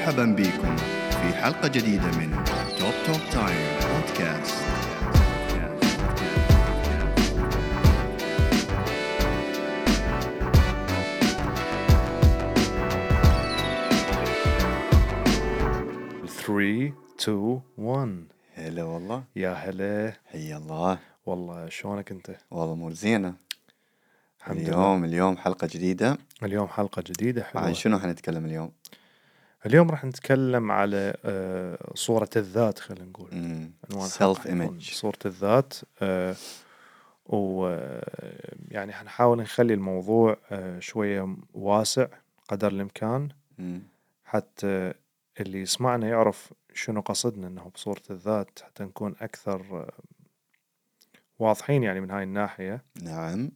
مرحبا بكم في حلقة جديدة من توب تايم بودكاست. Three, two, one. هلا والله. يا هلا. حيا الله. والله شلونك انت؟ والله مو زينة. الحمد لله. اليوم حلقة جديدة. اليوم حلقة جديدة حلوة. عن شنو حنتكلم اليوم؟ اليوم راح نتكلم على صورة الذات، خلينا نقول عنوان self حيكون image. صورة الذات. يعني حنحاول نخلي الموضوع شوية واسع قدر الإمكان حتى اللي يسمعنا يعرف شنو قصدنا إنه بصورة الذات، حتى نكون أكثر واضحين يعني من هاي الناحية. نعم.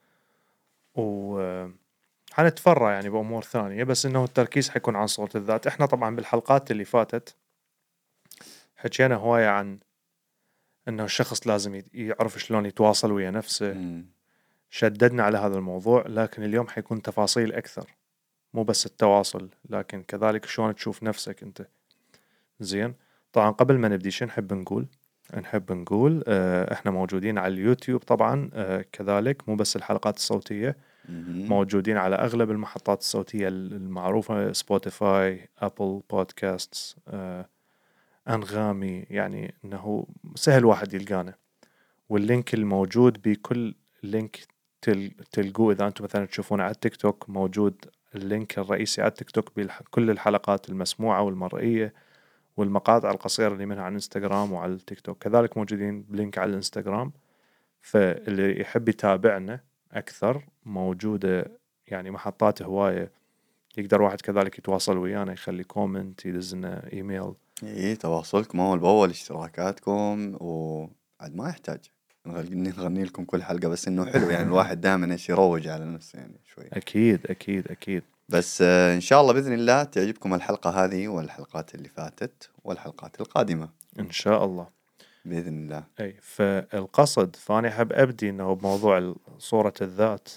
حنتفرع يعني بأمور ثانية، بس إنه التركيز حيكون عن صورة الذات. إحنا طبعا بالحلقات اللي فاتت حكينا هواية عن إنه الشخص لازم يعرف شلون يتواصل ويا نفسه. شددنا على هذا الموضوع، لكن اليوم حيكون تفاصيل أكثر، مو بس التواصل لكن كذلك شلون تشوف نفسك أنت. زين. طبعا قبل ما نبدي شو نحب نقول إحنا موجودين على اليوتيوب طبعا، كذلك مو بس الحلقات الصوتية، موجودين على أغلب المحطات الصوتية المعروفة، سبوتيفاي، أبل بودكاستس، أنغامي، يعني إنه سهل واحد يلقانا. واللينك الموجود بكل لينك تلقوه إذا أنتم مثلا تشوفون على التيك توك، موجود اللينك الرئيسي على التيك توك بكل الحلقات المسموعة والمرئية والمقاطع القصيرة اللي منها على الانستغرام وعلى التيك توك، كذلك موجودين بلينك على الانستغرام. فاللي يحب يتابعنا أكثر موجودة يعني محطات هواية، يقدر واحد كذلك يتواصل ويانا، يخلي كومنت، يدزنا إيميل. تواصلكم أول بأول، اشتراكاتكم، وعد ما يحتاج نغني لكم كل حلقة، بس إنه حلو يعني الواحد دائما إيش يروج على نفسه يعني شوي. أكيد. بس إن شاء الله بإذن الله تعجبكم الحلقة هذه والحلقات اللي فاتت والحلقات القادمة إن شاء الله بإذن الله. أي فالقصد، فأنا أحب أبدي إنه بموضوع صورة الذات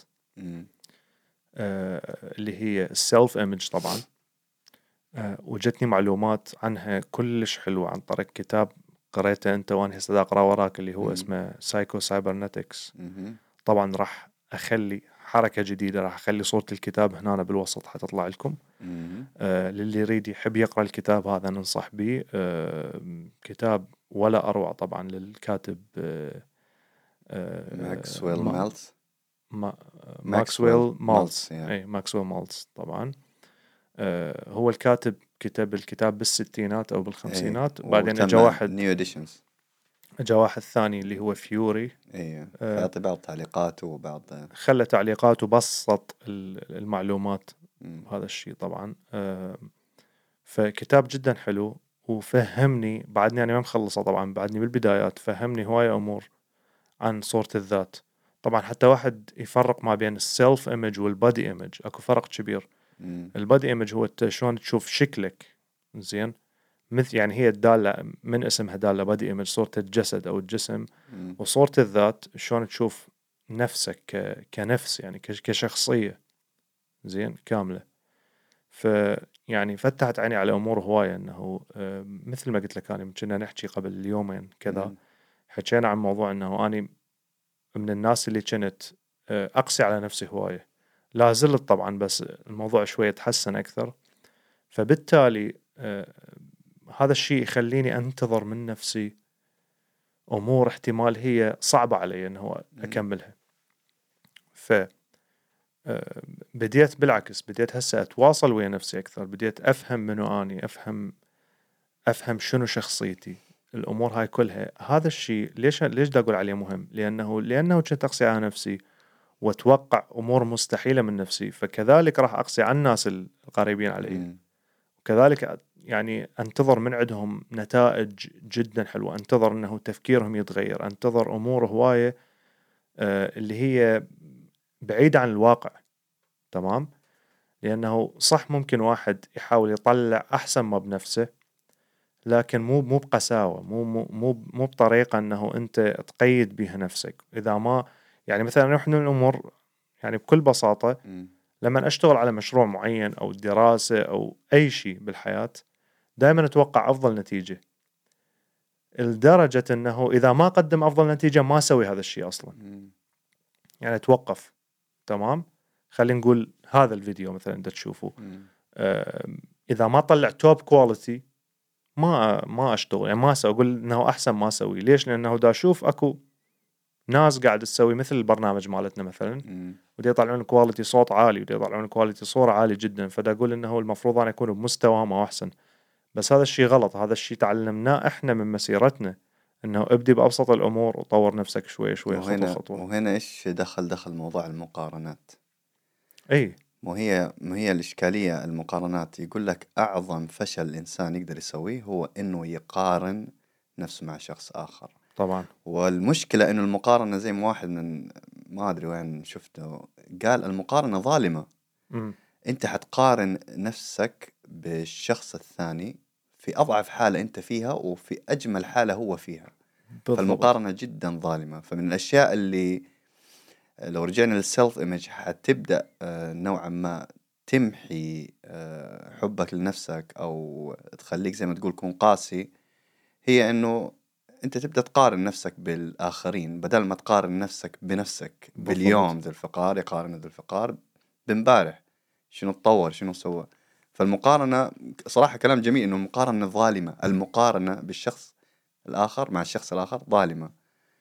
اللي هي السيلف إيمج طبعا. وجتني معلومات عنها كلش حلوة عن طريق كتاب قريته أنت وأنا هسه أقرأ وراك، اللي هو اسمه سايكو سايبرنتكس. طبعا راح أخلي حركة جديدة، راح أخلي صورة الكتاب هنا بالوسط حتطلع لكم. للي يريد يحب يقرأ الكتاب هذا ننصح به. كتاب ولا أروع طبعا للكاتب ماكسويل مالتز. أي ماكسويل مالتز طبعا. هو الكاتب كتب الكتاب بالستينات أو بالخمسينات، بعدين أجا واحد ثاني اللي هو فيوري، فيعطي بعض تعليقات وبعض خلى تعليقات وبسط المعلومات هذا الشيء طبعا. فكتاب جدا حلو وفهمني، بعدني أنا ما مخلصه طبعا، بعدني بالبدايات، فهمني هواية أمور عن صورة الذات. طبعا حتى واحد يفرق ما بين السيلف إيمج والبادي إيمج، أكو فرق كبير. البادي إيمج هو شلون تشوف شكلك، زين، مثل يعني هي الدالة من اسمها دالة، بادي إيمج صورة الجسد أو الجسم. وصورة الذات شلون تشوف نفسك كنفس، يعني كشخصية زين كاملة. يعني فتحت عيني على أمور هواية، أنه مثل ما قلت لك أنا كنا نحكي قبل يومين كذا، حكينا عن موضوع أنه أنا من الناس اللي كنت أقسي على نفسي هواية، لا زلت طبعا، بس الموضوع شوية تحسن أكثر. فبالتالي هذا الشيء يخليني أنتظر من نفسي أمور احتمال هي صعبة علي أنه أكملها. بديت بالعكس، بديت هسه أتواصل ويا نفسي أكثر، بديت أفهم منو أني، أفهم شنو شخصيتي، الأمور هاي كلها. هذا الشيء ليش دا أقول عليه مهم؟ لأنه كنت أقسي على نفسي وأتوقع أمور مستحيلة من نفسي، فكذلك راح أقسي على الناس القريبين علي. وكذلك يعني أنتظر من عندهم نتائج جدا حلوة، أنتظر أنه تفكيرهم يتغير، أنتظر أمور هواية اللي هي بعيدة عن الواقع. تمام. لأنه صح ممكن واحد يحاول يطلع أحسن ما بنفسه، لكن مو بقساوة، مو بطريقة أنه أنت تقيد بها نفسك. إذا ما يعني مثلا نحن الأمور يعني بكل بساطة، لما أشتغل على مشروع معين أو دراسة أو أي شيء بالحياة، دائما اتوقع افضل نتيجة، لدرجة انه اذا ما قدم افضل نتيجة ما اسوي هذا الشيء اصلا. يعني اتوقف، تمام، خلينا نقول هذا الفيديو مثلا انت تشوفه، اذا ما طلع توب كواليتي ما اشتغل، يعني ما اسوي، اقول انه احسن ما اسوي. ليش؟ لانه دا اشوف اكو ناس قاعد تسوي مثل البرنامج مالتنا مثلا، ودي يطلعون كواليتي صوت عالي، ودي يطلعون كواليتي صورة عالي جدا، فدا اقول انه المفروض انا اكون بمستواهم او احسن. بس هذا الشيء غلط، هذا الشيء تعلمناه احنا من مسيرتنا، انه ابدي بابسط الامور وطور نفسك شوي شوي خطوة خطوة. وهنا ايش دخل موضوع المقارنات. اي مو هي الإشكالية المقارنات. يقول لك أعظم فشل الإنسان يقدر يسويه هو إنه يقارن نفسه مع شخص آخر. طبعا. والمشكلة إنه المقارنة زي ما واحد من ما أدري وين شفته قال المقارنة ظالمة. أنت حتقارن نفسك بالشخص الثاني في أضعف حالة أنت فيها وفي أجمل حالة هو فيها. بالضبط. فالمقارنة جدا ظالمة. فمن الأشياء اللي لو رجعنا للسيلف ايمج حتبدأ نوعا ما تمحي حبك لنفسك أو تخليك زي ما تقول كون قاسي، هي إنه أنت تبدأ تقارن نفسك بالآخرين بدل ما تقارن نفسك بنفسك. باليوم ذو الفقار يقارن ذو الفقار بمبارح، شنو تطور شنو سوى. فالمقارنة صراحة كلام جميل إنه المقارنة ظالمة. المقارنة بالشخص الآخر مع الشخص الآخر ظالمة.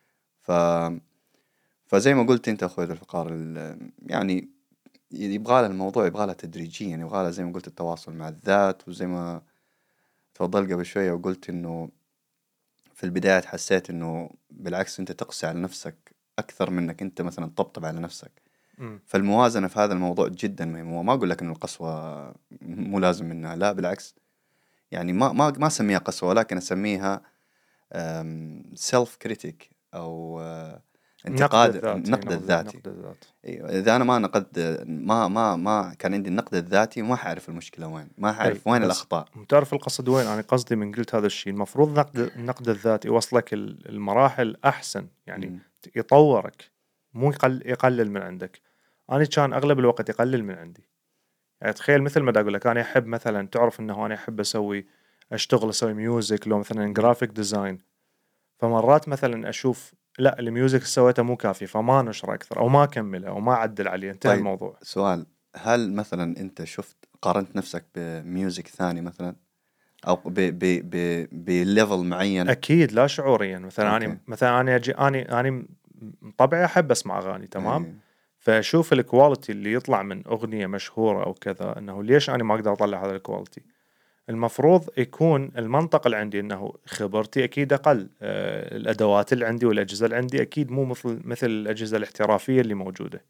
فزي ما قلت انت اخوي الفقار يعني يبغى له الموضوع، يبغى له تدريجيا، يعني يبغى له زي ما قلت التواصل مع الذات. وزي ما تفضل قبل شوية وقلت انه في البداية حسيت انه بالعكس انت تقسى على نفسك اكثر منك انت مثلا تطبطب على نفسك. فالموازنة في هذا الموضوع جدا مهم. وما اقول لك انه القسوة مو لازم منها، لا بالعكس. يعني ما اسميها قسوة، ولكن اسميها سيلف كريتيك او انتقاد النقد الذاتي. إذا أنا ما نقد ما كان عندي النقد الذاتي ما حعرف المشكلة وين، ما حعرف وين الأخطاء. تعرف القصد وين؟ أنا قصدي من قلت هذا الشيء المفروض النقد الذاتي يوصلك المراحل أحسن، يعني يطورك، مو يقلل من عندك. أنا كان أغلب الوقت يقلل من عندي. يعني تخيل مثل ما أقول لك أنا أحب مثلا، تعرف إنه أنا أحب أسوي ميوزك، لو مثلا جرافيك ديزاين. فمرات مثلا أشوف لا الميوزك سويته مو كافي، فما نشر أكثر أو ما أكمله أو ما أعدل عليه، انتهى طيب الموضوع. سؤال، هل مثلا أنت قارنت نفسك بميوزك ثاني مثلا أو بليفل معين؟ أكيد لا شعوريا. مثلا أنا طبعي أحب أسمع أغاني، تمام. فأشوف الكواليتي اللي يطلع من أغنية مشهورة أو كذا، إنه ليش أنا ما أقدر أطلع هذا الكواليتي. المفروض يكون المنطق اللي عندي إنه خبرتي أكيد أقل، الأدوات اللي عندي والأجهزة اللي عندي أكيد مو مثل الأجهزة الاحترافية اللي موجودة.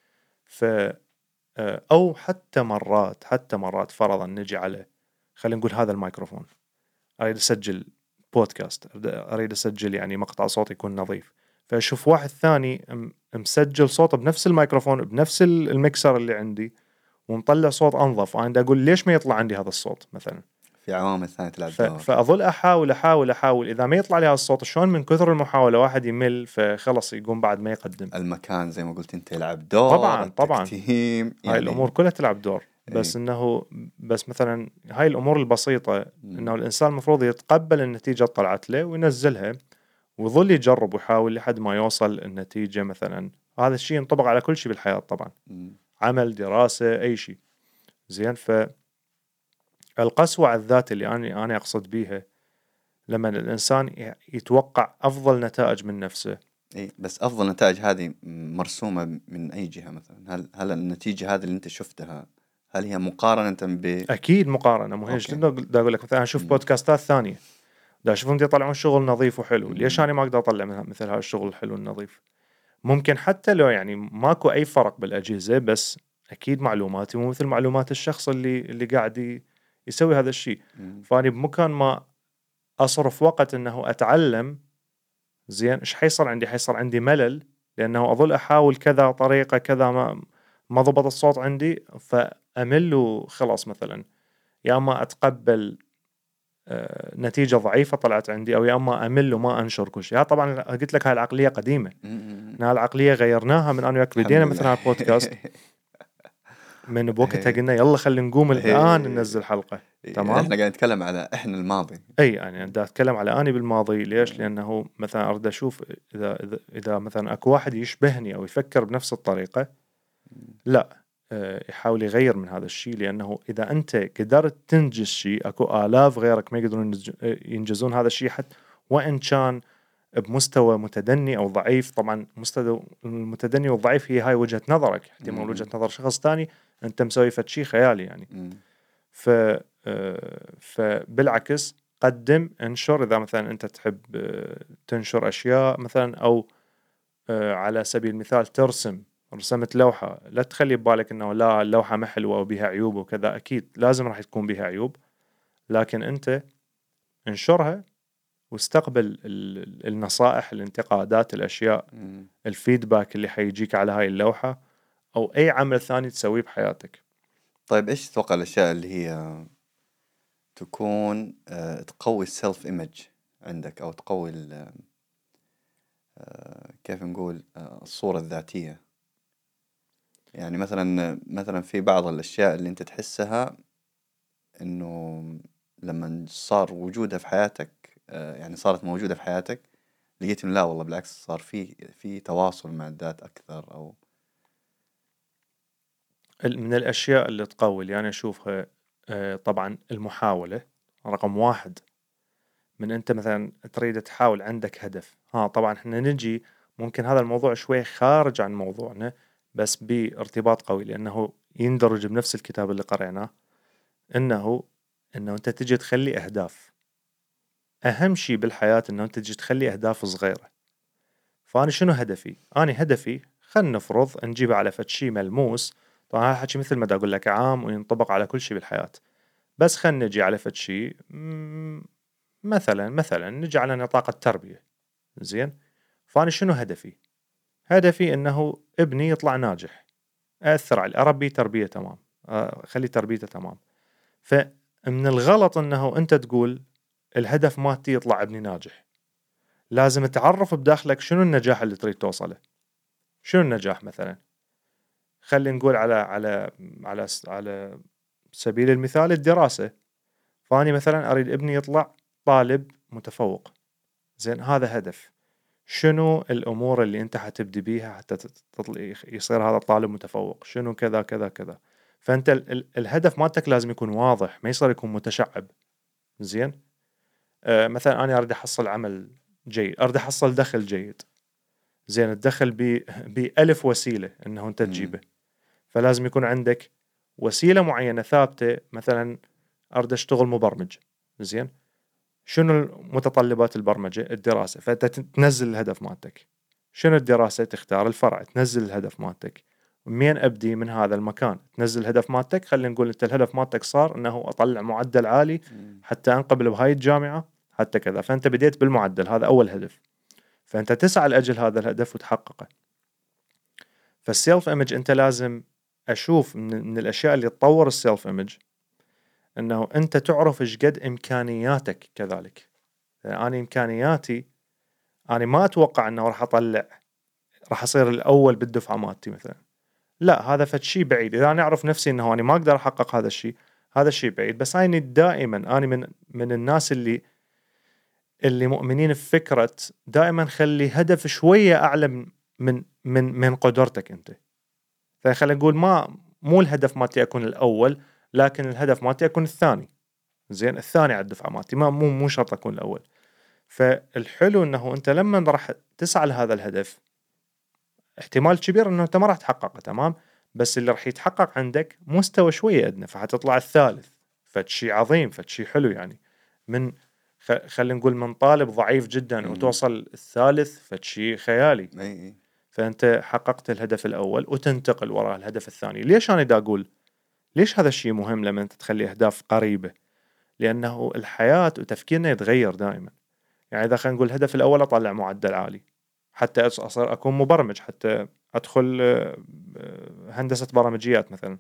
أو حتى مرات فرضا نجي على، خلينا نقول هذا الميكروفون، أريد أسجل بودكاست، أريد أسجل يعني مقطع صوت يكون نظيف، فأشوف واحد ثاني مسجل صوته بنفس الميكروفون بنفس الميكسر اللي عندي ومطلع صوت أنظف. أنا أقول ليش ما يطلع عندي هذا الصوت مثلا؟ في عوامل ثانية تلعب دور. فأظل أحاول إذا ما يطلع لي هذا الصوت، شلون من كثر المحاولة واحد يمل، فخلص يقوم بعد ما يقدم. المكان زي ما قلت أنت يلعب دور، طبعا التكتيم، هاي الأمور كلها تلعب دور. بس بس مثلا هاي الأمور البسيطة إنه الإنسان المفروض يتقبل النتيجة طلعت له وينزلها ويظل يجرب ويحاول لحد ما يوصل النتيجة. مثلا هذا الشيء ينطبق على كل شيء بالحياة طبعا، عمل، دراسة، أي شيء. زين. فالقسوة على الذات اللي أنا أقصد بيها لما الإنسان يتوقع أفضل نتائج من نفسه. بس أفضل نتائج هذه مرسومة من أي جهة مثلا؟ هل النتيجة هذه اللي أنت شفتها هل هي مقارنة أكيد مقارنة. مو هيك دا أقول لك مثلا أشوف بودكاستات ثانية، دا أشوفهم يطلعون شغل نظيف وحلو، ليش أنا ما أقدر أطلع مثل هذا الشغل الحلو النظيف؟ ممكن حتى لو يعني ماكو أي فرق بالأجهزة، بس أكيد معلوماتي مو مثل معلومات الشخص اللي قاعد يسوي هذا الشيء. فأني بمكان ما أصرف وقت إنه أتعلم، زين، إيش حيصير عندي؟ حيصير عندي ملل، لأنه أظل أحاول كذا طريقة كذا ما ضبط الصوت عندي، فأمل وخلاص. مثلا يا أما أتقبل نتيجة ضعيفة طلعت عندي، أو يا أما أمل وما أنشر كل شيء. طبعا قلت لك هاي العقلية قديمة، هاي العقلية غيرناها من أن وياك بدينا مثلا البودكاست. من بوقتها إيه. قلنا يلا خلينا نقوم الآن إيه. ننزل حلقة. إيه. تمام. احنا قاعد نتكلم على احنا الماضي. اي يعني دا اتكلم على اني بالماضي. ليش؟ لانه مثلا اريد اشوف اذا مثلا اكو واحد يشبهني او يفكر بنفس الطريقة، لا يحاول يغير من هذا الشيء. لانه اذا انت قدرت تنجز شيء، اكو آلاف غيرك ما يقدرون ينجزون هذا الشيء، حتى وان كان بمستوى متدني او ضعيف. طبعا مستوى المتدني والضعيف هي هاي وجهة نظرك، احتمال وجهة نظر شخص تاني انت مسوي فد شيء خيالي يعني. ف فبالعكس قدم، انشر. اذا مثلا انت تحب تنشر اشياء مثلا، او على سبيل المثال ترسم، رسمت لوحة، لا تخلي ببالك انه لا اللوحة ما حلوة وبها عيوب وكذا. اكيد لازم راح تكون بها عيوب، لكن انت انشرها واستقبل النصائح، الانتقادات، الاشياء، الفيدباك اللي حيجيك على هاي اللوحة او اي عمل ثاني تسويه بحياتك. طيب ايش تتوقع الاشياء اللي هي تكون تقوي السيلف ايمج عندك، او تقوي كيف نقول الصورة الذاتية؟ يعني مثلا في بعض الاشياء اللي انت تحسها انه لما صار وجودها في حياتك، يعني صارت موجودة في حياتك، لقيت إنه لا والله بالعكس صار في تواصل مع الذات أكثر، أو من الأشياء اللي تقوي اللي أنا أشوفها طبعا المحاولة رقم واحد. من أنت مثلا تريد تحاول، عندك هدف، طبعا احنا نجي ممكن هذا الموضوع شوي خارج عن موضوعنا بس بارتباط قوي، لأنه يندرج بنفس الكتاب اللي قرأناه. إنه أنت تجي تخلي أهداف. أهم شيء بالحياة أنه أنت تجي تخلي أهداف صغيرة. فأنا شنو هدفي؟ أنا هدفي خلنا نفرض نجيبه على فد شيء ملموس. طبعا هذا حكي مثل ما دا أقول لك عام وينطبق على كل شيء بالحياة، بس خلنا نجي على فد شيء مثلا نجي على نطاق التربية. زين. فأنا شنو هدفي؟ هدفي إنه ابني يطلع ناجح، أثر عليه، أربي تربية تمام، خلي تربيته تمام. فمن الغلط إنه أنت تقول الهدف مالتي يطلع ابني ناجح. لازم تعرف بداخلك شنو النجاح اللي تريد توصله. شنو النجاح مثلا؟ خلينا نقول على سبيل المثال الدراسة. فاني مثلا اريد ابني يطلع طالب متفوق. زين، هذا هدف. شنو الامور اللي انت حتبدي بيها حتى يصير هذا الطالب متفوق؟ شنو كذا كذا كذا. فانت الهدف مالتك لازم يكون واضح، ما يصير يكون متشعب. زين. مثلا انا اريد احصل عمل جيد، اريد احصل دخل جيد. زين، الدخل بألف وسيلة انه انت تجيبه. فلازم يكون عندك وسيلة معينة ثابتة. مثلا أريد أشتغل مبرمج. زين، شنو متطلبات البرمجة؟ الدراسة. فأنت تنزل الهدف مالتك. شنو الدراسة؟ تختار الفرع، تنزل الهدف مالتك. منين أبدي؟ من هذا المكان تنزل الهدف مالتك. خلينا نقول أنت الهدف مالتك صار أنه أطلع معدل عالي حتى أنقبل بهاي الجامعة حتى كذا. فأنت بديت بالمعدل، هذا أول هدف. فأنت تسعى لأجل هذا الهدف وتحققه. فالسيلف إيمج أنت لازم أشوف من الأشياء اللي تطور السيلف إيمج أنه أنت تعرف إيش قد إمكانياتك كذلك. يعني أنا إمكانياتي، أنا ما أتوقع أنه راح أصير الأول بالدفعة مالتي مثلا. لا، هذا فد شيء بعيد. إذا أنا أعرف نفسي أنه أنا ما أقدر أحقق هذا الشيء، هذا الشيء بعيد. بس أنا دائما من الناس اللي مؤمنين بفكرة دائما خلي هدف شوية أعلى من قدرتك أنت. فخلينا نقول مو الهدف مالتي أكون الأول، لكن الهدف مالتي أكون الثاني. زين، الثاني على الدفعة مالتي، مو شرط أكون الأول. فالحلو أنه أنت لما راح تسعى لهذا الهدف، احتمال كبير أنه أنت ما راح تحققه تمام، بس اللي راح يتحقق عندك مستوى شوية أدنى، فحتطلع الثالث. فشي عظيم، فشي حلو يعني. خلينا نقول من طالب ضعيف جدا وتوصل الثالث، فشي خيالي. فأنت حققت الهدف الأول وتنتقل وراء الهدف الثاني. ليش أنا دا أقول ليش هذا الشيء مهم لما أنت تخلي أهداف قريبة؟ لأنه الحياة وتفكيرنا يتغير دائما. يعني إذا خلينا نقول الهدف الأول أطلع معدل عالي حتى أصير أكون مبرمج، حتى أدخل هندسة برمجيات مثلا.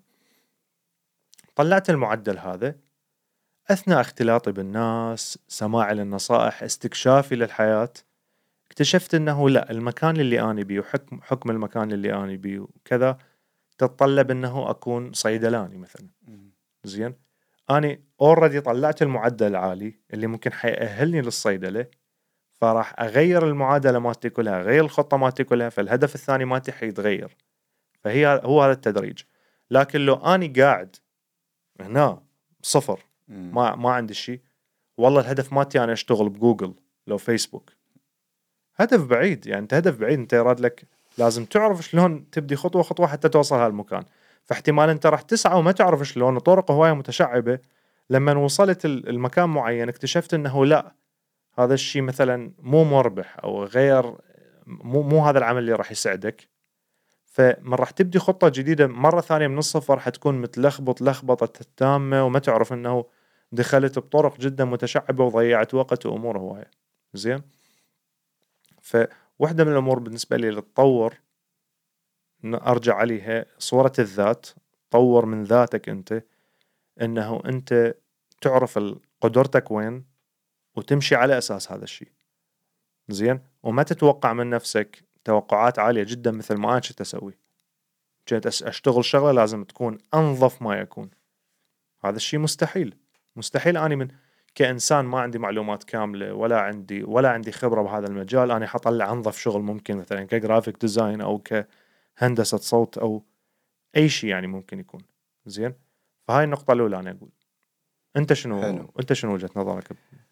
طلعت المعدل هذا أثناء اختلاطي بالناس، سماعي للنصائح، استكشافي للحياة، اكتشفت أنه لا، المكان اللي أنا بيه وحكم المكان اللي أنا بيه وكذا تتطلب انه اكون صيدلاني مثلا. زين، اني اوريدي طلعت المعدل العالي اللي ممكن حيأهلني للصيدله، فراح اغير المعادله مالتي كلها، اغير الخطه مالتي كلها، فالهدف الثاني مالتي حيتغير. هو هذا التدريج. لكن لو اني قاعد هنا صفر، ما عندي شيء، والله الهدف مالتي انا اشتغل بجوجل لو فيسبوك، هدف بعيد. يعني انت هدف بعيد، انت يراد لك لازم تعرف شلون تبدي خطوه خطوه حتى توصل هالمكان. فاحتمال انت راح تسعى وما تعرف شلون، طرق هوايه متشعبه. لما وصلت المكان معين اكتشفت انه لا، هذا الشيء مثلا مو مربح او غير، مو هذا العمل اللي راح يسعدك. فمن راح تبدي خطه جديده مره ثانيه من الصفر، حتكون متلخبط لخبطه تامه، وما تعرف انه دخلت بطرق جدا متشعبه وضيعت وقت وامور هوايه. زين، فواحدة من الأمور بالنسبة لي اللي تطور أرجع عليها صورة الذات. طور من ذاتك أنت، أنه أنت تعرف قدرتك وين وتمشي على أساس هذا الشيء. زين، وما تتوقع من نفسك توقعات عالية جدا مثل ما أنا كنت أسوي. كنت أشتغل شغلة لازم تكون أنظف ما يكون. هذا الشيء مستحيل. مستحيل أني من كإنسان ما عندي معلومات كاملة ولا عندي خبرة بهذا المجال، أنا حطلع أنظف شغل ممكن، مثلا كجرافيك ديزاين أو كهندسة صوت أو أي شيء يعني ممكن يكون. زين، فهاي النقطة الأولى أنا أقول. أنت حلو. شنو وجهة نظرك؟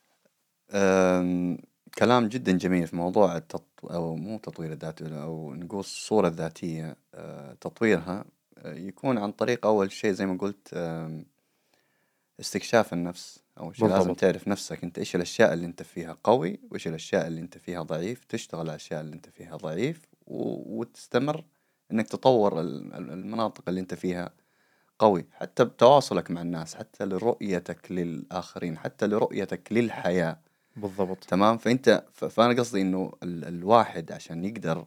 كلام جدا جميل في موضوع أو مو تطوير الذات، أو نقول الصورة الذاتية. تطويرها يكون عن طريق أول شيء زي ما قلت استكشاف النفس. أول شيء لازم تعرف نفسك أنت، إيش الأشياء اللي أنت فيها قوي وإيش الأشياء اللي أنت فيها ضعيف، تشتغل على الأشياء اللي أنت فيها ضعيف وتستمر أنك تطور المناطق اللي أنت فيها قوي، حتى بتواصلك مع الناس، حتى لرؤيتك للآخرين، حتى لرؤيتك للحياة. بالضبط. تمام. فأنا قصدي إنه الواحد عشان يقدر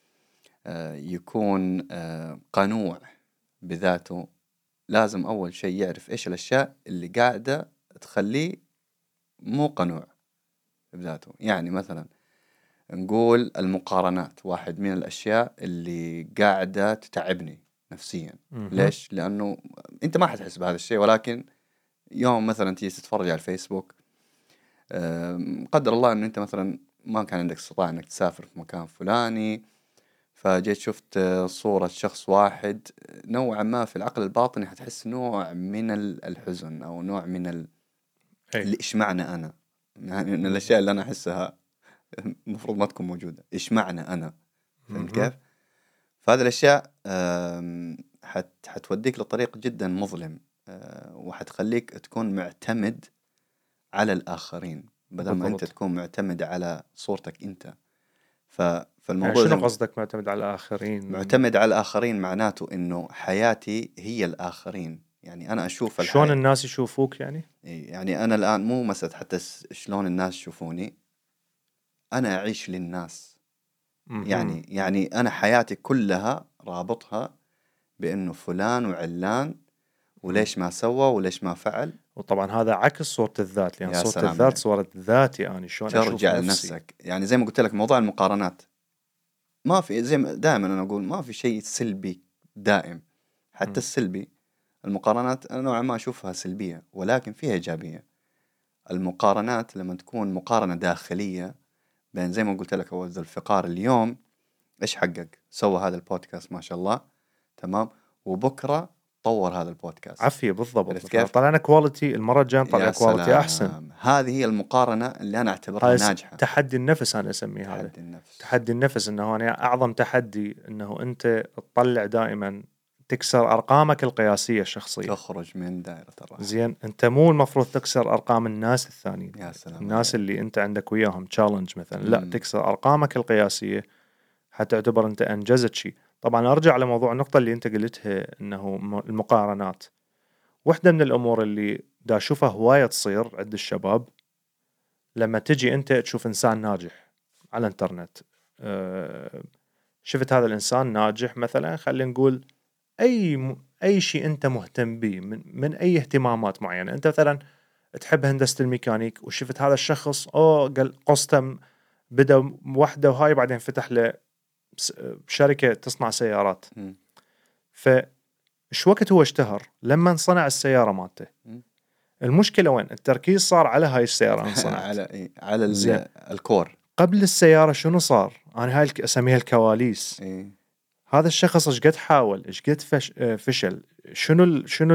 يكون قنوع بذاته، لازم أول شيء يعرف إيش الأشياء اللي قاعدة تخليه مو قنوع بذاته. يعني مثلا نقول المقارنات واحد من الأشياء اللي قاعدة تتعبني نفسيا. ليش؟ لأنه أنت ما حتحس بهذا الشيء، ولكن يوم مثلا تيجي تتفرج على الفيسبوك، قدر الله أنه أنت مثلا ما كان عندك استطاعة أنك تسافر في مكان فلاني، فجيت شفت صورة شخص واحد، نوعا ما في العقل الباطني حتحس نوع من الحزن أو نوع من إيش معنى أنا، يعني من الأشياء اللي أنا أحسها المفروض ما تكون موجودة. إيش معنى أنا؟ فهمت كيف؟ فهذه الأشياء حتوديك لطريق جدا مظلم، وحتخليك تكون معتمد على الآخرين بدل ما أنت تكون معتمد على صورتك أنت. فالموضوع يعني شنو قصدك معتمد على الآخرين؟ معتمد على الآخرين معناته إنه حياتي هي الآخرين. يعني أنا أشوف شلون الناس يشوفوك يعني أنا الآن مو مسألة حتى شلون الناس يشوفوني، أنا أعيش للناس. يعني أنا حياتي كلها رابطها بأنه فلان وعلان وليش ما سوى وليش ما فعل. وطبعا هذا عكس صورة الذات، لأن صورة الذات صورة ذاتي أنا شلون أشوف ترجع لنفسك. يعني زي ما قلت لك موضوع المقارنات، ما في زي ما دائما أنا أقول ما في شيء سلبي دائم. حتى السلبي، المقارنات أنا نوعا ما أشوفها سلبية ولكن فيها إيجابية. المقارنات لما تكون مقارنة داخلية بين زي ما قلت لك أول ذو الفقار اليوم إيش حقق، سوى هذا البودكاست ما شاء الله، تمام، وبكرة طور هذا البودكاست. عفية. بالضبط. طلعنا كواليتي، المرة الجاية نطلع كواليتي أحسن. هذه هي المقارنة اللي أنا أعتبرها ناجحة. تحدي النفس أنا أسميه هذا. تحدي النفس إنه أنا أعظم تحدي إنه أنت تطلع دائما تكسر أرقامك القياسية الشخصية، تخرج من دائرة الراحة. زين، أنت مو المفروض تكسر أرقام الناس الثانيين. يا سلام. الناس اللي أنت عندك وياهم تشالنج مثلا، لا، تكسر أرقامك القياسية حتعتبر أنت أنجزت شيء. طبعا أرجع لموضوع النقطة اللي أنت قلتها إنه المقارنات. واحدة من الأمور اللي دا أشوفها هواية تصير عند الشباب، لما تجي أنت تشوف إنسان ناجح على الانترنت، شفت هذا الإنسان ناجح مثلا، خلينا نقول أي شيء أنت مهتم به من أي اهتمامات معينة. أنت مثلا تحب هندسة الميكانيك وشفت هذا الشخص قال قصته بدأ وحده وهاي بعدين فتح له شركة تصنع سيارات. شو وقت هو اشتهر؟ لما انصنع السيارة مالته. المشكلة وين؟ التركيز صار على هاي السيارة انصنعت. على زين. الكور. قبل السيارة شنو صار؟ أنا هاي أسميها الكواليس. هذا الشخص ايش قد حاول، ايش قد فشل، شنو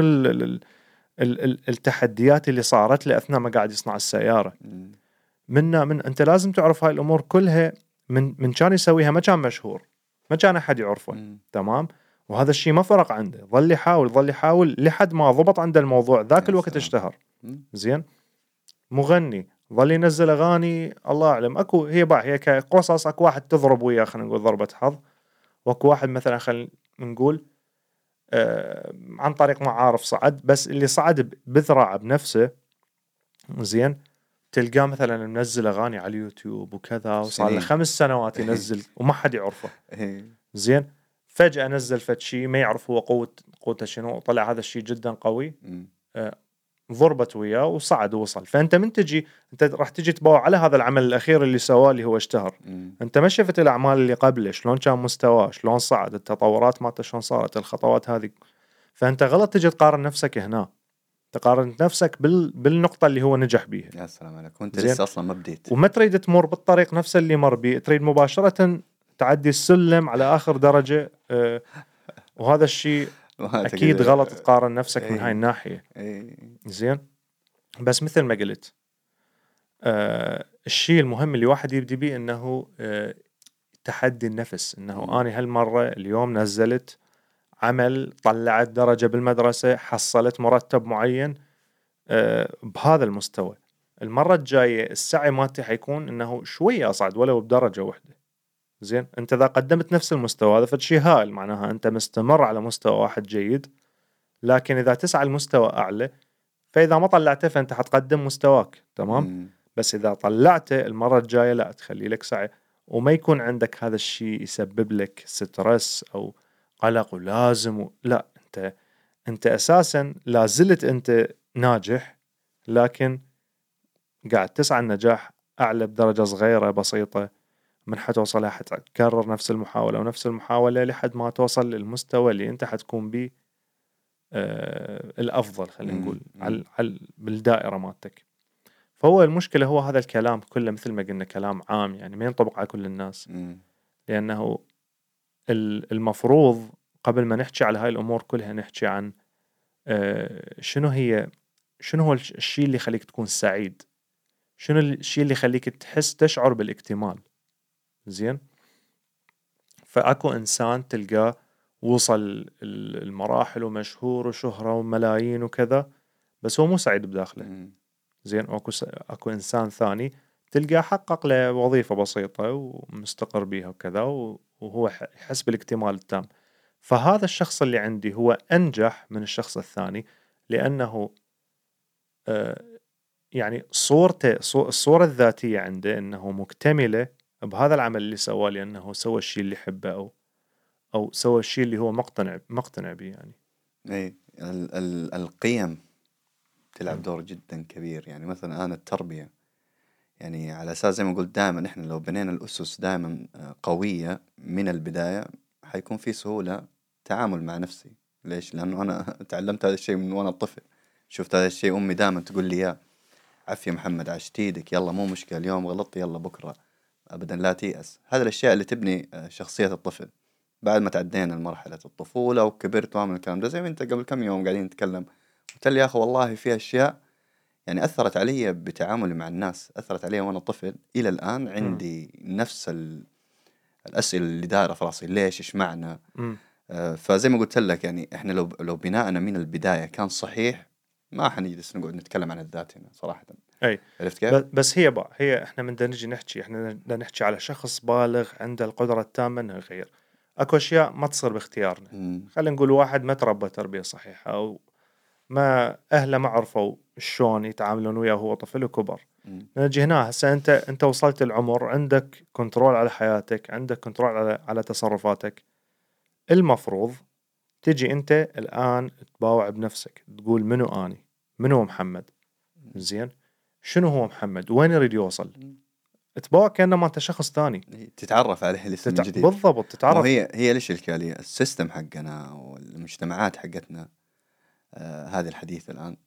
التحديات اللي صارت له أثناء ما قاعد يصنع السيارة. من أنت لازم تعرف هاي الأمور كلها. من كان يسويها ما كان مشهور، ما كان أحد يعرفه. تمام. وهذا الشيء ما فرق عنده، ظل يحاول لحد ما ضبط عنده الموضوع. ذاك الوقت اشتهر. زين. مغني ظل ينزل أغاني، الله أعلم. هي كقصص. أكو واحد تضرب وياه، خلينا نقول ضربة حظ. واكو واحد مثلا خلينا نقول عن طريق معارف صعد، بس اللي صعد بذراعه بنفسه. زين. تلقاه مثلا منزل أغاني على اليوتيوب وكذا، وصار له 5 سنوات ينزل وما حد يعرفه. زين. فجأة نزل فد شيء ما يعرف هو قوته شنو، طلع هذا الشيء جدا قوي. ضربت وياه وصعد ووصل. فأنت من تجي أنت راح تجي تباوع على هذا العمل الأخير اللي سواه اللي هو اشتهر. أنت ما شفت الأعمال اللي قبله شلون كان مستواه، شلون صعد، التطورات مالته شلون صارت، الخطوات هذه. فأنت غلط تجي تقارن نفسك هنا، تقارن نفسك بالنقطة اللي هو نجح بيها. يا سلام عليك، وانت لسه أصلا ما بديت. وما تريد تمر بالطريق نفسه اللي مر بيه، تريد مباشرة تعدي السلم على آخر درجة. وهذا الشيء أكيد غلط تقارن نفسك من هاي الناحية. زين. بس مثل ما قلت الشيء المهم اللي واحد يبدي بيه إنه تحدي النفس. إنه أنا هالمرة اليوم نزلت عمل، طلعت درجة بالمدرسة، حصلت مرتب معين بهذا المستوى. المرة الجاية السعي مالتي حيكون إنه شوية أصعد ولو بدرجة واحدة. زين. أنت إذا قدمت نفس المستوى هذا فشي هائل، معناها أنت مستمر على مستوى واحد جيد. لكن إذا تسعى لمستوى أعلى، فإذا ما طلعته فأنت حتقدم مستواك. تمام. بس إذا طلعته المرة الجاية لا، تخلي لك سعي، وما يكون عندك هذا الشيء يسبب لك سترس أو قلق ولازم لا. أنت أساسا لازلت أنت ناجح، لكن قاعد تسعى النجاح أعلى بدرجة صغيرة بسيطة. من حتوصلها حتكرر نفس المحاولة ونفس المحاولة لحد ما توصل للمستوى اللي أنت حتكون به الأفضل، خلينا نقول بالدائرة مالتك. فهو المشكلة هو هذا الكلام كله مثل ما قلنا كلام عام، يعني ما ينطبق على كل الناس. لأنه المفروض قبل ما نحكي على هاي الأمور كلها نحكي عن شنو هو الشيء اللي يخليك تكون سعيد، شنو الشيء اللي يخليك تشعر بالاكتمال. زين. فأكو إنسان تلقاه وصل المراحل ومشهور وشهرة وملايين وكذا، بس هو مو سعيد بداخله. زين. أكو إنسان ثاني تلقاه حقق له وظيفة بسيطة ومستقر بيها وكذا، وهو يحس بالاكتمال التام. فهذا الشخص اللي عندي هو أنجح من الشخص الثاني، لأنه يعني الصورة الذاتية عنده أنه مكتملة بهذا العمل اللي سواه، لأنه سوى الشيء اللي يحبه أو سوى الشيء اللي هو مقتنع به. يعني القيم تلعب دور جدا كبير. يعني مثلا أنا التربية، يعني على أساس زي ما قلت دائما إحنا لو بنينا الأسس دائما قوية من البداية حيكون في سهولة تعامل مع نفسي. ليش؟ لأنه أنا تعلمت هذا الشيء من وأنا طفل. شفت هذا الشيء أمي دائما تقول لي يا عفي محمد، عشت ايدك، يلا مو مشكلة، اليوم غلطت يلا بكرة أبدا لا تيأس. هذا الأشياء اللي تبني شخصية الطفل. بعد ما تعدينا مرحلة الطفولة وكبرت وعمل الكلام ده، زي ما أنت قبل كم يوم قاعدين نتكلم قلت لي يا أخي والله في أشياء يعني أثرت علي بتعاملي مع الناس، أثرت علي وأنا طفل. إلى الآن عندي نفس الأسئلة اللي دايرة في راسي، ليش، إيش معنى. فزي ما قلت لك يعني إحنا لو بناءنا من البداية كان صحيح ما حنجلس نقعد نتكلم عن الذات هنا صراحة. أي. عرفت كيف؟ بس هي إحنا من نجي نحكي، إحنا بدنا نحكي على شخص بالغ عنده القدرة التامة إنه يغير. أكو أشياء ما تصير باختيارنا. خلينا نقول واحد ما تربى تربية صحيحة، أو ما أهله ما عرفوا شلون يتعاملون وياه وهو طفل وكبر. نجي هنا هسه أنت وصلت العمر، عندك كنترول على حياتك، عندك كنترول على تصرفاتك. المفروض تجي أنت الآن تباوع بنفسك، تقول منو محمد. زين. شنو هو محمد؟ وين يريد يوصل؟ تبوع كأنما أنت شخص تاني. تتعرف عليه لسه من جديد. بالضبط مو تتعرف. هي ليش الإشكالية؟ السيستم حقنا والمجتمعات حقتنا هذه الحديثة الآن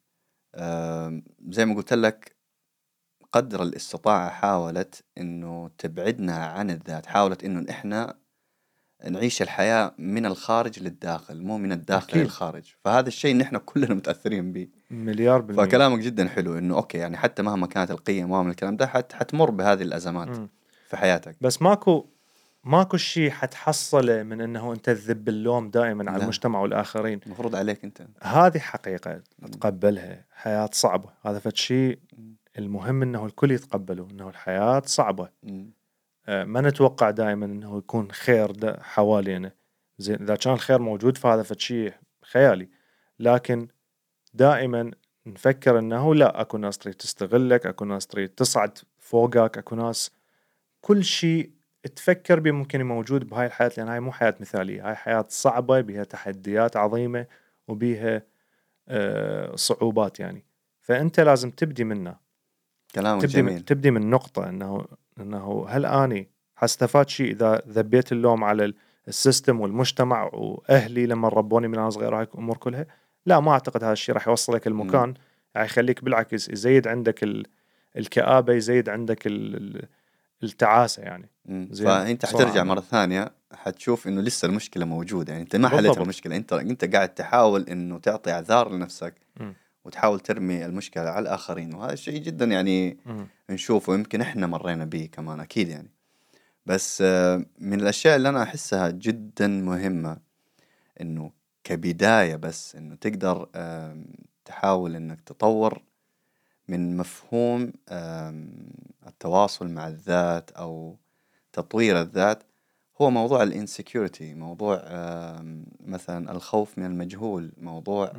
زي ما قلت لك قدر الاستطاعة حاولت إنه تبعدنا عن الذات، حاولت إنه إحنا نعيش الحياة من الخارج للداخل مو من الداخل أكيد. للخارج. فهذا الشيء نحن كلنا متأثرين به. 1,000,000%. فكلامك جدا حلو إنه أوكي يعني حتى مهما كانت القيم ومهما الكلام ده حتمر بهذه الأزمات في حياتك. بس ماكو شيء حتحصله من انه انت تذب اللوم دائما على لا. المجتمع والاخرين. المفروض عليك انت. هذه حقيقة تقبلها. حياة صعبة، هذا فد شيء المهم انه الكل يتقبله، انه الحياة صعبة. ما نتوقع دائما انه يكون خير حوالينا. زين اذا كان الخير موجود فهذا فد شيء خيالي، لكن دائما نفكر انه لا، اكو ناس تريد تستغلك، اكو ناس تريد تصعد فوقك، اكو ناس كل شيء تفكر به ممكن موجود بهاي الحياة، لأن هاي مو حياة مثالية، هاي حياة صعبة بها تحديات عظيمة وبيها صعوبات يعني. فأنت لازم تبدي منه. كلامك جميل. تبدي من نقطة إنه هل أني حستفاد شيء إذا ذبيت اللوم على السيستم والمجتمع وأهلي لما ربوني من أنا صغير هاي الأمور كلها؟ لا، ما أعتقد هذا الشيء راح يوصلك المكان. يعني يخليك بالعكس يزيد عندك الكآبة، يزيد عندك التعاسة يعني. فأنت حترجع مرة ثانية حتشوف إنه لسه المشكلة موجودة. يعني أنت ما حليت المشكلة، أنت قاعد تحاول إنه تعطي أعذار لنفسك وتحاول ترمي المشكلة على الآخرين، وهذا الشيء جدا يعني نشوفه. يمكن إحنا مرينا به كمان أكيد يعني. بس من الأشياء اللي أنا أحسها جدا مهمة إنه كبداية بس إنه تقدر تحاول إنك تطور من مفهوم التواصل مع الذات أو تطوير الذات، هو موضوع الانسكيورتي، موضوع مثلا الخوف من المجهول، موضوع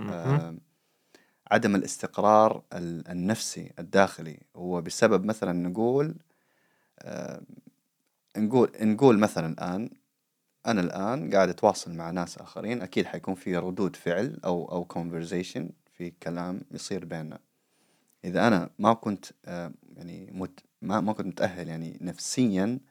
عدم الاستقرار النفسي الداخلي. هو بسبب مثلا نقول مثلا الآن أنا الآن قاعد أتواصل مع ناس آخرين، أكيد حيكون في ردود فعل أو conversation، في كلام يصير بيننا. إذا أنا ما كنت يعني ما كنت متأهل يعني نفسيا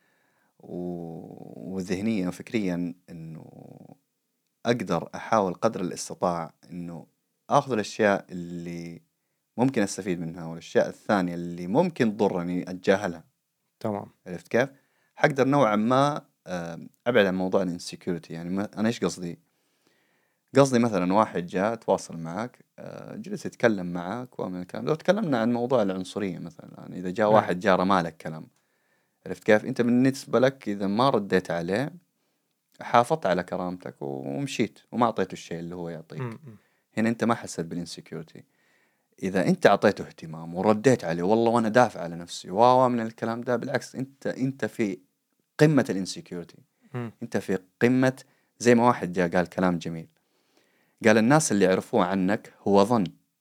وذهنيا وفكريا إنه أقدر أحاول قدر الاستطاعة إنه أخذ الأشياء اللي ممكن أستفيد منها والأشياء الثانية اللي ممكن تضرني أتجاهلها. تمام. عرفت كيف؟ حقدر نوعا ما أبعد عن موضوع الانسكيورتي. يعني أنا إيش قصدي مثلا واحد جاء تواصل معك جلس يتكلم معك ومن الكلام. لو تكلمنا عن موضوع العنصرية مثلا، يعني إذا جاء واحد جاء رمالك كلام، عرفت كيف؟ أنت بالنسبة لك إذا ما رديت عليه حافظت على كرامتك ومشيت وما أعطيته الشيء اللي هو يعطيك. هنا أنت ما حسيت بالانسكيورتي. إذا أنت أعطيته اهتمام ورديت عليه والله وأنا دافع على نفسي من الكلام ده، بالعكس أنت في قمة الانسكيورتي. أنت في قمة. زي ما واحد جاء قال كلام جميل، قال الناس اللي يعرفوه عنك هو ظن.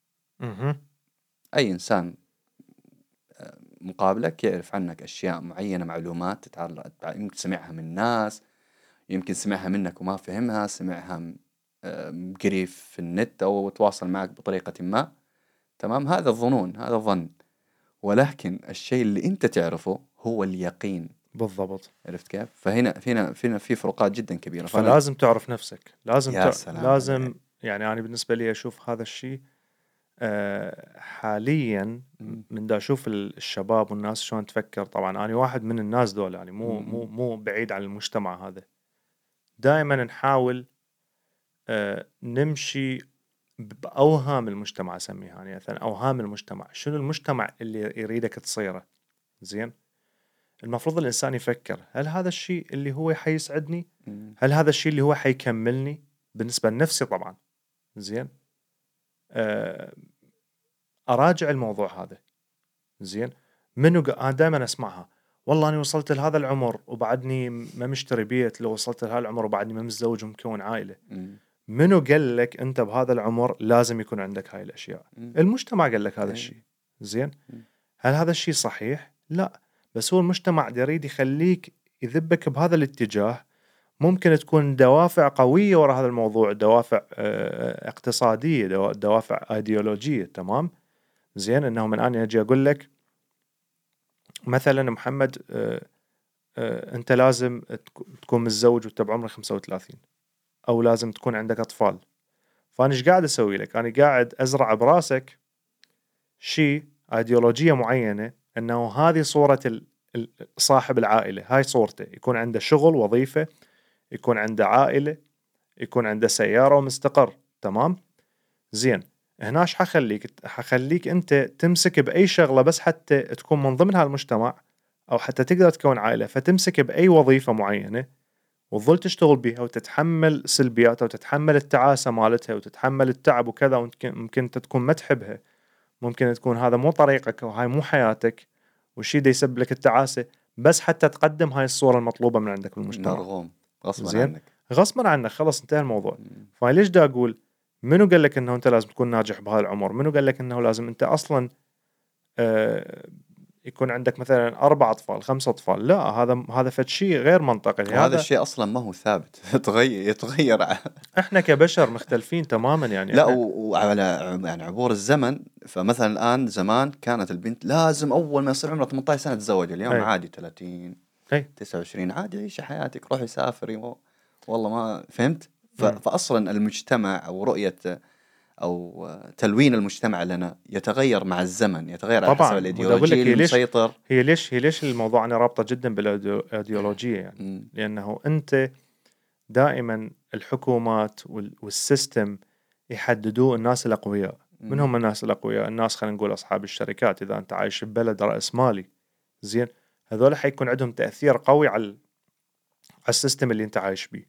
أي إنسان مقابلك يعرف عنك أشياء معينة، معلومات تتعرض يمكن سمعها من الناس، يمكن سمعها منك وما فهمها، سمعها قريب في النت أو تواصل معك بطريقة ما. تمام، هذا الظنون، هذا الظن. ولكن الشيء اللي أنت تعرفه هو اليقين. بالضبط. عرفت كيف؟ فهنا في فروقات جدا كبيرة. فلازم تعرف نفسك، لازم عليك. يعني أنا بالنسبة لي أشوف هذا الشيء حاليا من دا أشوف الشباب والناس شلون تفكر. طبعا أنا واحد من الناس دول، يعني مو بعيد عن المجتمع هذا. دائما نحاول نمشي بأوهام المجتمع، أسميها يعني مثلا أوهام المجتمع. شنو المجتمع اللي يريدك تصيره؟ زين، المفروض الإنسان يفكر هل هذا الشيء اللي هو حيسعدني؟ هل هذا الشيء اللي هو حيكملني بالنسبة لنفسي؟ طبعا زين، أراجع الموضوع هذا. زين، أنا دائما أسمعها، والله أنا وصلت لهذا العمر وبعدني ما مشتري بيت، لو وصلت لهذا العمر وبعدني ما متزوج ومكون عائلة. منو قال لك أنت بهذا العمر لازم يكون عندك هاي الأشياء؟ المجتمع قال لك هذا الشيء. زين، هل هذا الشيء صحيح؟ لا، بس هو المجتمع يريد يخليك يذبك بهذا الاتجاه. ممكن تكون دوافع قوية وراء هذا الموضوع، دوافع اقتصادية، دوافع ايديولوجية. تمام، زين، انه من أنا أجي أقول لك مثلا محمد أنت لازم تكون متزوج وأنت بعمر 35، أو لازم تكون عندك أطفال. فأنا إيش قاعد أسوي لك؟ أنا قاعد أزرع براسك شيء، أيديولوجية معينة، أنه هذه صورة صاحب العائلة، هاي صورته، يكون عنده شغل، وظيفة، يكون عنده عائلة، يكون عنده سيارة ومستقر. تمام؟ زين، هناش حخليك أنت تمسك بأي شغلة بس حتى تكون من ضمن هالمجتمع، أو حتى تقدر تكون عائلة، فتمسك بأي وظيفة معينة وتظل تشتغل بيها وتتحمل سلبياتها وتتحمل التعاسة مالتها وتتحمل التعب وكذا، وممكن أنت تكون ما تحبها، ممكن تكون هذا مو طريقك وهاي مو حياتك، والشي ده يسبب لك التعاسة بس حتى تقدم هاي الصورة المطلوبة من عندك بالمجتمع. مرغوم غصبا زين، عنك. غصبا عنك، خلص انتهى الموضوع. فليش دا أقول منو قال لك انه انت لازم تكون ناجح بهاي العمر؟ منو قال لك انه لازم انت اصلا يكون عندك مثلا 4 أطفال 5 أطفال؟ لا، هذا فد شيء غير منطقي. وهذا الشيء اصلا ما هو ثابت. يتغير احنا كبشر مختلفين تماما يعني. لا، احنا وعلى يعني عبور الزمن، فمثلا الان زمان كانت البنت لازم اول ما يصير عمرها 18 سنه تتزوج. اليوم اي عادي 30 اي 29 عادي، عيشي حياتك، روحي سافري والله ما فهمت. فاصلا المجتمع او رؤيه او تلوين المجتمع لنا يتغير مع الزمن، يتغير على حسب طبعا، وده اقول الايديولوجيه لك المسيطر. هي ليش الموضوع انا رابطه جدا بالايديولوجيه يعني. لانه انت دائما الحكومات والسيستم يحددوا الناس الأقوياء. من هم الناس الأقوياء؟ الناس خلينا نقول أصحاب الشركات. إذا أنت عايش ببلد رأس مالي، زين، هذول حيكون عندهم تأثير قوي على السيستم اللي أنت عايش بيه.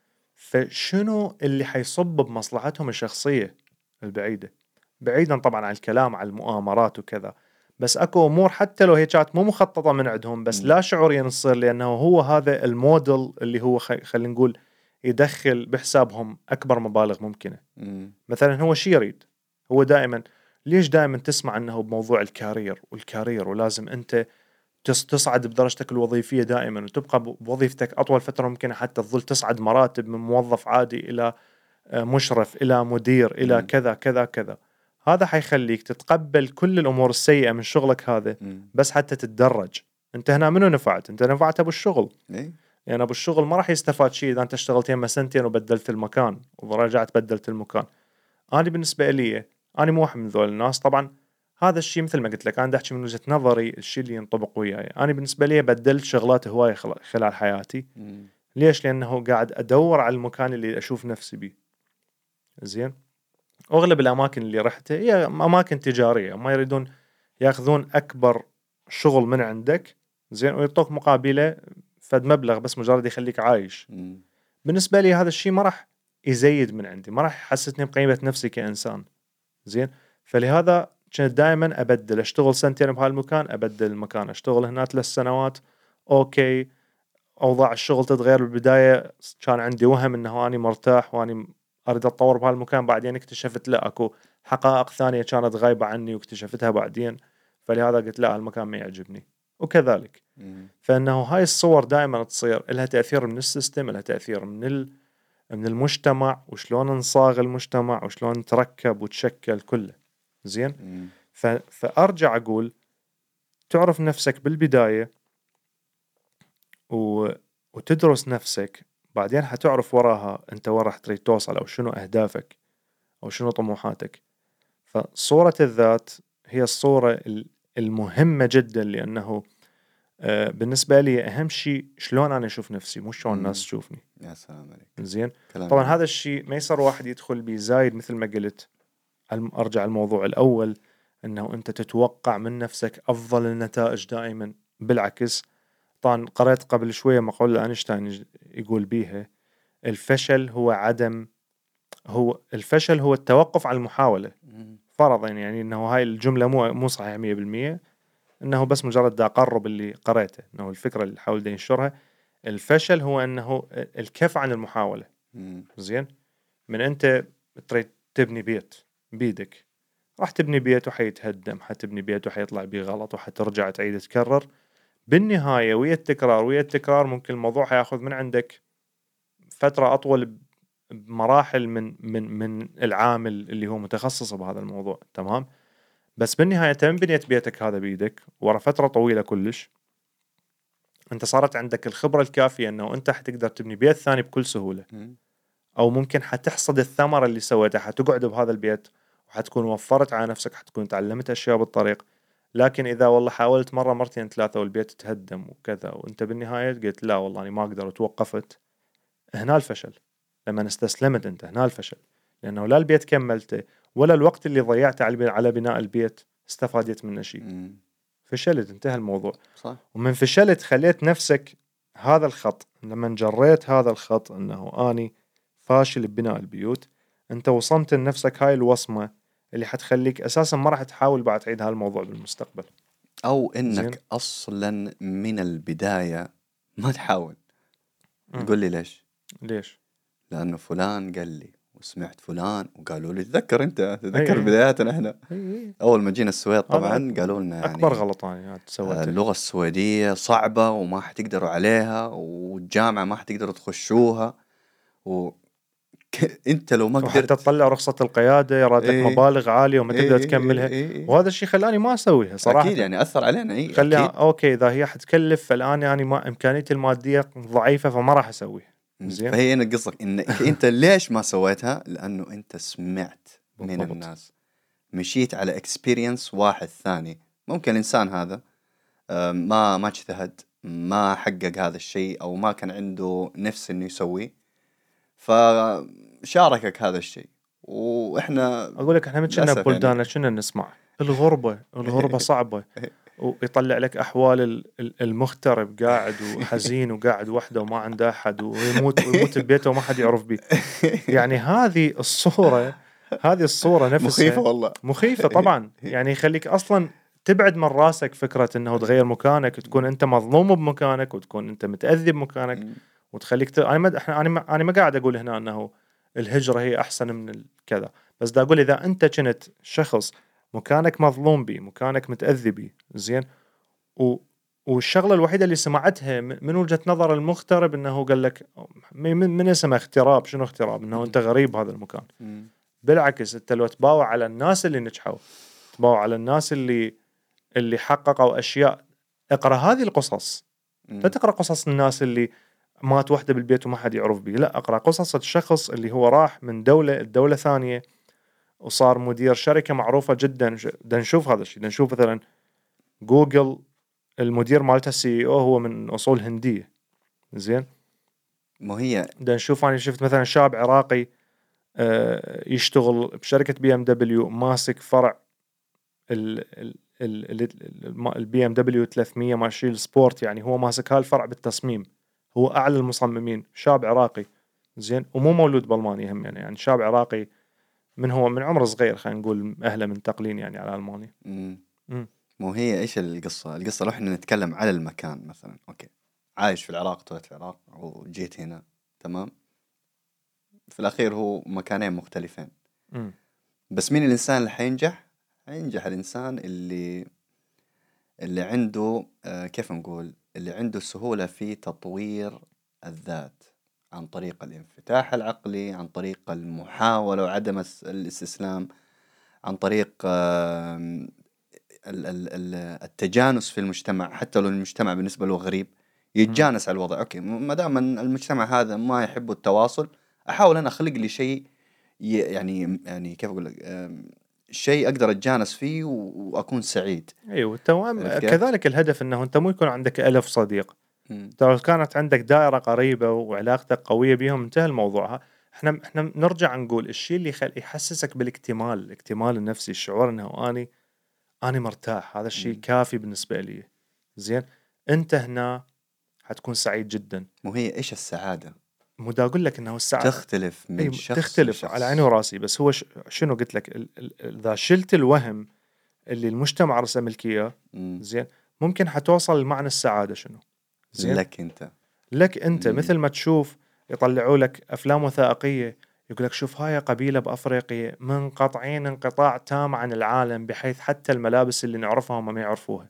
فشنو اللي حيصب بمصلحتهم الشخصية البعيدة، بعيدا طبعا عن الكلام عن المؤامرات وكذا. بس اكو امور حتى لو هي كانت مو مخططه من عندهم، بس لا شعوريا تصير، لانه هو هذا الموديل اللي هو خلينا نقول يدخل بحسابهم اكبر مبالغ ممكنه. مثلا هو شي يريد، هو دائما، ليش دائما تسمع انه بموضوع الكارير ولازم انت تصعد بدرجتك الوظيفيه دائما وتبقى بوظيفتك اطول فتره ممكنه، حتى تظل تصعد مراتب من موظف عادي الى مشرف الى مدير الى كذا كذا كذا. هذا حيخليك تتقبل كل الامور السيئه من شغلك هذا بس حتى تتدرج. انت هنا منو نفعت؟ انت نفعت ابو الشغل. يعني ابو الشغل ما راح يستفاد شيء اذا انت اشتغلت يمه سنتين وبدلت المكان ورجعت بدلت المكان. انا بالنسبه لي، انا مو واحد من ذول الناس طبعا. هذا الشيء مثل ما قلت لك، انا احكي من وجهه نظري، الشيء اللي ينطبق وياي. انا بالنسبه لي بدلت شغلات هوايه خلال حياتي. ليش؟ لانه قاعد ادور على المكان اللي اشوف نفسي بيه. زين، اغلب الاماكن اللي رحتها هي اماكن تجاريه، ما يريدون ياخذون اكبر شغل من عندك، زين، ويعطوك مقابله فد مبلغ بس مجرد يخليك عايش. بالنسبه لي هذا الشيء ما راح يزيد من عندي، ما راح يحسسني بقيمه نفسي كانسان. زين، فلهذا كنت دائما ابدل، اشتغل سنتين بهالمكان، ابدل المكان، اشتغل هنا 3 سنوات، اوكي، اوضاع الشغل تتغير. بالبدايه كان عندي وهم انه اني مرتاح واني اريد اتطور بهالمكان، بعدين اكتشفت لا، اكو حقائق ثانيه كانت غايبه عني واكتشفتها بعدين، فلهذا قلت لا، هالمكان ما يعجبني. وكذلك فانه هاي الصور دائما تصير لها تاثير من السيستم، لها تاثير من المجتمع، وشلون نصاغ المجتمع وشلون تركب وتشكل كله. زين، فارجع اقول تعرف نفسك بالبدايه وتدرس نفسك، بعدين حتعرف وراها انت وين راح تريد توصل، او شنو اهدافك، او شنو طموحاتك. فصورة الذات هي الصورة المهمة جدا، لانه بالنسبة لي اهم شيء شلون انا اشوف نفسي، مو شلون الناس تشوفني. يا سلام عليك. زين، طبعا هذا الشيء ما يصير واحد يدخل بزايد مثل ما قلت. ارجع الموضوع الاول، انه انت تتوقع من نفسك افضل النتائج دائما. بالعكس، طبعا قرأت قبل شوية مقولة أينشتاين يقول بيها الفشل هو الفشل هو التوقف عن المحاولة. فرضا يعني انه هاي الجملة مو صحيحة 100%، انه بس مجرد دا اقرب اللي قرأته، انه الفكرة اللي حاول دا ينشرها، الفشل هو انه الكف عن المحاولة. زين، من انت تريد تبني بيت بيدك، راح تبني بيت وحيتهدم، حتبني بيت وحيطلع بيه غلط وحترجع تعيد تكرر. بالنهاية ويا التكرار ممكن الموضوع هياخذ من عندك فترة أطول بمراحل من العامل اللي هو متخصص بهذا الموضوع. تمام، بس بالنهاية أنت من بنيت بيتك هذا بيدك ورا فترة طويلة كلش، أنت صارت عندك الخبرة الكافية أنه أنت حتقدر تبني بيت ثاني بكل سهولة، أو ممكن حتحصد الثمرة اللي سويتها، حتقعد بهذا البيت وحتكون وفرت على نفسك، حتكون تعلمت أشياء بالطريق. لكن إذا والله حاولت مرة مرتين ثلاثة والبيت تهدم وكذا وأنت بالنهاية قلت لا والله أنا ما أقدر وتوقفت، هنا الفشل. لما استسلمت أنت هنا الفشل، لأنه لا البيت كملته ولا الوقت اللي ضيعته على بناء البيت استفادت منه شيء. فشلت، انتهى الموضوع. صح. ومن فشلت خليت نفسك هذا الخط، لما جريت هذا الخط أنه أني فاشل ببناء البيوت، أنت وصمت لنفسك هاي الوصمة اللي حتخليك أساسا ما راح تحاول بعد تعيد هالموضوع بالمستقبل، أو إنك زين؟ أصلا من البداية ما تحاول. تقول لي ليش؟ لأنه فلان قال لي وسمعت فلان وقالوا لي. تذكر أي تذكر بداياتنا إحنا أي. أول ما جينا السويد هذا طبعا قالوا لنا أكبر يعني غلطان يعني سويته. اللغة السويدية صعبة وما حتقدروا عليها، والجامعة ما حتقدروا تخشوها، انت لو ما وحتى قدرت تطلع رخصة القيادة يراد لك ايه مبالغ عالية وما تقدر تكملها. إيه. وهذا الشيء خلاني ما أسويها صراحة. اكيد يعني اثر علينا. اي خليها اكيد. أوكي، إذا هي حتكلف فالآن يعني ما إمكانيتي المادية ضعيفة فما راح أسويها. زين. فهي هنا قصدك انك انت ليش ما سويتها؟ لانه انت سمعت من بالضبط. الناس، مشيت على اكسبيرينس واحد ثاني. ممكن الانسان هذا ما اجتهد، ما حقق هذا الشيء، او ما كان عنده نفس انه يسويه، فشاركك هذا الشيء. واحنا أقول لك إحنا من كنا للاسف يعني ببلداننا كنا نسمع الغربة صعبة، ويطلع لك أحوال المغترب قاعد وحزين وقاعد وحده وما عنده أحد ويموت ببيته وما حد يعرف به. يعني هذه الصورة نفسها مخيفة والله. مخيفة طبعا. يعني يخليك أصلا تبعد من راسك فكرة أنه تغير مكانك، تكون أنت مظلوم بمكانك وتكون أنت متأذي بمكانك، وتخليك أنا ما قاعد أقول هنا أنه الهجرة هي أحسن من كذا، بس دا أقول إذا أنت كنت شخص مكانك مظلوم بي، مكانك متأذي بي، زين، والشغلة الوحيدة اللي سمعتها من وجهة نظر المغترب أنه قال لك من اسمه اغتراب. شنو اغتراب؟ أنه أنت غريب هذا المكان. بالعكس، أنت لو تباوع على الناس اللي نجحوا، تباوع على الناس اللي حققوا أشياء، اقرأ هذه القصص. لا تقرأ قصص الناس اللي مات وحده بالبيت وما حد يعرف به، لا، اقرأ قصص الشخص اللي هو راح من دولة ثانية وصار مدير شركة معروفة جدا. دا نشوف هذا الشيء، دا نشوف مثلا جوجل المدير مالته CEO هو من أصول هندية، زين. مو هي دا نشوف، أنا شفت مثلا شاب عراقي يشتغل بشركة BMW، ماسك فرع BMW 300 ماشي السبورت، يعني هو ماسك هالفرع بالتصميم، هو أعلى المصممين، شاب عراقي، زين، ومو مولود بألمانيا هم، يعني شاب عراقي من عمر صغير، خلينا نقول أهله منتقلين يعني على ألمانيا. مو هي إيش القصة لو إحنا نتكلم على المكان مثلا، أوكي، عايش في العراق، طلعت في العراق وجيت هنا، تمام، في الأخير هو مكانين مختلفين. بس مين الإنسان اللي حينجح الإنسان اللي عنده كيف نقول، اللي عنده سهولة في تطوير الذات عن طريق الانفتاح العقلي، عن طريق المحاولة وعدم الاستسلام، عن طريق التجانس في المجتمع. حتى لو المجتمع بالنسبة له غريب، يتجانس على الوضع. أوكي، ما دام المجتمع هذا ما يحب التواصل، أحاول أنا أخلق لي شيء يعني كيف أقول لك، شيء أقدر أتجانس فيه وأكون سعيد. أيوة تمام. كذلك الهدف أنه أنت مو يكون عندك 1000 صديق، لو كانت عندك دائرة قريبة وعلاقتك قوية بيهم انتهى الموضوع. احنا نرجع نقول الشيء اللي يحسسك الاكتمال النفسي، الشعور انه اني مرتاح، هذا الشيء كافي بالنسبة لي، زين. انت هنا حتكون سعيد جدا. مو هي ايش السعادة؟ مو دا اقول لك انه السعادة تختلف من شخص تختلف لشخص. على عيني وراسي، بس هو شنو قلت لك، اذا شلت الوهم اللي المجتمع رسم لك اياه، زين، ممكن حتوصل لمعنى السعادة شنو، زين، لك انت مثل ما تشوف يطلعوا لك افلام وثائقية، يقول لك شوف هاي قبيلة بأفريقيا منقطعين انقطاع تام عن العالم، بحيث حتى الملابس اللي نعرفها هم ما يعرفوها.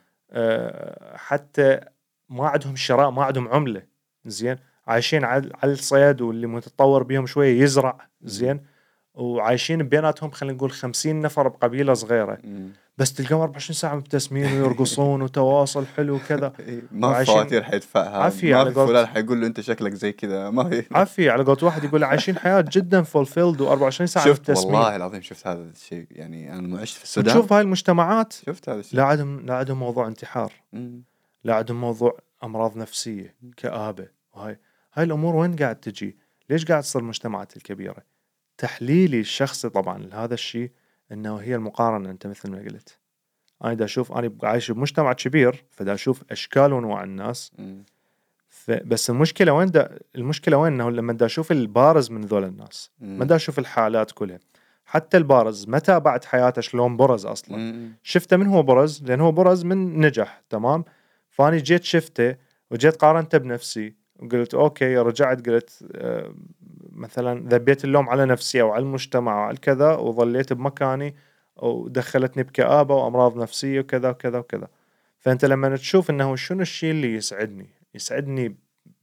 حتى ما عندهم شراء، ما عندهم عملة، زين، عايشين على الصيد، واللي متطور بيهم شوية يزرع، زين، وعايشين بيناتهم خلينا نقول 50 نفر بقبيلة صغيرة، بس تلقاهم 24 ساعة مبتسمين ويرقصون وتواصل حلو وكذا ما في وعايشين فواتير حيدفعها، عافية ما على في فلان قولت حيقول له انت شكلك زي كذا، ما في. عافية على قولت واحد يقول عايشين حياة جدا fulfilled و24 ساعة شفت مبتسمين. والله العظيم، شفت هذا الشيء يعني. انا لما عشت في السودان وتشوف هاي المجتمعات شفت هذا الشيء. لا عندهم موضوع انتحار، مم. لا عندهم موضوع أمراض نفسية كآبة، هاي الأمور وين قاعد تجي؟ ليش قاعد تصير المجتمعات الكبيرة؟ تحليلي الشخصي طبعا لهذا الشيء انه هي المقارنة. انت مثل ما قلت انا دا اشوف، انا عايش بمجتمع كبير فدا اشوف اشكال وانواع الناس، مم. بس المشكلة وين انه لما دا اشوف البارز من ذول الناس ما دا اشوف الحالات كلها. حتى البارز ما تابعت حياته شلون برز اصلا، مم. شفته من هو برز لان هو برز من نجح تمام، فاني جيت شفته وجيت قارنته بنفسي وقلت اوكي، رجعت قلت مثلا ذبيت اللوم على نفسي او على المجتمع او على كذا وظليت بمكاني ودخلتني بكآبة وامراض نفسية وكذا وكذا وكذا. فانت لما تشوف انه شنو الشيء اللي يسعدني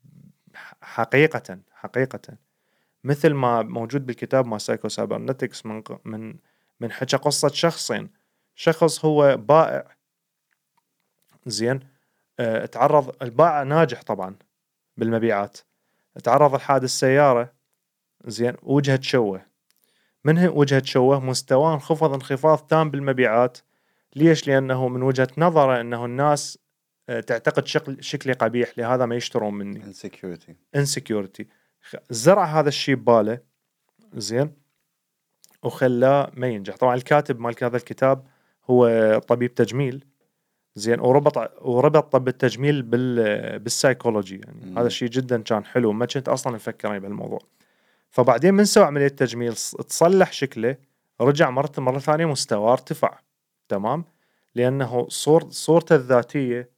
حقيقة مثل ما موجود بالكتاب ما سايكو سايبرنتكس من حكى قصة شخصين. شخص هو بائع زين، تعرض البائع ناجح طبعا بالمبيعات، تعرض لحادث سيارة زين وجهه تشوه. من وجهه تشوه مستواه انخفض انخفاض تام بالمبيعات. ليش؟ لأنه من وجهة نظره أنه الناس تعتقد شكلي قبيح لهذا ما يشترون مني. insecurity زرع هذا الشيء بباله زين وخلاه ما ينجح. طبعا الكاتب مال هذا الكتاب هو طبيب تجميل زين، وربط طب التجميل بالسايكولوجي يعني. هذا الشيء جدا كان حلو، ما كنت اصلا مفكر بهالموضوع. فبعدين من سوى عملية تجميل تصلح شكله، رجع مرة ثانية مستواه ارتفع تمام، لأنه صورته الذاتية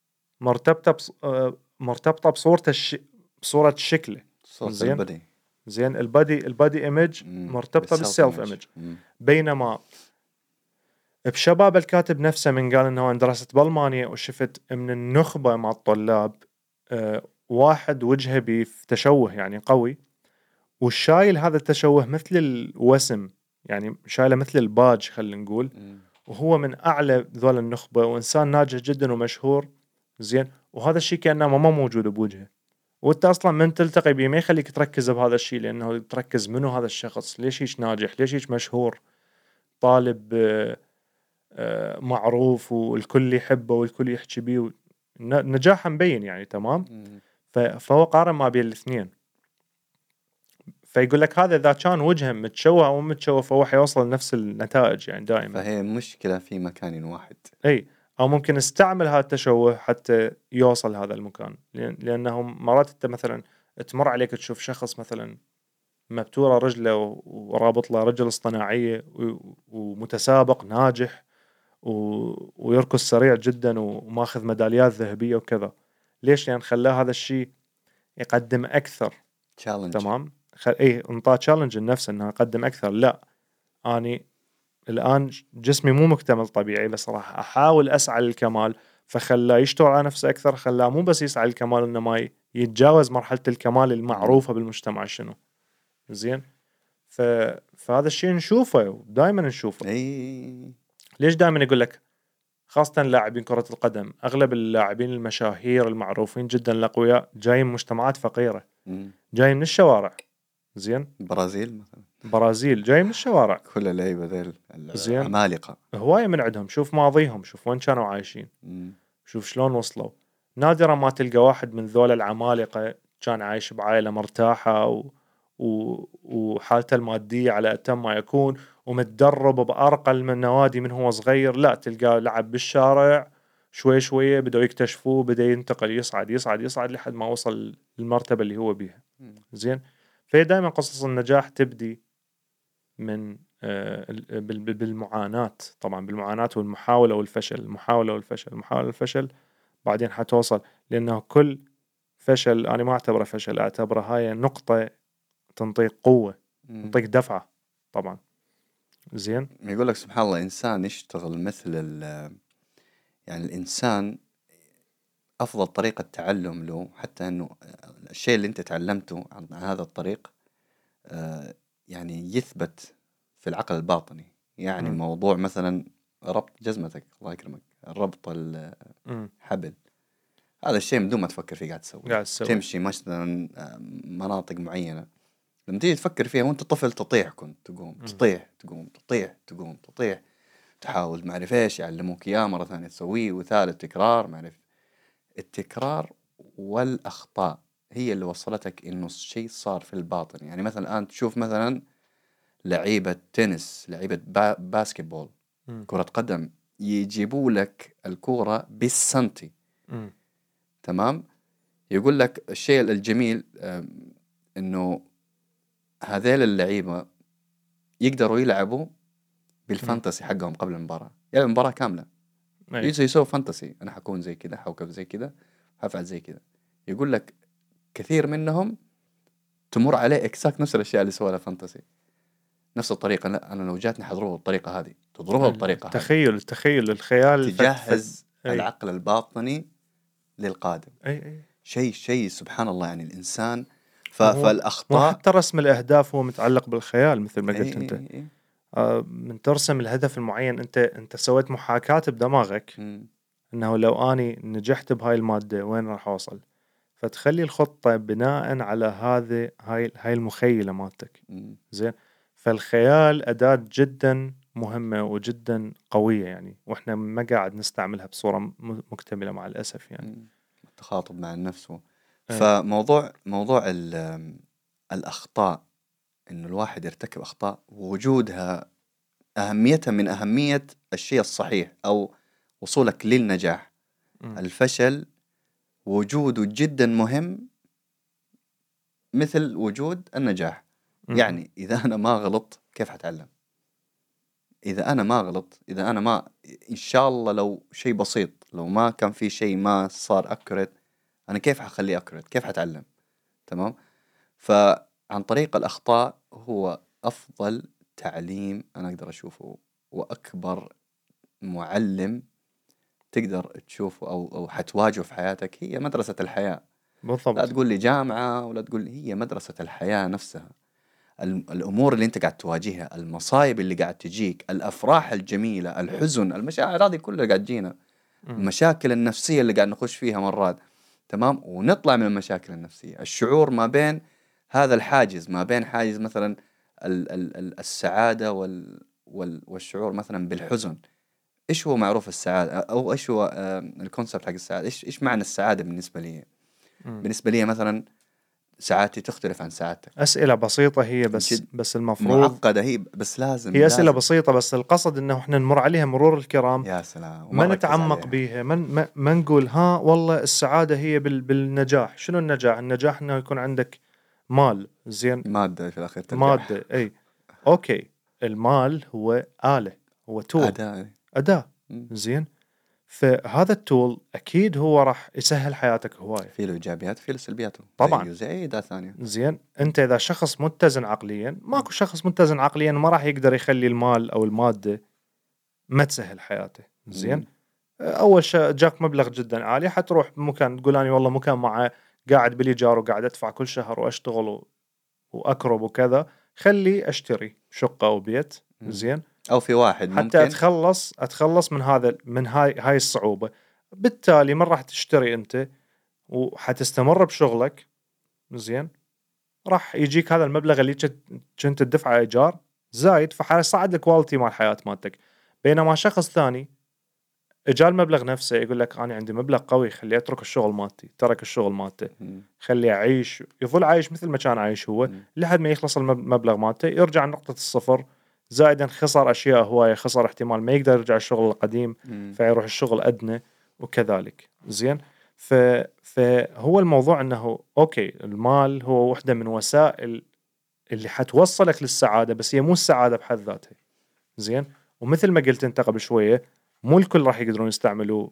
مرتبطة بصورة شكله. صورة زين البادي ايمج مرتبطة بالسيلف ايمج. بينما بشباب الكاتب نفسه من قال انه انا درست بالمانيا وشفت من النخبة مع الطلاب واحد وجهه بتشوه يعني قوي، والشايل هذا التشوه مثل الوسم يعني شايله مثل الباج خلينا نقول، وهو من اعلى ذول النخبة وانسان ناجح جدا ومشهور زين، وهذا الشيء كأنه ما موجود بوجهه. وانت اصلا من تلتقي بيه ما يخليك تركز بهذا الشيء، لانه تركز منو هذا الشخص، ليش هيك ناجح، ليش هيك مشهور، طالب معروف والكل يحبه والكل يحكي بيه نجاحه مبين يعني تمام. فهو قارن ما بين الاثنين، فيقول لك هذا اذا كان وجهه متشوه او متشوه فهو حيوصل لنفس النتائج يعني دائما. فهي مشكلة في مكان واحد، اي او ممكن استعمل هذا التشوه حتى يوصل هذا المكان، لانه مرات انت مثلا تمر عليك تشوف شخص مثلا مبتورة رجله ورابط له رجل اصطناعية ومتسابق ناجح ويركض سريع جدا وماخذ ميداليات ذهبية وكذا. ليش؟ لأن خلاه هذا الشيء يقدم أكثر challenge. تمام، انطاه تشالنج لنفسه انه يقدم أكثر. لا أني الآن جسمي مو مكتمل طبيعي بس راح أحاول أسعى للكمال، فخلاه يشتغل على نفسه أكثر، خلاه مو بس يسعى للكمال إنما يتجاوز مرحلة الكمال المعروفة بالمجتمع شنو زين. فهذا الشيء نشوفه دائما نشوفه. ليش دائما يقول لك خاصة لاعبين كرة القدم، أغلب اللاعبين المشاهير المعروفين جدا الأقوياء جايين من مجتمعات فقيرة، جايين من الشوارع زين. برازيل مثلا، برازيل جاي من الشوارع، كل اللعيبة ذيل العمالقة هواية من عندهم، شوف ماضيهم، شوف وين كانوا عايشين، شوف شلون وصلوا. نادرا ما تلقى واحد من ذول العمالقة كان عايش بعائلة مرتاحة وحالته المادية على أتم ما يكون ومتدرب بأرقى النوادي من هو صغير. لا، تلقاه لعب بالشارع شوي شوية بدأوا يكتشفوه، بدأ ينتقل يصعد لحد ما وصل للمرتبة اللي هو بيها زين. فهي دائما قصص النجاح تبدي من بالمعاناة، طبعا بالمعاناة والمحاولة والفشل، المحاولة والفشل بعدين حتوصل. لأنه كل فشل أنا ما أعتبره فشل، أعتبره هاي نقطة تنطيك قوة، تنطيك دفعة طبعا زين. يقول لك سبحان الله إنسان يشتغل مثل يعني الإنسان أفضل طريقة تعلم له، حتى أنه الشيء اللي أنت تعلمته عن هذا الطريق يعني يثبت في العقل الباطني. يعني مم. موضوع مثلا ربط جزمتك، الله يكرمك، ربط مم. الحبل، هذا الشيء من دون ما تفكر فيه قاعد تسويه. قاعد تسوي. تمشي مثلا مناطق معينة، لما تيجي تفكر فيها وانت طفل تطيح، كنت تقوم تطيح تقوم تطيح تقوم تطيح، تحاول ما اعرف ايش، يعلموك اياه مرة ثانية تسويه، وثالث تكرار، ما اعرف. التكرار والأخطاء هي اللي وصلتك إنه الشيء صار في الباطن. يعني مثلا الآن تشوف مثلا لعيبة تنس، لعيبة باسكتبول، مم. كرة قدم، يجيبوا لك الكورة بالسنتي، مم. تمام. يقول لك الشيء الجميل إنه هذيل اللعيبة يقدروا يلعبوا بالفانتسي حقهم قبل المباراة، يعني المباراة كاملة أي. يسوي فانتسي، أنا حكون زي كذا، حوكب زي كذا، حفعل زي كذا. يقول لك كثير منهم تمر عليه اكساكت نفس الاشياء اللي سوالها فانتسي، نفس الطريقه. لا انا لو جاتني حضربها بالطريقه هذه، تضربها بالطريقه هذه، التخيل الخيال تجهز أي. العقل الباطني للقادم. أي. شيء سبحان الله، يعني الانسان مو فالاخطاء. حتى رسم الأهداف هو متعلق بالخيال مثل ما اي قلت اي أنت. اي من ترسم الهدف المعين، أنت سويت محاكاة بدماغك مم. أنه لو أني نجحت بهاي المادة وين راح أوصل، فتخلي الخطة بناء على هاي المخيلة مالتك. مم. زين. فالخيال أداة جدا مهمة وجدا قوية يعني، وإحنا ما قاعد نستعملها بصورة مكتملة مع الأسف يعني. مم. التخاطب مع النفس. أي. فموضوع الاخطاء، انه الواحد يرتكب اخطاء، ووجودها اهميتها من اهمية الشيء الصحيح او وصولك للنجاح. مم. الفشل وجوده جدا مهم مثل وجود النجاح. مم. يعني إذا أنا ما غلط كيف حتعلم؟ إذا أنا ما غلط، إذا أنا ما، إن شاء الله لو شيء بسيط، لو ما كان في شيء ما صار أكوريت، أنا كيف حخليه أكوريت؟ كيف حتعلم؟ تمام. فعن طريق الأخطاء هو أفضل تعليم أنا أقدر أشوفه، وأكبر معلم تقدر تشوفه أو حتواجهه في حياتك، هي مدرسة الحياة. لا بالضبط. تقول لي جامعة، ولا تقول لي، هي مدرسة الحياة نفسها. الأمور اللي أنت قاعد تواجهها، المصايب اللي قاعد تجيك، الأفراح الجميلة، الحزن، المشاعر هذه كلها قاعد تجينا، مم. المشاكل النفسية اللي قاعد نخش فيها مرات، تمام، ونطلع من المشاكل النفسية. الشعور ما بين هذا الحاجز، ما بين حاجز مثلا السعادة والشعور مثلا بالحزن. إيش هو معروف السعادة، أو إيش هو الكونسبت حق السعادة؟ إيش معنى السعادة بالنسبة لي؟ مم. بالنسبة لي مثلا سعادتي تختلف عن سعادتك. أسئلة بسيطة هي، جد بس المفروض معقدة هي، بس هي أسئلة لازم. بسيطة، بس القصد إنه إحنا نمر عليها مرور الكرام، يا سلام، وما ما نركز نتعمق عليها. بيها، ما نقول ها والله السعادة هي بالنجاح. شنو النجاح؟ النجاح إنه يكون عندك مال زين، مادة في الأخير ترجع. مادة. أي. أوكي. المال هو آلة، هو تول، أداء. أداة. مم. زين. فهذا التول أكيد هو راح يسهل حياتك هواية. في له إيجابيات، في له سلبيات، طبعا. زي أي أداة ثانية. زين. أنت إذا شخص متزن عقليا، ماكو شخص متزن عقليا ما راح يقدر يخلي المال أو المادة ما تسهل حياته. زين. مم. اول شيء جاك مبلغ جدا عالي، حتروح بمكان تقول اني والله مكان معه قاعد بالايجار وقاعد ادفع كل شهر واشتغل واكرب وكذا، خلي اشتري شقه او بيت. مم. زين. أو في واحد حتى ممكن. اتخلص من هذا، من هاي الصعوبه. بالتالي من راح تشتري انت وحتستمر بشغلك. زين. راح يجيك هذا المبلغ اللي كنت تدفعه ايجار زايد، فحيصعد الكواليتي مال الحياه مالتك. بينما شخص ثاني اجى المبلغ نفسه يقول لك انا عندي مبلغ قوي، خلي اترك الشغل مالتي، ترك الشغل مالته، مم. خلي اعيش، يظل عايش مثل ما كان عايش هو مم. لحد ما يخلص المبلغ مالته، يرجع لنقطة الصفر. زائدا خسر اشياء هواية، خسر احتمال ما يقدر يرجع الشغل القديم، مم. فيروح الشغل ادنى وكذلك. زين. فهو الموضوع انه اوكي، المال هو وحدة من وسائل اللي حتوصلك للسعادة، بس هي مو السعادة بحد ذاتها. زين. ومثل ما قلت انت قبل شوية، مو الكل راح يقدرون يستعملوا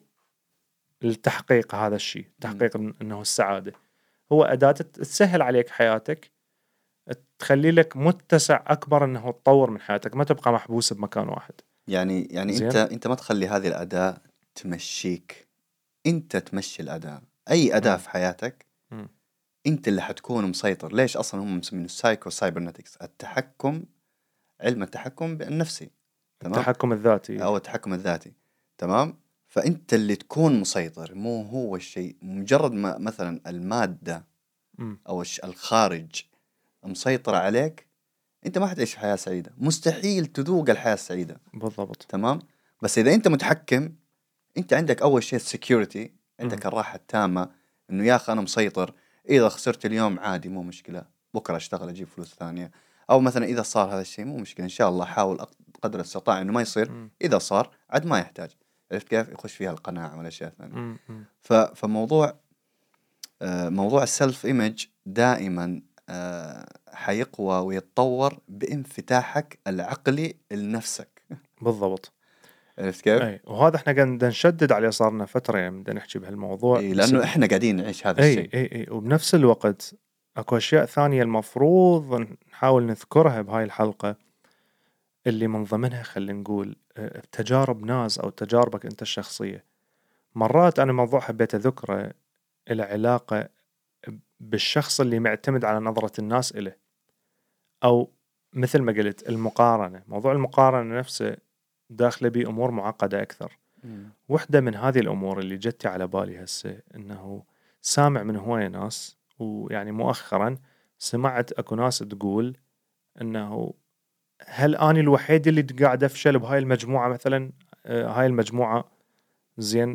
لتحقيق هذا الشيء، مم. تحقيق انه السعادة هو أداة تسهل عليك حياتك، تخلي لك متسع أكبر انه تطور من حياتك، ما تبقى محبوس بمكان واحد. يعني زين. أنت ما تخلي هذه الأداة تمشيك، أنت تمشي الأداة. أي أداة مم. في حياتك مم. انت اللي حتكون مسيطر. ليش اصلا هم مسمينه سايكو سايبرنتكس؟ التحكم، علم التحكم النفسي، تمام، التحكم الذاتي. او التحكم الذاتي، تمام. فانت اللي تكون مسيطر، مو هو الشيء. مجرد ما مثلا المادة او الخارج مسيطرة عليك، انت ما حتعيش حياة سعيدة، مستحيل تذوق الحياة السعيدة، بالضبط. تمام. بس اذا انت متحكم، انت عندك اول شيء السكيورتي، عندك الراحة التامة، انه يا اخي انا مسيطر، اذا خسرت اليوم عادي مو مشكلة، بكرة اشتغل اجيب فلوس ثانية. او مثلا اذا صار هذا الشيء مو مشكلة، ان شاء الله احاول قدر الاستطاع انه ما يصير، اذا صار عاد ما يحتاج. عرفت كيف؟ يخش فيها القناعة والاشياء الثانية. فموضوع موضوع السلف ايمج دائما حيقوى ويتطور بانفتاحك العقلي لنفسك. بالضبط. عرفت كيف؟ اي، وهذا احنا قاعد نشدد عليه، صار لنا فتره يعني بدنا نحكي بهالموضوع. إيه، لانه احنا قاعدين نعيش هذا اي الشيء. اي اي وبنفس الوقت اكو اشياء ثانيه المفروض نحاول نذكرها بهاي الحلقه، اللي من ضمنها خلينا نقول تجارب ناس او تجاربك انت الشخصيه. مرات انا موضوع حبيت اذكره له علاقه بالشخص اللي معتمد على نظره الناس إله، او مثل ما قلت المقارنه. موضوع المقارنه نفسه داخله بأمور معقده اكثر. وحده من هذه الامور اللي جتي على بالي هسه، انه سامع من هواية ناس، ويعني مؤخرا سمعت اكو ناس تقول انه هل اني الوحيد اللي قاعد افشل بهاي المجموعه مثلا؟ هاي المجموعه زين.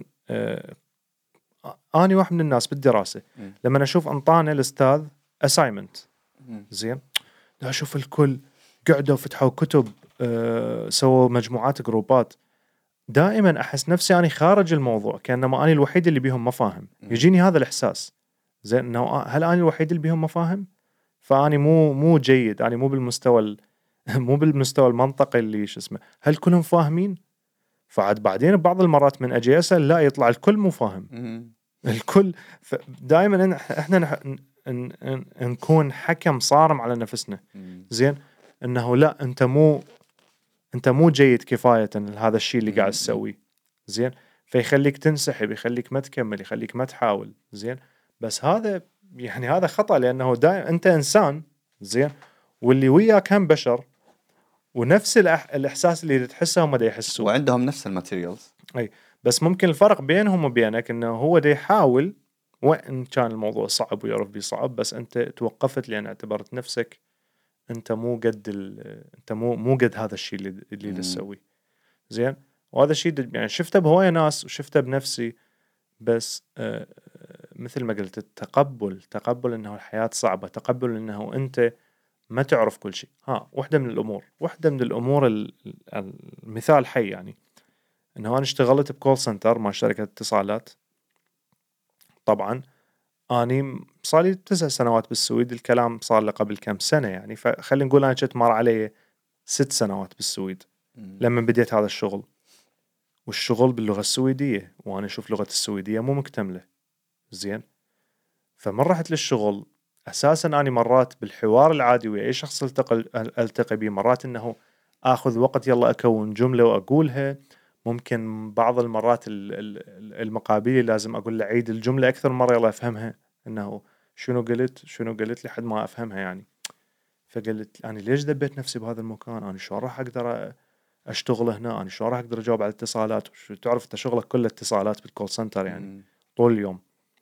اني واحد من الناس بالدراسه لما اشوف انطانا الاستاذ اسايمنت زين، لا اشوف الكل قعدوا فتحوا كتب، سووا مجموعات جروبات، دائما احس نفسي اني خارج الموضوع، كانما اني الوحيد اللي بيهم ما فاهم. يجيني هذا الاحساس زين، انه هل اني الوحيد اللي بيهم ما فاهم؟ فاني مو جيد، اني مو بالمستوى مو بالمستوى المنطقي اللي شو اسمه. هل كلهم فاهمين؟ فعاد بعدين ببعض المرات من اجي اسال، لا، يطلع الكل مو فاهم. الكل. دائما احنا نكون حكم صارم على نفسنا زين، انه لا، انت مو جيد كفايه لهذا الشيء اللي قاعد تسويه زين، فيخليك تنسحب، يخليك ما تكمل، يخليك ما تحاول زين. بس هذا يعني هذا خطأ، لانه دائما انت انسان زين، واللي وياك هم بشر، ونفس الاحساس اللي تحسه هم دا يحسوه، وعندهم نفس الماتيريالز. اي، بس ممكن الفرق بينهم وبينك انه هو دا يحاول، وان كان الموضوع صعب ويعرف بيه صعب، بس انت توقفت لان اعتبرت نفسك انت مو قد انت مو قد هذا الشيء اللي تسويه زين. وهذا الشيء يعني شفته بهواية ناس وشفته بنفسي. بس مثل ما قلت، تقبل انه الحياة صعبة، تقبل انه انت ما تعرف كل شيء. واحدة من الامور المثال حي يعني، انه انا اشتغلت بكول سنتر مع شركة اتصالات. طبعا اني صار لي 9 سنوات بالسويد، الكلام صار له قبل كم سنة يعني، فخلينا نقول انا كنت مر علي 6 سنوات بالسويد لما بديت هذا الشغل، والشغل باللغة السويدية، وأنا أشوف لغة السويدية مو مكتملة زين. فمن رحت للشغل أساساً أنا مرات بالحوار العادي ويا أي شخص ألتقي به، مرات إنه آخذ وقت يلا أكون جملة وأقولها. ممكن بعض المرات المقابلي لازم أقول له عيد الجملة أكثر مرة يلا أفهمها، إنه شنو قلت لحد ما أفهمها يعني. فقلت أنا ليش دبيت نفسي بهذا المكان؟ أنا شو راح أقدر اشتغل هنا؟ انا شو راح اقدر اجاوب على الاتصالات؟ وشو تعرف انت شغلك كله اتصالات بالكول سنتر يعني طول اليوم.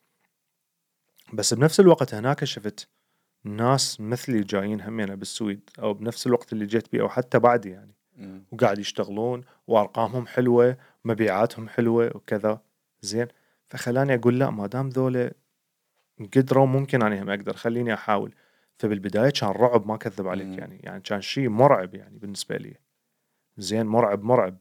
بس بنفس الوقت هناك شفت ناس مثلي جايين همينة بالسويد، او بنفس الوقت اللي جيت بيه او حتى بعدي يعني، وقاعد يشتغلون وارقامهم حلوة، مبيعاتهم حلوة وكذا زين. فخلاني اقول لا، ما دام ذولا قدروا ممكن انا هم اقدر، خليني احاول. فبالبداية كان رعب، ما كذب عليك يعني كان شيء مرعب يعني بالنسبة لي زين، مرعب.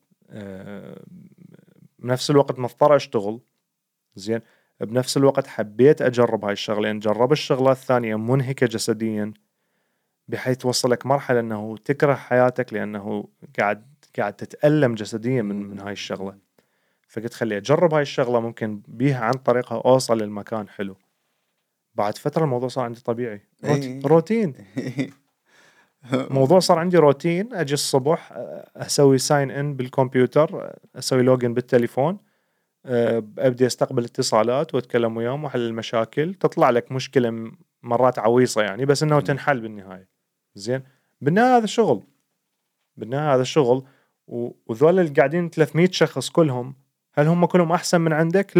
بنفس الوقت مضطر اشتغل زين، بنفس الوقت حبيت اجرب هاي الشغله، لان جرب الشغلات الثانيه منهكه جسديا، بحيث توصلك مرحله انه تكره حياتك، لانه قاعد تتألم جسديا من هاي الشغله. فقلت خلي اجرب هاي الشغله، ممكن بيها عن طريقها اوصل للمكان حلو. بعد فتره الموضوع صار عندي طبيعي، روتين. موضوع صار عندي روتين، اجي الصبح اسوي ساين ان بالكمبيوتر، اسوي لوجن بالتليفون، ابدي استقبل اتصالات واتكلم وياهم واحل المشاكل. تطلع لك مشكله مرات عويصة يعني، بس إنه تنحل بالنهاية. زين، بالنهاية هذا شغل وذول اللي قاعدين 300 شخص كلهم، هل هم كلهم أحسن من عندك؟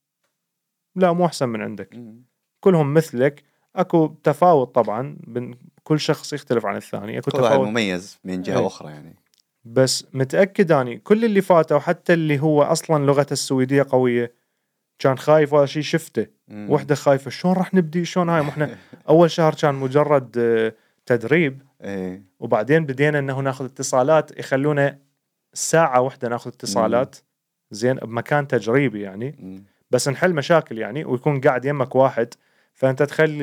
لا مو أحسن من عندك، كلهم مثلك. أكو تفاوت طبعا بين كل شخص يختلف عن الثاني، أكو كل واحد تفاوت مميز من جهة أخرى يعني. بس متأكد أني كل اللي فاتوا، حتى اللي هو أصلا لغته السويدية قوية، كان خايف ولا شيء، شفته وحدة خايفة شلون راح نبدي شلون هاي. احنا أول شهر كان مجرد تدريب، وبعدين بدينا أنه ناخذ اتصالات، يخلونا ساعة واحدة ناخذ اتصالات زين بمكان تجريبي يعني، بس نحل مشاكل يعني، ويكون قاعد يمك واحد، فأنت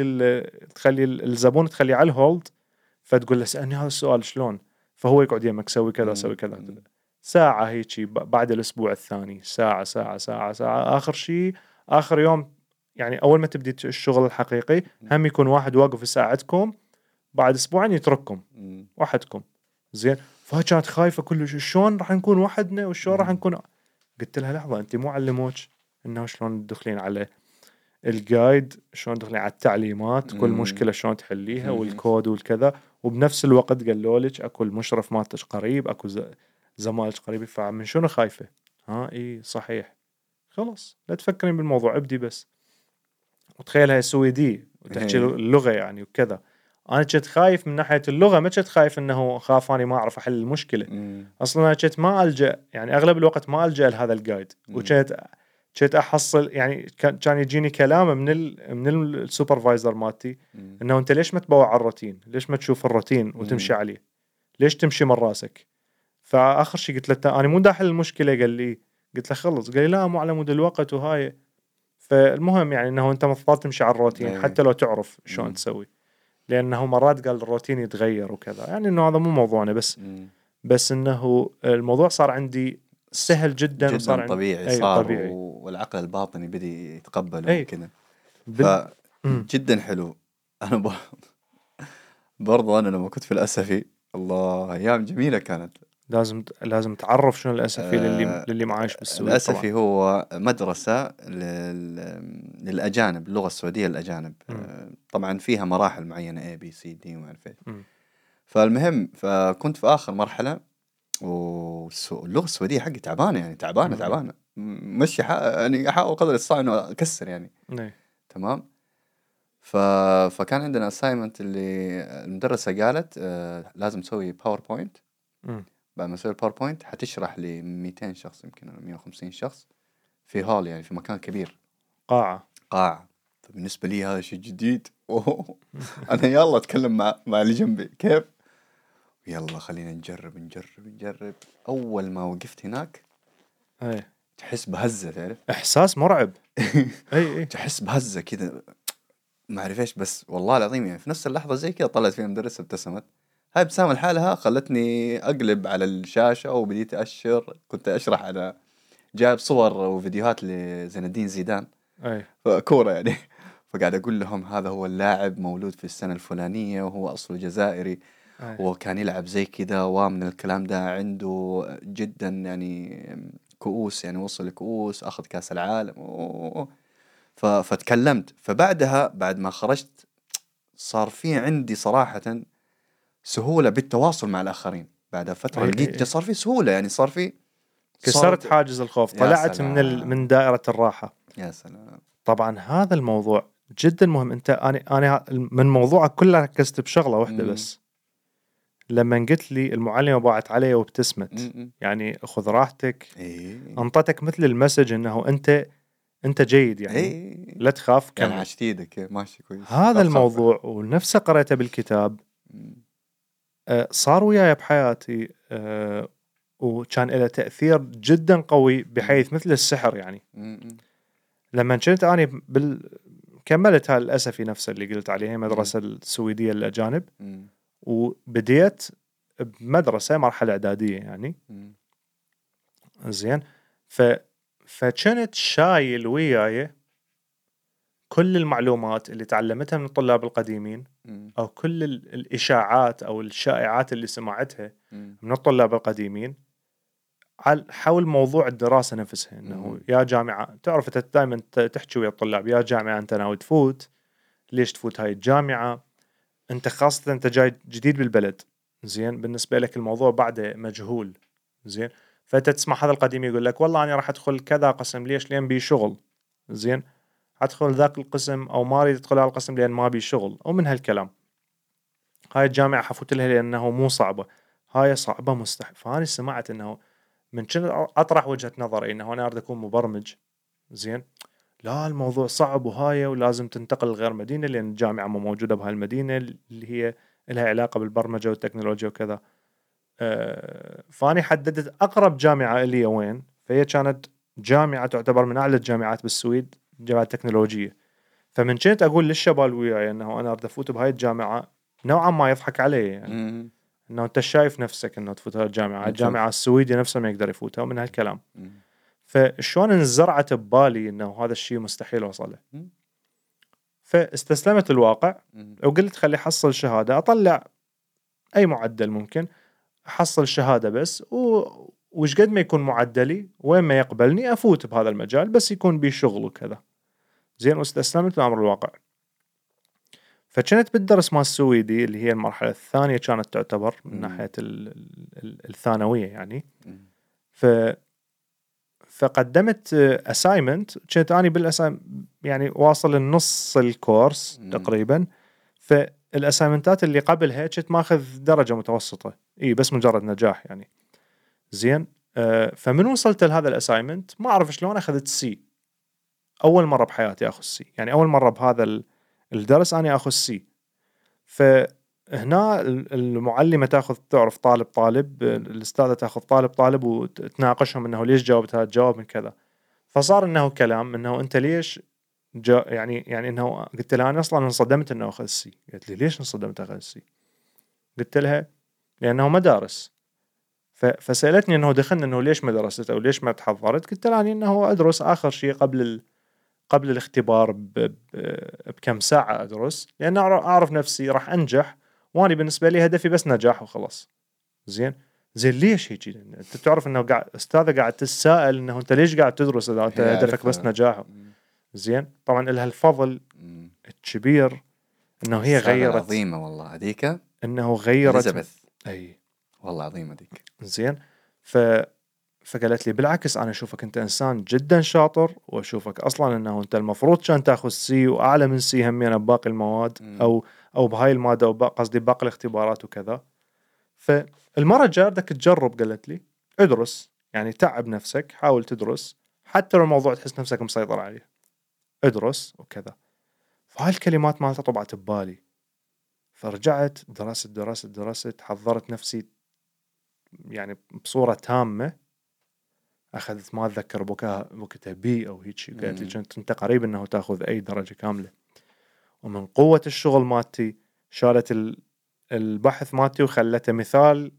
تخلي الزبون تخليه على الهولد، فتقول له سألني هذا السؤال شلون، فهو يقعد يمك سوي كذا سوي كذا. ساعة هيك بعد الأسبوع الثاني، ساعة ساعة ساعة ساعة، آخر شيء آخر يوم يعني أول ما تبدي الشغل الحقيقي هم يكون واحد واقف يساعدكم، بعد أسبوعين يترككم وحدكم. زين، فهي كانت خايفة كلش شلون راح نكون وحدنا وشلون راح نكون. قلت لها لحظة، أنت مو علموك إنه شلون تدخلين على الجايد، شلون تدخلين على التعليمات، كل مشكلة شلون تحليها والكود والكذا، وبنفس الوقت قالوا لك أكو المشرف مالتك قريب، أكو زمالك قريب، فمن شنو خايفة؟ إيه صحيح، خلاص لا تفكرين بالموضوع، ابدي بس. وتخيل هاي سويدي وتحكي اللغة يعني وكذا. أنا كنت خايف من ناحية اللغة، ما كنت خايف إنه خاف أني ما أعرف أحل المشكلة. أصلاً أنا كنت ما ألجأ يعني أغلب الوقت ما ألجأ لهذا الجايد، وكنت أحصل يعني كان يجيني كلام من السوبرفايزر مالتي إنه أنت ليش ما تبوع على الروتين؟ ليش ما تشوف الروتين وتمشي عليه؟ ليش تمشي من راسك؟ فآخر شيء قلت له أنا مو داحل المشكلة. قال لي، قلت له خلص. قال لي لا مو على مود الوقت وهاي. فالمهم يعني إنه أنت مفروض تمشي على الروتين حتى لو تعرف شلون تسوي، لأنه مرات قال الروتين يتغير وكذا، يعني إنه هذا مو موضوعنا، بس إنه الموضوع صار عندي سهل جدا وصار طبيعي عندي صار طبيعي. والعقل الباطني بدي يتقبله وكذا. جدا حلو. أنا برضو أنا لما كنت في الأسفي، الله أيام جميلة كانت. لازم تعرف شنو الأسفي للي معايش بالسويد. الأسفي هو مدرسة للأجانب، اللغة السعودية للأجانب. طبعا فيها مراحل معينة A B C D وما أعرف إيش. فالمهم فكنت في آخر مرحلة، واللغة السعودية حقي تعبانة يعني، تعبانة مش يعني أحاول قدر الإستطاعة إنه أكسر يعني. تمام. فكان عندنا assignment اللي المدرسة قالت لازم تسوي باوربوينت. بعد ما تسوي الباوربوينت حتشرح ل 200 شخص يمكن ولا 150 شخص في هول يعني في مكان كبير، قاعة. فبالنسبة لي هذا شيء جديد. أنا يلا أتكلم مع اللي جنبي كيف، يلا خلينا نجرب. أول ما وقفت هناك تحس بهزة، تعرف إحساس مرعب. أي تحس بهزة كذا ما أعرف إيش، بس والله العظيم يعني في نفس اللحظة زي كذا طلعت فيها مدرسة ابتسمت. هاي ابتسامة لحالها خلتني أقلب على الشاشة وبديت كنت أشرح على جايب صور وفيديوهات لزين الدين زيدان كورة يعني. فقاعد أقول لهم هذا هو اللاعب مولود في السنة الفلانية وهو أصله جزائري، وكان يلعب زي كذا، ومن الكلام ده عنده جدا يعني كؤوس، يعني وصل لكؤوس، أخذ كأس العالم. فتكلمت. فبعدها بعد ما خرجت صار في عندي صراحة سهولة بالتواصل مع الآخرين. بعد فترة لقيت صار في سهولة يعني، صار في كسرت حاجز الخوف، طلعت من دائرة الراحة. يا سلام. طبعا هذا الموضوع جدا مهم. انت انا من موضوعك كله ركزت بشغلة واحدة بس. لما قلت لي المعلمة باعت علي وابتسمت، يعني خذ راحتك. انطتك مثل المسج انه انت جيد يعني، لا تخاف، كمل، يعني عشت ايدك ماشي كويس. هذا الموضوع ونفسه قرأته بالكتاب. صار وياي بحياتي، وكان له تأثير جدا قوي بحيث مثل السحر يعني. لما كنت أنا كملت هالأسفي نفسه اللي قلت عليه، مدرسة السويدية للأجانب، وبديت بمدرسة مرحلة إعدادية يعني. زين، فكنت شايل وياي كل المعلومات اللي تعلمتها من الطلاب القديمين، أو كل الإشاعات أو الشائعات اللي سمعتها من الطلاب القديمين حول موضوع الدراسة نفسها. إنه يا جامعة، تعرف أنت دائما تحكي ويا الطلاب، يا جامعة أنت ناوي تفوت، ليش تفوت هاي الجامعة. انت خاصة انت جاي جديد بالبلد، زين، بالنسبة لك الموضوع بعده مجهول، زين. فانت تسمع هذا القديم يقول لك والله انا راح ادخل كذا قسم، ليش؟ لان بي شغل، زين. ادخل ذاك القسم او ما اريد ادخل هذا القسم لان ما بي شغل، او من هالكلام. هاي الجامعة حفوت لها لانه مو صعبة، هاي صعبة مستحيل. فاني سمعت انه من كنت اطرح وجهة نظري انه انا اريد اكون مبرمج، زين، لا الموضوع صعب وهاي ولازم تنتقل لغير مدينة لان الجامعة مو موجودة بهالمدينة اللي هي لها علاقة بالبرمجة والتكنولوجيا وكذا. فاني حددت اقرب جامعة الي وين، فهي كانت جامعة تعتبر من اعلى الجامعات بالسويد، جامعة تكنولوجية. فمن كنت اقول للشباب وياي انه انا اريد افوت بهاي الجامعة، نوعا ما يضحك علي يعني، انه انت شايف نفسك انه تفوت هاي الجامعة، الجامعة السويدية نفسها ما يقدر يفوتها، ومن هالكلام. فشلون انزرعت ببالي انه هذا الشيء مستحيل اوصله. فاستسلمت الواقع وقلت خلي احصل شهادة، اطلع اي معدل ممكن، احصل شهادة بس، وش قد ما يكون معدلي وين ما يقبلني افوت بهذا المجال، بس يكون بي شغل وكذا، زين. واستسلمت لامر الواقع. فكنت بالدرس مال السويدي اللي هي المرحلة الثانية، كانت تعتبر من ناحية الثانوية يعني. فقدمت assignment، كنت أنا يعني واصل النص الكورس تقريبا. فالأسايمنتات اللي قبلها كنت ماخذ درجة متوسطة، بس مجرد نجاح يعني، زين. فمن وصلت لهذا الأسايمنت ما أعرف شلون أخذت سي، أول مرة بحياتي أخذ سي، يعني أول مرة بهذا الدرس أنا أخذ سي. فهنا المعلمة تعرف طالب، الأستاذة تأخذ طالب وتناقشهم إنه ليش جاوبت هذا الجواب من كذا. فصار إنه كلام إنه أنت ليش يعني إنه قلت لها أنا أصلاً انصدمت إنه أخذ سي. قلت لي ليش انصدمت أخذ سي؟ قلت لها لأنه مدارس. فسألتني إنه دخلنا إنه ليش ما درست أو ليش ما تحضرت. قلت لها إنه أدرس آخر شيء قبل الاختبار بكم ساعة أدرس، لأن أعرف نفسي راح أنجح، وأنا بالنسبة لي هدفي بس نجاح وخلاص، زين. ليش هيك؟ أنت تعرف إنه أستاذة قاعد تسأل إنه أنت ليش قاعد تدرس إذا أنت هدفك بس نجاح، زين. طبعا لها الفضل الكبير إنه هي غيرت، عظيمة والله هذيك، إنه غيرت إليزابيث، أي والله عظيمة هذيك، زين. فقالت لي بالعكس أنا أشوفك أنت إنسان جدا شاطر، وأشوفك أصلا أنه أنت المفروض كان تأخذ سي وأعلى من سي همين بباقي المواد أو بهاي المادة، أو قصدي باقي الاختبارات وكذا. فالمرة الجاية بدك تجرب، قالت لي ادرس، يعني تعب نفسك، حاول تدرس حتى لو الموضوع تحس نفسك مسيطر عليه، ادرس وكذا. فهاي الكلمات مالتها طبعت ببالي. فرجعت درست، حضرت نفسي يعني بصورة تامة. أخذت ما أتذكر وقتها بي أو هيك شيء. قالت لي كنت أنت قريب إنه تأخذ أي درجة كاملة. ومن قوة الشغل مالتي شالت البحث مالتي وخلته مثال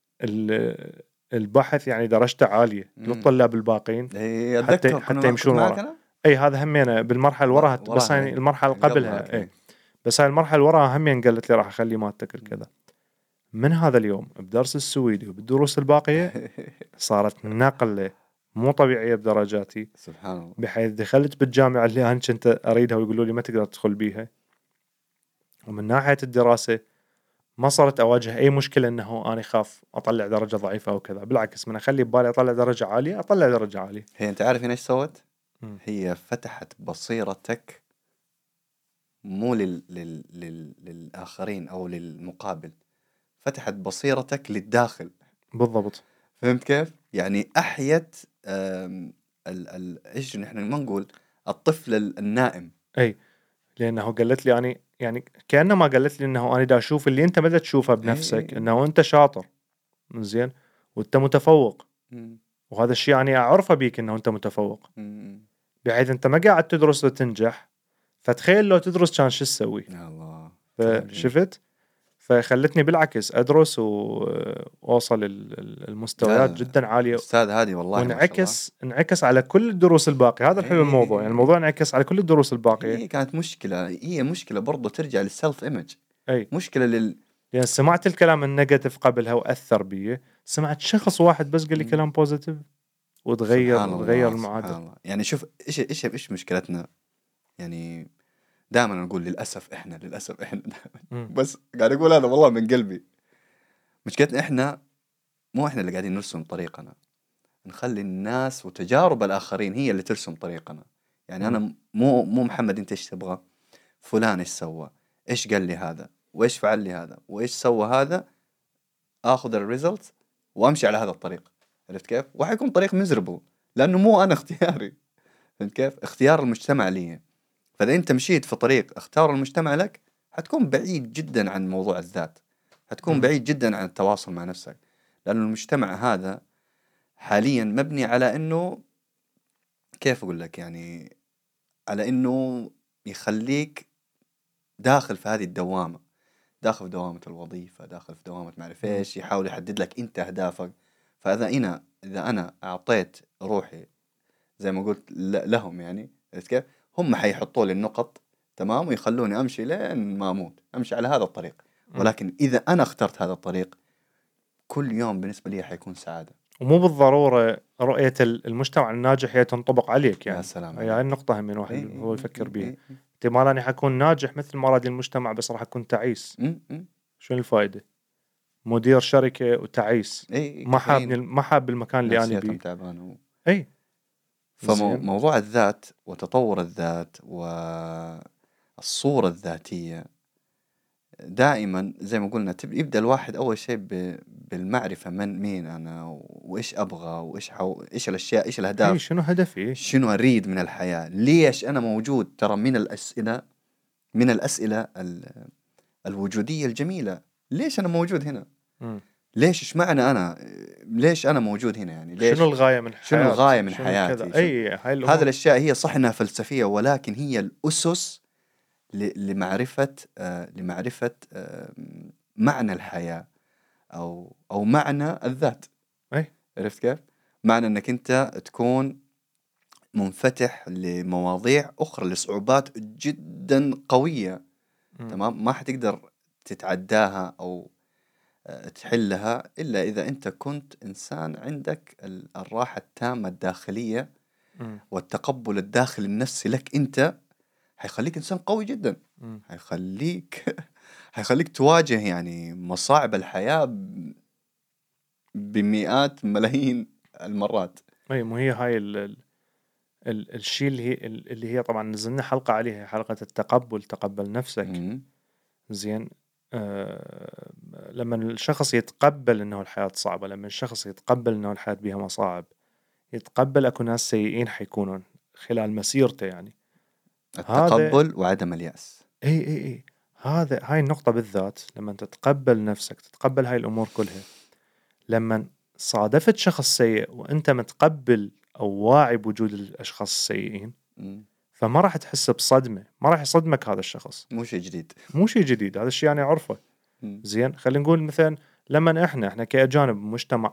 البحث، يعني درجته عالية للطلاب الباقين، حتى يمشون ورا. أي هذا همينة بالمرحلة وراها، بس يعني المرحلة قبلها أي، بس هاي المرحلة وراها همين قالت لي راح أخلي مالتك كذا. من هذا اليوم بدرس السويدي وبالدروس الباقية صارت نقلة مو طبيعية بدرجاتي، سبحان الله. بحيث دخلت بالجامعة اللي أنا كنت أريدها ويقولوا لي ما تقدر تدخل بيها. ومن ناحية الدراسة ما صارت أواجه أي مشكلة إنه أنا خاف أطلع درجة ضعيفة أو كذا، بالعكس من أخلي ببالي أطلع درجة عالية أطلع درجة عالية. هي أنت عارف إيش سوت؟ هي فتحت بصيرتك مو للآخرين أو للمقابل، فتحت بصيرتك للداخل. بالضبط. فهمت كيف؟ يعني أحيت إيش نحن ما نقول الطفل النائم. أي، لأنه قالت لي يعني كأنما قالت لي إنه أنا دا أشوف اللي أنت بدأت تشوفه بنفسك، إنه أنت شاطر، زين، وأنت متفوق. وهذا الشيء أنا أعرفه بيك إنه أنت متفوق، بحيث أنت ما قاعد تدرس لتنجح. فتخيل لو تدرس كان شو تسوي؟ الله. فشفت؟ فخلتني بالعكس أدرس وأوصل المستويات جدا عالية. أستاذ هادي والله انعكس على كل الدروس الباقية. هذا الحلو الموضوع، يعني الموضوع انعكس على كل الدروس الباقية. هي كانت مشكلة، هي مشكلة برضو ترجع للسلف إيمج. أي مشكلة يعني سمعت الكلام النيجاتيف قبلها وأثر بي، سمعت شخص واحد بس قال لي كلام بوزيتيف وتغير المعادلة. يعني شوف إيش مشكلتنا يعني دائما نقول للأسف إحنا بس قاعد أقول هذا والله من قلبي. مشكلتنا إحنا مو إحنا اللي قاعدين نرسم طريقنا، نخلي الناس وتجارب الآخرين هي اللي ترسم طريقنا. يعني أنا مو محمد أنت إيش تبغى، فلان إيش سوى، إيش قال لي هذا، وإيش فعل لي هذا، وإيش سوى هذا، آخذ الريزلت وأمشي على هذا الطريق. عرفت كيف؟ وحيكون طريق مزربل لأنه مو أنا اختياري. فهمت كيف؟ اختيار المجتمع لي. فإذا أنت مشيت في طريق اختار المجتمع لك، حتكون بعيد جدا عن موضوع الذات، حتكون بعيد جدا عن التواصل مع نفسك. لأنه المجتمع هذا حاليا مبني على إنه، كيف أقول لك يعني، على إنه يخليك داخل في هذه الدوامة، داخل في دوامة الوظيفة، داخل في دوامة معرفة إيش، يحاول يحدد لك أنت أهدافك. فإذا أنا أعطيت روحي زي ما قلت لهم، يعني كيف هم حيحطوا لي النقط تمام ويخلوني أمشي لين ما أموت، أمشي على هذا الطريق. ولكن إذا أنا اخترت هذا الطريق، كل يوم بالنسبة لي حيكون سعادة. ومو بالضرورة رؤية المجتمع الناجح هي تنطبق عليك. يعني يا سلام هي عليك. النقطة هم الواحد إيه هو يفكر بيها. إيه احتمال أني حكون ناجح مثل ما راد المجتمع بس راح أكون تعيس. شنو الفائدة؟ مدير شركة وتعيس، إيه ما حاب المكان اللي أنا بيه. تعبانة. أي فموضوع الذات وتطور الذات والصورة الذاتية دائما زي ما قلنا يبدأ الواحد أول شيء بالمعرفة مين أنا، وإيش أبغى، إيش الأشياء، إيش الأهداف، شنو هدفي، شنو أريد من الحياة، ليش أنا موجود. ترى من الأسئلة الوجودية الجميلة، ليش أنا موجود هنا؟ ليش إيش معنى أنا، ليش أنا موجود هنا؟ يعني ليش، شنو الغاية من حياتي، شنو الغاية من حياتي؟ هذه الأشياء هي صح إنها فلسفية، ولكن هي الأسس لمعرفة معنى الحياة أو معنى الذات. عرفت كيف؟ معنى أنك أنت تكون منفتح لمواضيع أخرى، لصعوبات جدا قوية. تمام، ما حتقدر تتعداها أو تحلها إلا إذا أنت كنت إنسان عندك الراحة التامة الداخلية والتقبل الداخلي النفسي لك أنت. حيخليك إنسان قوي جدا، حيخليك تواجه يعني مصاعب الحياة بمئات ملايين المرات. مو هي هاي الشيء اللي هي طبعا نزلنا حلقة عليها، حلقة التقبل، تقبل نفسك. زين. لما الشخص يتقبل انه الحياة صعبة، لما الشخص يتقبل انه الحياة بيها مصاعب، يتقبل اكو ناس سيئين حيكونون خلال مسيرته. يعني التقبل وعدم اليأس. اي هاي النقطة بالذات، لما تتقبل نفسك، تتقبل هاي الامور كلها. لما صادفت شخص سيء وانت متقبل او واعي بوجود الاشخاص السيئين، فما راح تحس بصدمة، ما راح يصدمك هذا الشخص. مو شيء جديد، هذا الشيء يعني عرفه. زين. خلينا نقول مثلا لما احنا كأجانب مجتمع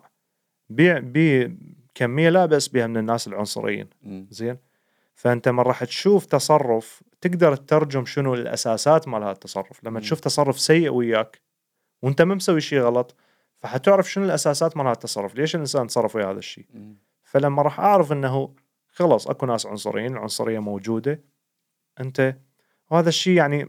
بكمية لا بأس بها من الناس العنصريين. زين. فأنت ما راح تشوف تصرف تقدر تترجم شنو الأساسات مال هذا التصرف. لما تشوف تصرف سيء وياك وانت ما مسوي شيء غلط، فحتعرف شنو الأساسات مال هذا التصرف، ليش الإنسان تصرف ويا هذا الشيء. فلما راح أعرف أنه خلاص أكو ناس عنصريين، العنصرية موجودة، أنت وهذا الشيء يعني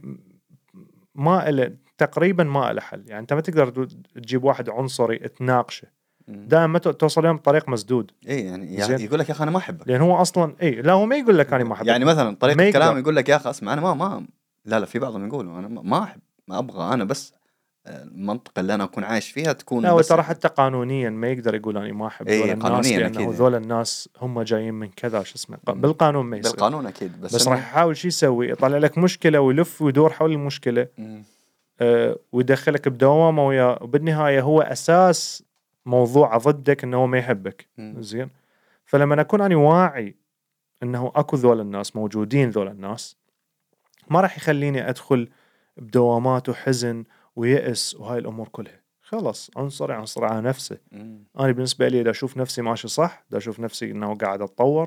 تقريبا ما له حل. يعني أنت ما تقدر تجيب واحد عنصري تناقشه، دائما توصل لهم بطريق مسدود. يعني يقول لك يا أخي أنا ما أحبك، لأن هو أصلا لا هو ما يقول لك أنا ما أحبك. يعني مثلا طريقة كلام يقول لك يا أخي أسمع أنا ما لا في بعضهم يقولوا أنا ما أحب، ما أبغى، أنا بس المنطقة اللي أنا أكون عايش فيها تكون. لا وترى حتى قانونيا ما يقدر يقول أنا ما أحب ذول الناس، لأنه ذول الناس هم جايين من كذا شو اسمه بالقانون ما يصير. بالقانون أكيد، بس راح يحاول شو يسوي، يطلع لك مشكلة ويلف ويدور حول المشكلة ويدخلك بدوامة وياه، وبالنهاية هو أساس موضوع ضدك إنه هو ما يحبك. زين. فلما أكون أنا واعي إنه أكو ذول الناس موجودين، ذول الناس ما راح يخليني أدخل بدوامات وحزن ويأس وهاي الأمور كلها. خلاص عنصر على نفسه. أنا بالنسبة لي دا أشوف نفسي ماشي صح، دا أشوف نفسي إنه قاعد أتطور،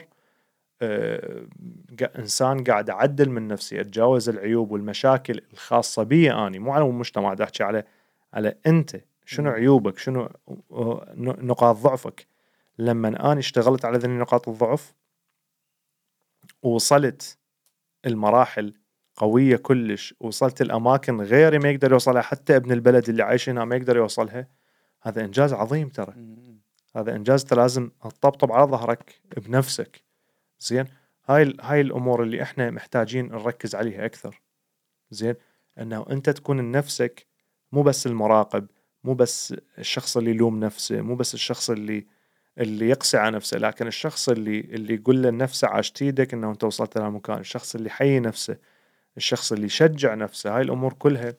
إنسان قاعد أعدل من نفسي، أتجاوز العيوب والمشاكل الخاصة بي أنا، مو على المجتمع، دا أحكي على أنت شنو عيوبك، شنو نقاط ضعفك. لما أنا اشتغلت على ذني نقاط الضعف ووصلت المراحل قوية كلش، وصلت الأماكن غيري ما يقدر يوصلها، حتى ابن البلد اللي عايش هنا ما يقدر يوصلها، هذا إنجاز عظيم ترى. هذا إنجاز لازم تطبطب على ظهرك بنفسك. زين، هاي الأمور اللي إحنا محتاجين نركز عليها أكثر. زين، أنه أنت تكون نفسك، مو بس المراقب، مو بس الشخص اللي يلوم نفسه، مو بس الشخص اللي يقسي على نفسه، لكن الشخص اللي يقول لنفسه عاشت ايدك انه انت وصلت لهالمكان، الشخص اللي يحيي نفسه، الشخص اللي يشجع نفسه. هاي الامور كلها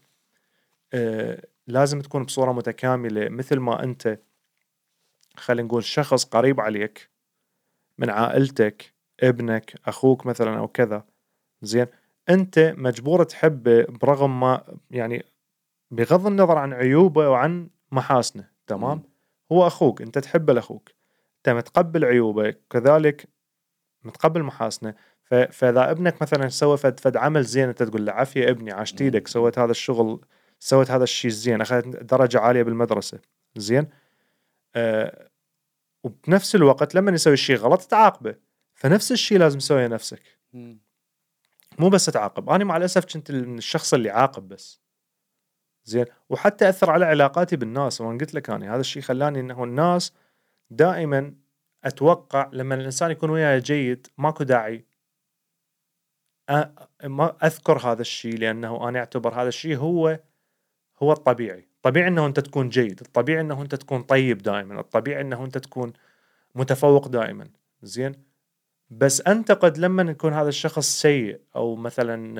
لازم تكون بصورة متكاملة. مثل ما انت خلينا نقول شخص قريب عليك من عائلتك، ابنك، اخوك مثلا او كذا، زين، انت مجبور تحبه برغم ما يعني بغض النظر عن عيوبه وعن محاسنه. تمام، هو اخوك، انت تحبه لاخوك، انت متقبل عيوبه كذلك متقبل محاسنه. فاذا ابنك مثلا سوى فد عمل زين، انت تقول له عافيه ابني، عاشت ايدك، سويت هذا الشغل، سويت هذا الشيء الزين، اخذت درجه عاليه بالمدرسه، زين. وبنفس الوقت لما يسوي الشيء غلط تعاقبه. فنفس الشيء لازم تسويه نفسك، مو بس تعاقب. انا مع الاسف كنت الشخص اللي عاقب بس، زين، وحتى اثر على علاقاتي بالناس. وانا قلت لك هذا الشيء خلاني انه الناس دائما اتوقع لما الانسان يكون وياي جيد ماكو داعي ما اذكر هذا الشيء، لانه انا اعتبر هذا الشيء هو الطبيعي. طبيعي انه انت تكون جيد، الطبيعي انه انت تكون طيب دائما، الطبيعي انه انت تكون متفوق دائما، زين. بس انتقد لما يكون هذا الشخص سيء، او مثلا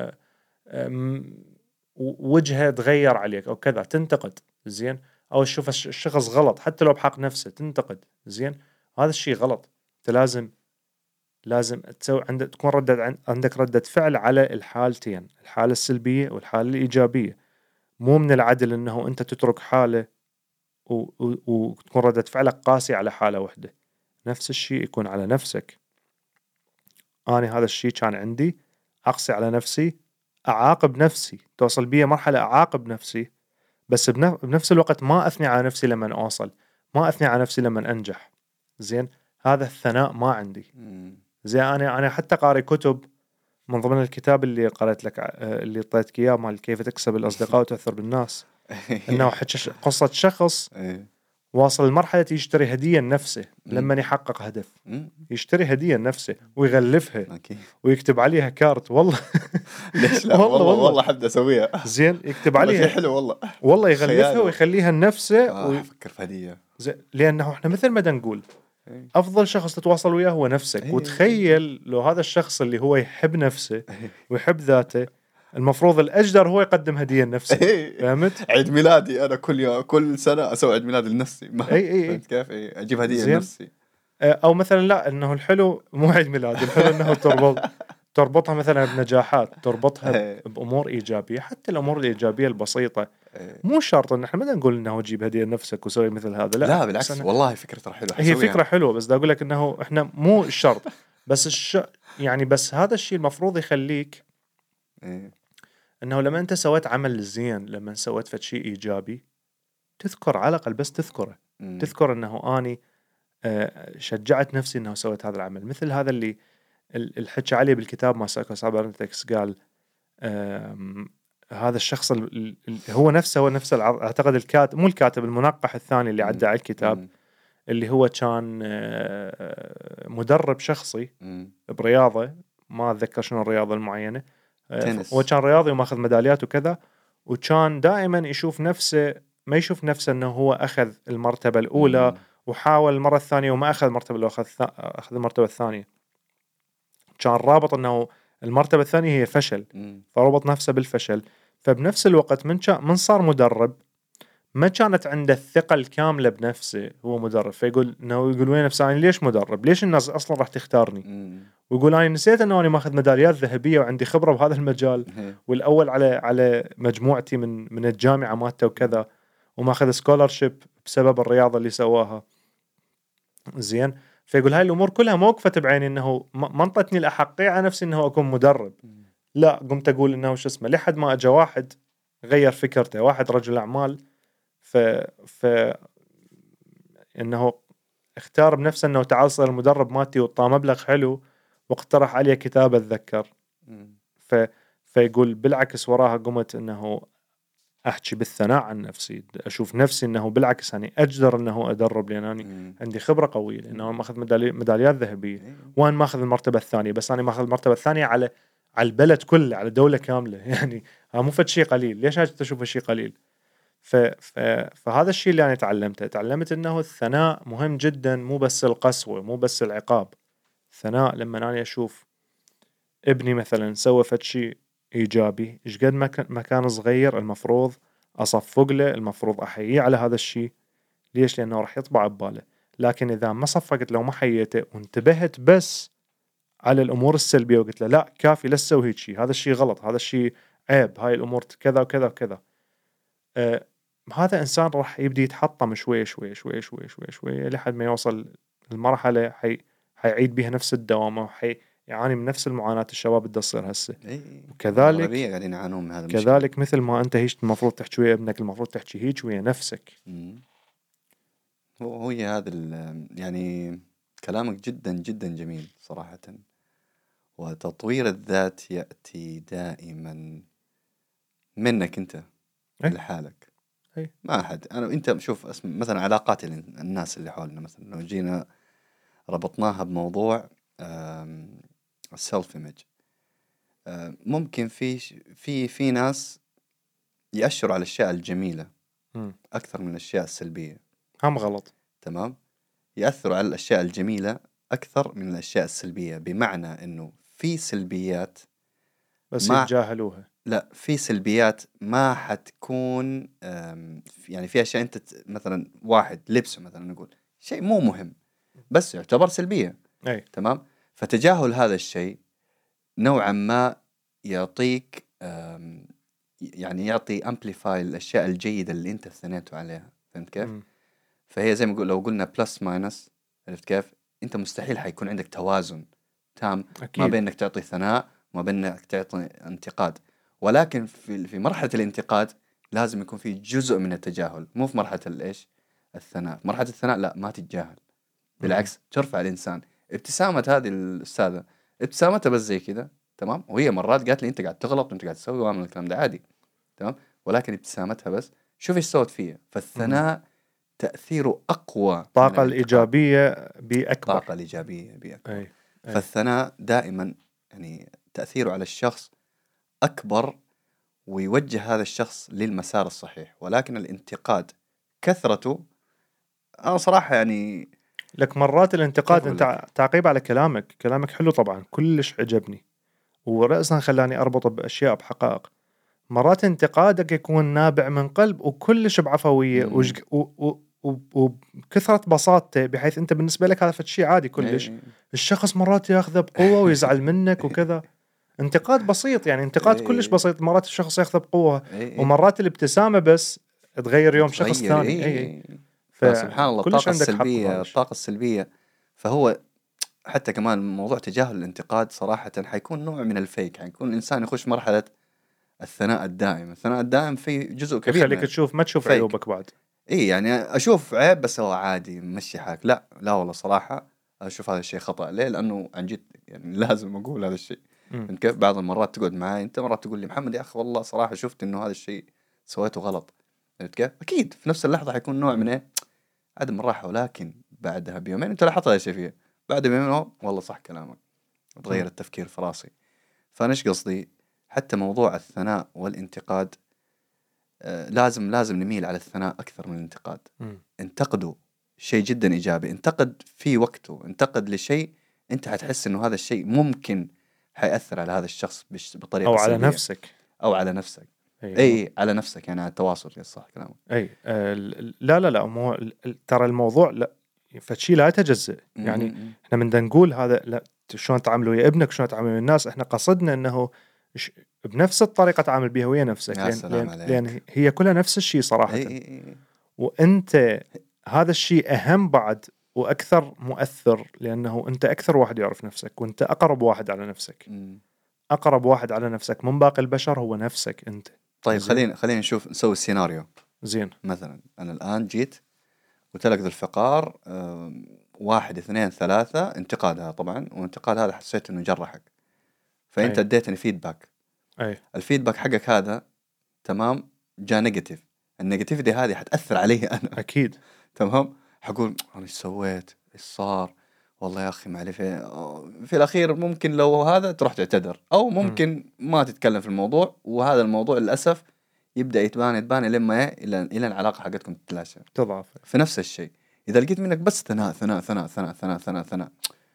وجهه تغير عليك او كذا، تنتقد، زين، او تشوف الشخص غلط حتى لو بحق نفسه تنتقد، زين. هذا الشيء غلط. انت لازم تسوي تكون عندك ردة فعل على الحالتين، الحالة السلبية والحالة الإيجابية. مو من العدل انه انت تترك حالة وتكون ردة فعلك قاسية على حالة واحدة. نفس الشيء يكون على نفسك. أنا هذا الشيء كان عندي، أقسي على نفسي، أعاقب نفسي، توصل بي مرحلة أعاقب نفسي، بس بنفس الوقت ما أثني على نفسي لما أوصل، ما أثني على نفسي لما أنجح، زين. هذا الثناء ما عندي. زين، أنا حتى قاري كتب، من ضمن الكتاب اللي قرأت لك اللي طيتك إياه مال كيف تكسب الأصدقاء وتأثر بالناس، إنه حكى قصة شخص واصل لمرحلة يشتري هدية لنفسه لما يحقق هدف، يشتري هدية لنفسه ويغلفها ويكتب عليها كارت. والله ليش لا؟ والله حبدا اسويها. زين، يكتب عليها شيء حلو والله يغلفها ويخليها لنفسه. افكر في هدية، لانه احنا مثل ما نقول افضل شخص تتواصل وياه هو نفسك. وتخيل لو هذا الشخص اللي هو يحب نفسه ويحب ذاته، المفروض الأجدر هو يقدم هدية لنفسه. فهمت؟ عيد ميلادي أنا كل سنة أسوي عيد ميلاد لنفسي. فهمت كيف؟ أجيب هدية لنفسي. أو مثلا لا، إنه الحلو مو عيد ميلاد، الحلو إنه تربطها مثلا بنجاحات، تربطها بأمور إيجابية. حتى الأمور الإيجابية البسيطة مو شرط إن إحنا ما نقول إنه تجيب هدية لنفسك وسوي مثل هذا. لا بالعكس، والله فكرة ترى حلوة. هي فكرة حلوة، بس دا أقول لك إنه إحنا مو الشرط. بس يعني بس هذا الشيء المفروض يخليك انه لما انت سويت عمل زين، لما سويت فد شيء ايجابي، تذكر على الاقل، بس تذكره، تذكر انه اني شجعت نفسي انه سويت هذا العمل. مثل هذا اللي الحكي عليه بالكتاب ما سايكوسابرنتكس، قال هذا الشخص هو نفسه اعتقد الكاتب، مو الكاتب، المنقح الثاني اللي عدى على الكتاب، اللي هو كان مدرب شخصي برياضة، ما أتذكر شنو الرياضة المعينة، هو كان رياضي وماخذ ميداليات وكذا، وكان دائما يشوف نفسه، ما يشوف نفسه أنه هو أخذ المرتبة الأولى وحاول المرة الثانية وما أخذ المرتبة الأولى، أخذ المرتبة الثانية. كان رابط أنه المرتبة الثانية هي فشل، فربط نفسه بالفشل. فبنفس الوقت من صار مدرب، ما كانت عنده الثقة الكاملة بنفسه هو مدرب. فيقول انه يقول وين نفسه، أنا ليش مدرب؟ ليش الناس اصلا راح تختارني؟ ويقول انا نسيت انه انا ماخذ ميداليات ذهبية وعندي خبرة بهذا المجال، والاول على مجموعتي من الجامعة مالته وكذا، وماخذ سكولرشيب بسبب الرياضة اللي سواها، زين. فيقول هاي الامور كلها ما وقفت بعيني، انه ما انطتني الاحقية على نفسي انه اكون مدرب. لا، قمت اقول انه شو اسمه، لحد ما اجى واحد غير فكرته، واحد رجل اعمال، انه اختار بنفسه انه تعال صير المدرب مالتي، وطاه مبلغ حلو، واقترح عليه كتاب اتذكر. فيقول بالعكس وراها قمت انه احكي بالثناء عن نفسي، اشوف نفسي انه بالعكس اني اقدر انه ادرب، لان انا عندي خبره قويه، لانه ماخذ ميداليات ذهبيه، وان ماخذ المرتبه الثانيه، بس انا ماخذ المرتبه الثانيه على البلد كله، على دوله كامله يعني ها مو فد شيء قليل، ليش تشوفه شيء قليل؟ فهذا الشيء اللي انا تعلمت انه الثناء مهم جدا، مو بس القسوه، مو بس العقاب. الثناء لما انا اشوف ابني مثلا سوى فد شيء ايجابي، ايش قد ما كان صغير، المفروض اصفق له، المفروض احييه على هذا الشيء. ليش؟ لانه راح يطبع بباله. لكن اذا ما صفقت له وما حييته وانتبهت بس على الامور السلبيه وقلت له لا كافي لا تسوي هيك شيء، هذا الشيء غلط، هذا الشيء عيب، هاي الامور كذا وكذا وكذا، هذا انسان راح يبدي يتحطم شوي شوي شوي شوي شوي شوي لحد ما يوصل المرحله حيعيد بها نفس الدوامه، يعاني من نفس المعاناة الشباب اللي تصير هسه. وكذلك الأغلبية قاعدين يعانون من هذا المشكلة. كذلك مثل ما أنت هيك المفروض تحكي ويا ابنك، المفروض تحكي هيك ويا نفسك. هو هذا يعني كلامك جدا جدا جميل صراحة. وتطوير الذات يأتي دائما منك أنت لحالك. ما أحد. أنت شوف مثلا علاقات الناس اللي حولنا، مثلا لو جينا ربطناها بموضوع السيلف ايمج، ممكن في ناس يأشروا على الأشياء الجميلة أكثر من الأشياء السلبية. هم غلط. تمام. يأثروا على الأشياء الجميلة أكثر من الأشياء السلبية، بمعنى إنه في سلبيات بس يتجاهلوها. لا، في سلبيات ما حتكون يعني في أشياء أنت مثلا واحد لبسه مثلا نقول شيء مو مهم بس يعتبر سلبية. تمام. فتجاهل هذا الشيء نوعا ما يعطيك يعني يعطي amplify الأشياء الجيدة اللي أنت ثنيته عليها. فهمت كيف؟ فهي زي ما لو قلنا بلس ماينس. عرفت كيف؟ أنت مستحيل حيكون عندك توازن تام أكيد. ما بين إنك تعطي ثناء وما بين إنك تعطي انتقاد. ولكن في مرحلة الانتقاد لازم يكون في جزء من التجاهل، مو في مرحلة الإيش الثناء. مرحلة الثناء لا، ما تتجاهل، بالعكس ترفع الإنسان. ابتسامة هذه الأستاذة ابتسامتها بس زي كذا، تمام، وهي مرات قالت لي أنت قاعد تغلط وأنت قاعد تسوي وعمل الكلام ده عادي، تمام، ولكن ابتسامتها بس شوف إيش سوت فيها. فالثناء تأثيره أقوى، الطاقة الإيجابية بأكبر. الطاقة الإيجابية بأكبر. فالثناء دائما يعني تأثيره على الشخص أكبر ويوجه هذا الشخص للمسار الصحيح. ولكن الانتقاد كثرته أنا صراحة يعني لك مرات الانتقاد، انت تعقيب على كلامك حلو طبعا، كلش عجبني ورأسا خلاني أربطه بأشياء بحقائق. مرات انتقادك يكون نابع من قلب وكلش بعفوية وبكثرة بساطته، بحيث انت بالنسبة لك هذا شيء عادي كلش. الشخص مرات ياخذه بقوة ويزعل منك وكذا. انتقاد بسيط، يعني انتقاد كلش بسيط، مرات الشخص ياخذه بقوة، ومرات الابتسامة بس تغير يوم شخص ثاني. فسبحان الله الطاقة السلبية. فهو حتى كمان موضوع تجاهل الانتقاد صراحة حيكون نوع من الفيك، حيكون الإنسان يخش مرحلة الثناء الدائم. الثناء الدائم في جزء كبير يخليك تشوف ما تشوف عيوبك بعد. يعني أشوف عيب بس هو عادي مشي حالك. لا والله صراحة أشوف هذا الشيء خطأ. ليه؟ لأنه عن جد يعني لازم أقول هذا الشيء. أنت كيف بعض المرات تقعد معي أنت مرات تقول لي محمد يا أخي والله صراحة شفت إنه هذا الشيء سويته غلط. فهمت كيف؟ أكيد في نفس اللحظة حيكون نوع من عدم الراحة، ولكن بعدها بيومين أنت لاحظت هذا الشيء فيه، بعد بيومين والله صح كلامك، تغير التفكير في راسي. فأناش قصدي حتى موضوع الثناء والانتقاد لازم نميل على الثناء أكثر من الانتقاد. انتقدوا شيء جدا إيجابي، انتقد في وقته، انتقد لشيء أنت حتحس إنه هذا الشيء ممكن حيأثر على هذا الشخص بطريقة أو على سلبية. نفسك أو على نفسك. أي على نفسك، يعني على التواصل. صح كلامك. لا مو ترى الموضوع لا فشي لا يتجزأ. يعني احنا من نقول هذا لا شلون تعاملوا ويا ابنك، شلون تعاملوا ويا الناس، احنا قصدنا انه بنفس الطريقة تعامل بها ويا نفسك، لأن هي كلها نفس الشيء صراحة. وانت هذا الشيء اهم بعد واكثر مؤثر، لانه انت اكثر واحد يعرف نفسك، وانت اقرب واحد على نفسك. اقرب واحد على نفسك من باقي البشر هو نفسك انت. طيب خلينا نسوي السيناريو. زين. مثلا أنا الآن جيت وتلقى الفقار 1 2 3 انتقاد، هذا طبعا، وانتقاد هذا حسيت إنه جرحك، فأنت اديتني فيدباك. أي الفيدباك حقك هذا تمام جاء نيجاتيف، النيجاتيفيتي هذه حتأثر علي أنا. أكيد. تمام، حقول أنا إيش سويت، إيش صار، والله يا أخي ما عليه في الأخير ممكن لو هذا تروح تعتذر، أو ممكن ما تتكلم في الموضوع، وهذا الموضوع للأسف يبدأ يتبان لما إلى العلاقة حقتكم تتلاشى. تضعف. في نفس الشيء إذا لقيت منك بس ثناء ثناء ثناء ثناء ثناء ثناء ثناء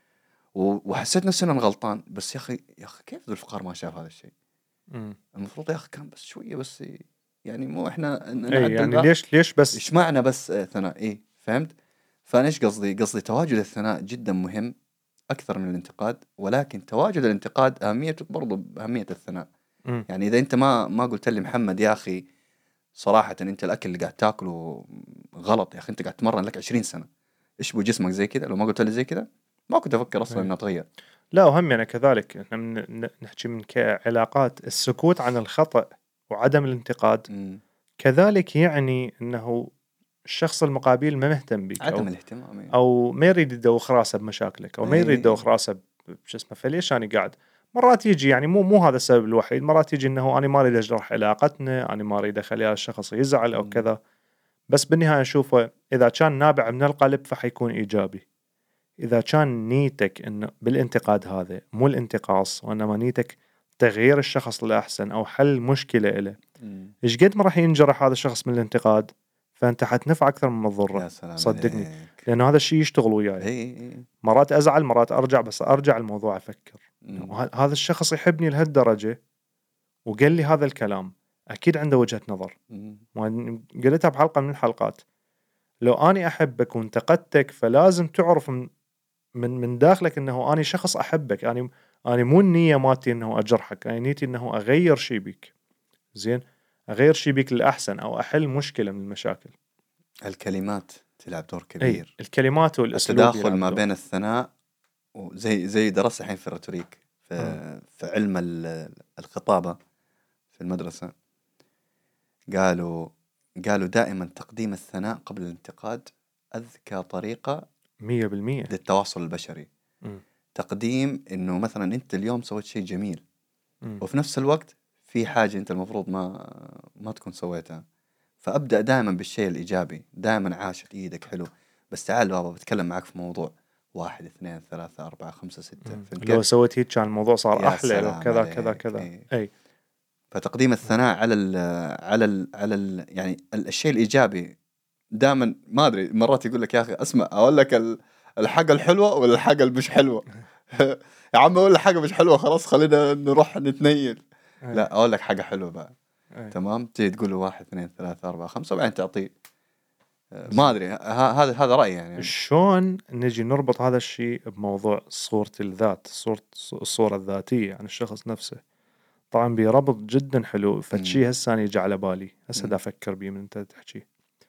وحسيت نفسي أنا غلطان، بس يا أخي كيف ذو الفقار ما شاف هذا الشيء؟ المفروض يا أخي كان بس شوية بس، يعني مو إحنا أي نعدل يعني بقى. ليش بس إيش معنى بس ثناء؟ إيه فهمت؟ فأنا إيش قصدي تواجد الثناء جدا مهم أكثر من الانتقاد، ولكن تواجد الانتقاد أهميته برضو بأهمية الثناء. يعني إذا أنت ما قلت لي محمد يا أخي صراحة أنت الأكل اللي قاعد تاكله غلط يا أخي، أنت قاعد تمرن لك 20 سنة، إيش بو جسمك زي كذا، لو ما قلت لي زي كذا ما كنت أفكر أصلا إني أتغير. لا، وهم يعني كذلك احنا نحكي من كعلاقات، السكوت عن الخطأ وعدم الانتقاد كذلك يعني انه الشخص المقابل ما مهتم بك، عدم الاهتمام يعني. او ما يريد يدوخ راسه بمشاكلك، او ما يريد يدوخ راسه بش اسمه. فليش انا قاعد مرات يجي يعني مو هذا السبب الوحيد، مرات يجي انه انا ما اريد اجرح علاقتنا، انا ما اريد اخلي هذا الشخص يزعل او كذا. بس بالنهايه اشوفه اذا كان نابع من القلب فحيكون ايجابي. إذا كان نيتك إنه بالانتقاد هذا مو الانتقاص، وإنما نيتك تغيير الشخص لأحسن أو حل مشكلة إله، إيش قد ما راح ينجرح هذا الشخص من الانتقاد، فأنت حتنفع أكثر من تضره. صدقني عليك. لأنه هذا الشيء يشتغل وياي. مرات أزعل مرات أرجع، بس أرجع الموضوع أفكر هذا الشخص يحبني لهالدرجة وقال لي هذا الكلام، أكيد عنده وجهة نظر. قلتها بحلقة من الحلقات، لو أني أحبك وانتقدتك فلازم تعرف من داخلك انه اني شخص احبك، اني مو النية مالتي انه اجرحك، اني نيتي انه اغير شيء بيك، زين، اغير شيء بيك للاحسن او احل مشكلة من المشاكل. الكلمات تلعب دور كبير. الكلمات والاسلوب، التداخل ما بين الثناء وزي درس الحين في الريتوريك في علم الخطابة في المدرسة، قالوا دائما تقديم الثناء قبل الانتقاد أذكى طريقة 100% للتواصل البشري. تقديم إنه مثلا أنت اليوم سويت شيء جميل، وفي نفس الوقت في حاجة أنت المفروض ما تكون سويتها، فأبدأ دائما بالشيء الإيجابي. دائما عاشت إيدك حلو، بس تعال بابا بتكلم معك في موضوع 1 2 3 4 5 6. لو سويت هيك كان الموضوع صار أحلى وكذا كذا كذا. أي فتقديم الثناء على ال يعني الشيء الإيجابي دائما. ما أدري مرات يقول لك يا أخي أسمع أقول لك الحاجة الحلوة ولا الحاجة اللي مش حلوة. يا عم أقول لك حاجة مش حلوة خلاص خلينا نروح نتنيل. لا أقول لك حاجة حلوة بقى. تمام، تيجي تقول له 1 2 3 4 5 وبعدين تعطيه. ما أدري هذا رأيي يعني. شلون نجي نربط هذا الشيء بموضوع صورة الذات، الصورة الذاتية عن الشخص نفسه. طبعا بربط جدا حلو. فشي هسه أنا يجي على بالي هسه دا أفكر بيه من أنت تحكي.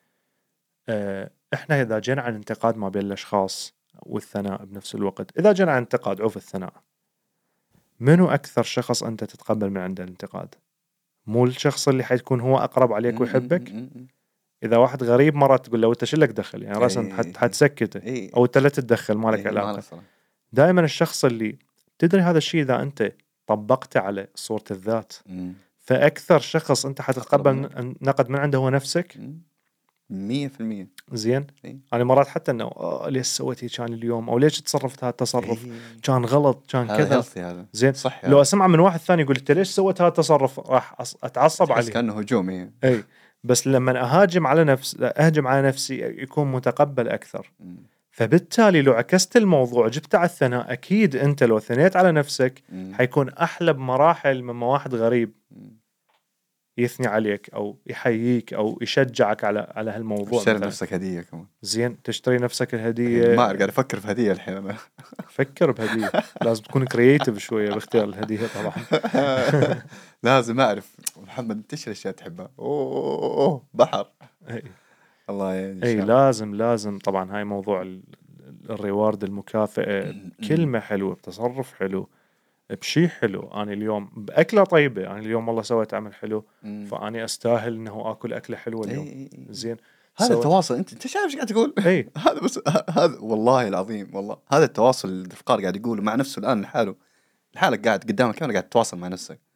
إحنا إذا جينا عن انتقاد ما بين الأشخاص والثناء بنفس الوقت، إذا جينا عن انتقاد عوف الثناء، منو أكثر شخص أنت تتقبل من عنده الانتقاد؟ مو الشخص اللي حيكون هو أقرب عليك ويحبك؟ إذا واحد غريب مرة تقول له أنت شلك دخل، يعني راسا حتسكته أو أنت لا تتدخل، مالك علاقة. دائما الشخص اللي تدري هذا الشيء إذا أنت طبقته على صورة الذات، فأكثر شخص أنت حتتقبل نقد من عنده هو نفسك 100%. زين. أنا مرات حتى إنه ليش سويت هيك كان اليوم، أو ليش تصرفت هذا التصرف كان غلط كان كذا. زين صح. لو أسمع من واحد ثاني يقول أنت ليش سويت هذا التصرف راح أتعصب عليه، كأنه هجومي. أي بس لما أهاجم على نفسي يكون متقبل أكثر. فبالتالي لو عكست الموضوع جبت على الثناء، أكيد أنت لو ثنيت على نفسك حيكون أحلى بمراحل مما واحد غريب يثني عليك أو يحييك أو يشجعك على هالموضوع. تشتري نفسك هدية كمان. زين، تشتري نفسك الهدية. ما قاعد أفكر في هدية الحين أنا. فكر بهدية. لازم تكون كرياتيف شوية باختيار الهدية طبعا. لازم أعرف محمد أنت إيش الأشياء تحبها. أوه بحر. الله يعني. أي لازم طبعا. هاي موضوع الريوارد، المكافأة، كلمة حلوة، بتصرف حلو، بشي حلو. أنا اليوم بأكلة طيبة، أنا اليوم والله سويت عمل حلو، فأني أستاهل إنه أكل أكلة حلوة اليوم. زين، هذا التواصل. أنت شايف إيش قاعد تقول؟ هذا بس هذا والله العظيم والله هذا التواصل اللي الفقار قاعد يقوله مع نفسه الآن لحالك قاعد قدامك، أنا قاعد تتواصل مع نفسك.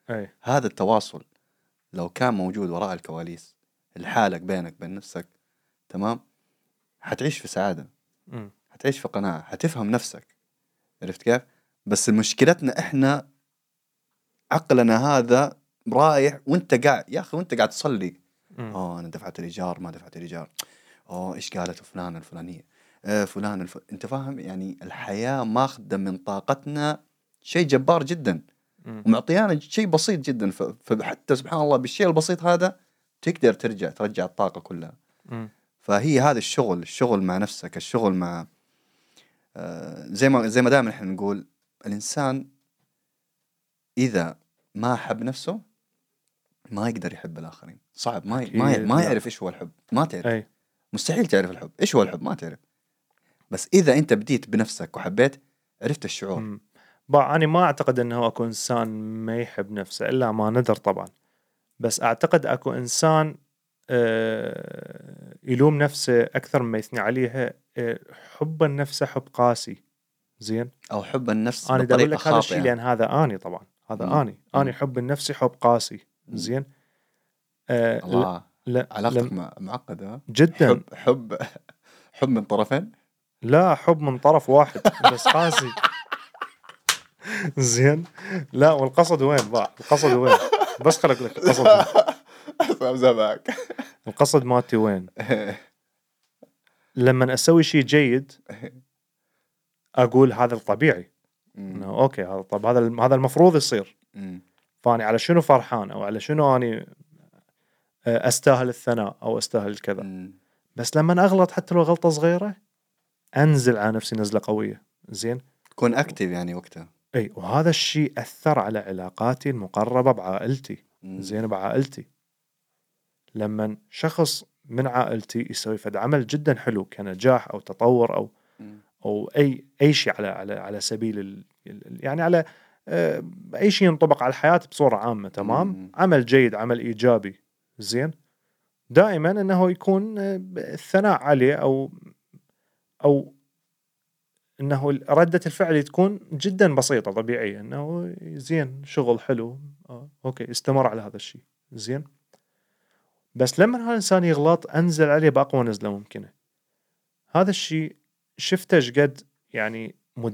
أي. هذا التواصل لو كان موجود وراء الكواليس لحالك بينك بين نفسك، تمام، حتعيش في سعادة، حتعيش في قناعة، حتفهم نفسك. عرفت كيف؟ بس مشكلتنا إحنا عقلنا هذا رايح وانت قاعد يا أخي، وانت قاعد تصلي، أنا دفعت الإيجار ما دفعت الإيجار، إيش قالت فلان الفلانية، فلان أنت فاهم يعني الحياة ماخذة من طاقتنا شيء جبار جدا، ومعطيانا شيء بسيط جدا، فحتى سبحان الله بالشيء البسيط هذا تقدر ترجع الطاقة كلها. فهي هذا الشغل مع نفسك، الشغل مع زي ما دائما احنا نقول، الإنسان إذا ما حب نفسه ما يقدر يحب الآخرين. صعب، ما يعرف إيش هو الحب، ما تعرف. أي. مستحيل تعرف الحب، إيش هو الحب ما تعرف. بس إذا أنت بديت بنفسك وحبيت، عرفت الشعور. أنا ما أعتقد أنه أكو إنسان ما يحب نفسه إلا ما ندر طبعا، بس أعتقد أكو إنسان يلوم نفسه أكثر مما يثني عليها. حب النفس حب قاسي، زين، أو حب النفس أنا دا أقول بطريقة لك هذا الشيء خاطئة. لأن هذا أني طبعا، هذا أني حب النفس حب قاسي، زين. الله، لا علاقتك معقدة جدا. حب من طرفين؟ لا، حب من طرف واحد بس قاسي. زين. لا، والقصد وين بقى؟ القصد وين؟ بس خلق لك القصد وين. القصد مالتي وين؟ لما أسوي شيء جيد أقول هذا الطبيعي، إنه أوكي هذا، طب هذا المفروض يصير، فاني على شنو فرحان، أو على شنو أني أستاهل الثناء أو أستاهل كذا. بس لما أغلط حتى لو غلطة صغيرة أنزل على نفسي نزلة قوية، زين، تكون أكتف يعني وقتها. أي، وهذا الشيء أثر على علاقاتي المقربة بعائلتي، زين، بعائلتي. لما شخص من عائلتي يسوي فد عمل جدا حلو كنجاح أو تطور أو أي شيء على سبيل يعني على أي شيء ينطبق على الحياة بصورة عامة، تمام، عمل جيد، عمل إيجابي، زين، دائما أنه يكون الثناء عليه أو أنه ردة الفعل تكون جدا بسيطة طبيعية، أنه زين، شغل حلو، أوكي، استمر على هذا الشيء، زين. بس لما هذا الإنسان يغلط أنزل عليه بأقوى نزلة ممكنة. هذا الشيء شفته شقد يعني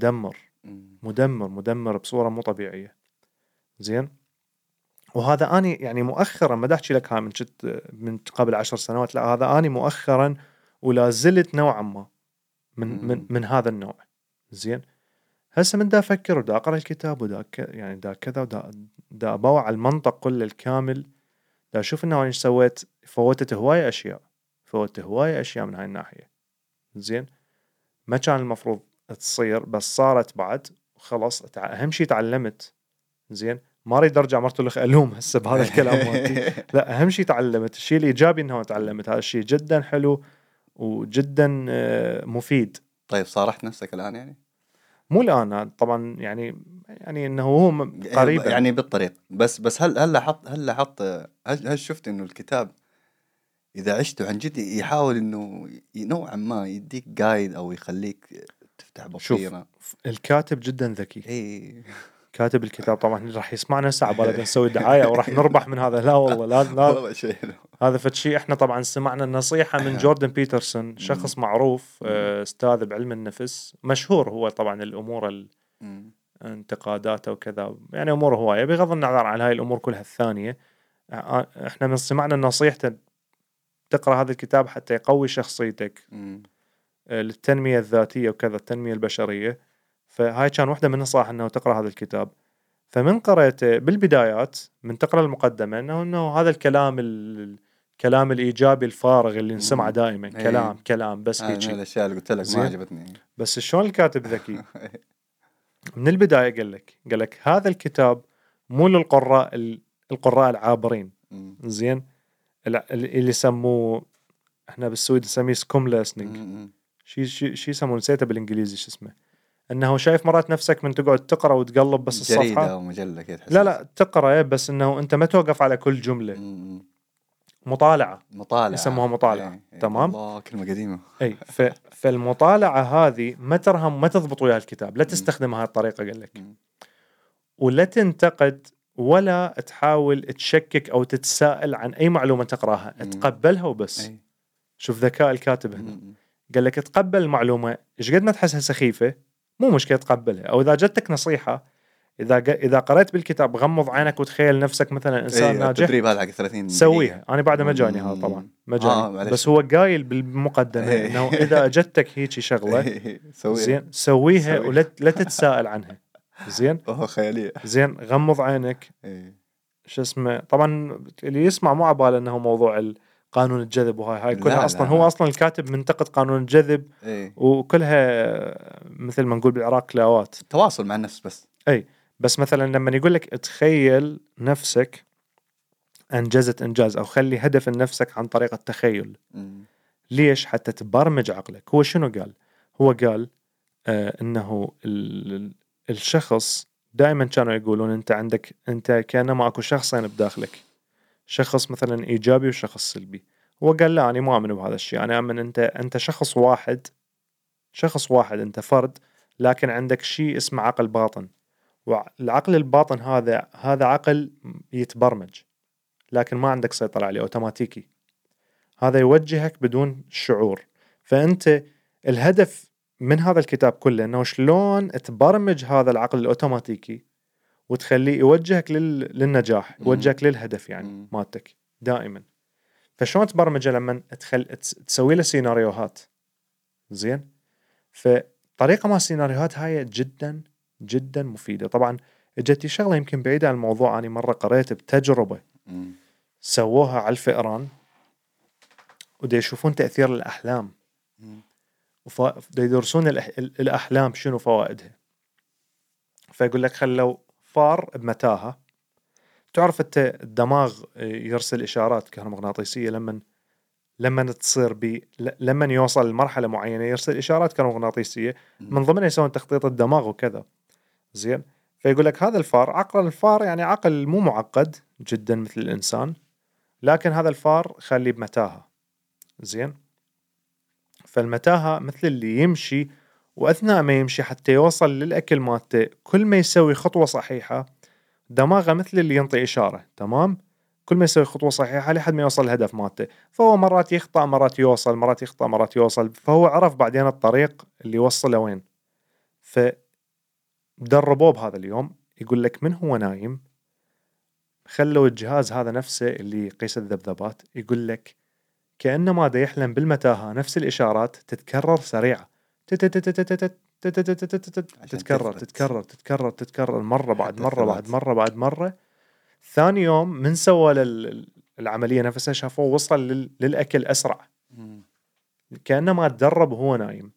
مدمر بصورة مو طبيعية، زين. وهذا أني يعني مؤخرا ما أحكي لك من قبل 10 سنوات، لا، هذا أني مؤخرا ولا زلت نوعا ما من هذا النوع، زين. هسه من دا أفكر ودا أقرأ الكتاب ودا يعني دا كذا ودا أبوع على المنطق كله الكامل، دا أشوف إنه أنا سويت، فوتت هواية أشياء من هاي الناحية، زين، ما كان المفروض تصير بس صارت بعد، خلاص أهم شيء تعلمت، زين. ما أريد أرجع مرتلخ ألوم هسه بهذا الكلام مالتي، لا، أهم شيء تعلمت. الشيء الإيجابي إنه تعلمت، هذا الشيء جدا حلو وجدا مفيد. طيب صارحت نفسك الآن يعني؟ مو الآن طبعا، يعني إنه هو قريبا يعني بالطريق، بس هل لاحظت هل شفت إنه الكتاب إذا عشته عن جد يحاول إنه نوعا ما يديك جايد أو يخليك تفتح بصيرة؟ شوف، الكاتب جدا ذكي. إيه. كاتب الكتاب طبعا راح يسمعنا ساعة بالك نسوي دعاية أو راح نربح من هذا، لا والله، لا والله شيء هذا فشي. احنا طبعا سمعنا النصيحة من جوردن بيترسون، شخص معروف، استاذ بعلم النفس، مشهور هو طبعا الأمور انتقاداته وكذا، يعني أمور هواية بغض النظر عن هاي الأمور كلها الثانية. احنا من سمعنا نصيحته تقرأ هذا الكتاب حتى يقوي شخصيتك، للتنمية الذاتية وكذا، التنمية البشرية. فهاي كان واحدة من النصائح أنه تقرأ هذا الكتاب. فمن قرأته بالبدايات، من تقرأ المقدمة، أنه هذا الكلام الإيجابي الفارغ اللي نسمعه دائما، كلام بس هيك. الأشياء اللي قلت لك ما عجبتني. بس شلون الكاتب ذكي من البداية قال لك هذا الكتاب مو للقراء العابرين، زين، اللي يسموه احنا بالسويد نسميه سكوملسنينج، شي يسمونه، نسيته بالانجليزي شو اسمه، انه شايف مرات نفسك من تقعد تقرا وتقلب بس الصفحه، جريدة او مجله كده، لا تقرا، بس انه انت ما توقف على كل جمله. مطالعه يسموها مطالعه. تمام، الله كلمه قديمه. اي، فالمطالعه هذه ما ترهم، ما تضبط ويا الكتاب، لا تستخدم هاي الطريقه، قال لك، ولا تنتقد ولا تحاول تشكك أو تتساءل عن أي معلومة تقراها، تقبلها وبس. أي. شوف ذكاء الكاتب هنا، قال لك تقبل المعلومة، إيش قد ما تحسها سخيفة مو مشكلة تقبلها. أو إذا جتك نصيحة، إذا قرأت بالكتاب غمض عينك وتخيل نفسك مثلا إنسان ناجح، التدريب هذا حق 30 دقيقة سويها. أنا بعد مجاني هذا طبعا مجاني، بس هو قايل بالمقدمة إنه إذا أجتك هيك شغلة زين سويها ولا تتساءل عنها. زين خيالية. زين غمض عينك. شو اسمه طبعا اللي يسمع مو عباله انه موضوع قانون الجذب وهاي كلها اصلا هو اصلا الكاتب منتقد قانون الجذب. وكلها مثل ما نقول بالعراق كلاوات، تواصل مع النفس بس. اي بس مثلا لما يقول لك تخيل نفسك انجزت انجاز، او خلي هدف لنفسك عن طريق التخيل. ليش؟ حتى تبرمج عقلك. هو شنو قال؟ هو قال انه الشخص دائما كانوا يقولون انت كانما اكو شخصين بداخلك، شخص مثلا ايجابي وشخص سلبي. هو قال لا، انا ما اؤمن بهذا الشيء، انا اؤمن انت شخص واحد، انت فرد، لكن عندك شيء اسمه عقل باطن. والعقل الباطن هذا عقل يتبرمج، لكن ما عندك سيطرة عليه، اوتوماتيكي. هذا يوجهك بدون شعور. فانت الهدف من هذا الكتاب كله انه شلون تبرمج هذا العقل الاوتوماتيكي وتخليه يوجهك للنجاح، يوجهك للهدف يعني مالتك دائما. فشلون تبرمجه؟ لما تسوي له سيناريوهات. زين، فطريقة ما السيناريوهات هاي جدا جدا مفيدة. طبعا اجتي شغلة يمكن بعيدة عن الموضوع، أنا مرة قريت بتجربة سووها على الفئران، ودا يشوفون تأثير الأحلام، ودا يدرسون الأحلام شنو فوائدها. فيقول لك خلوا فار بمتاهة. تعرف انت الدماغ يرسل إشارات كهرومغناطيسية لما تصير لما يوصل لمرحلة معينة يرسل إشارات كهرومغناطيسية، من ضمنها يسوون تخطيط الدماغ وكذا. زين، فيقول لك هذا الفار، عقل الفار يعني عقل مو معقد جدا مثل الإنسان، لكن هذا الفار خليه بمتاهة. زين، فالمتاهة مثل اللي يمشي، وأثناء ما يمشي حتى يوصل للأكل مالته، كل ما يسوي خطوة صحيحة دماغه مثل اللي ينطي إشارة. تمام، كل ما يسوي خطوة صحيحة لحد ما يوصل الهدف مالته. فهو مرات يخطأ، مرات يوصل، مرات يخطأ، مرات يوصل. فهو عرف بعدين الطريق اللي وصله وين. فدربوه بهذا اليوم. يقول لك من هو نايم خلوا الجهاز هذا نفسه اللي يقيس الذبذبات، يقول لك كأنما دا يحلم بالمتاهة، نفس الإشارات تتكرر سريعة، تتكرر مرة بعد مرة بعد مرة بعد مرة. ثاني يوم من سوى العملية نفسها شافوه وصل للأكل أسرع، كأنما تدرب وهو نايم.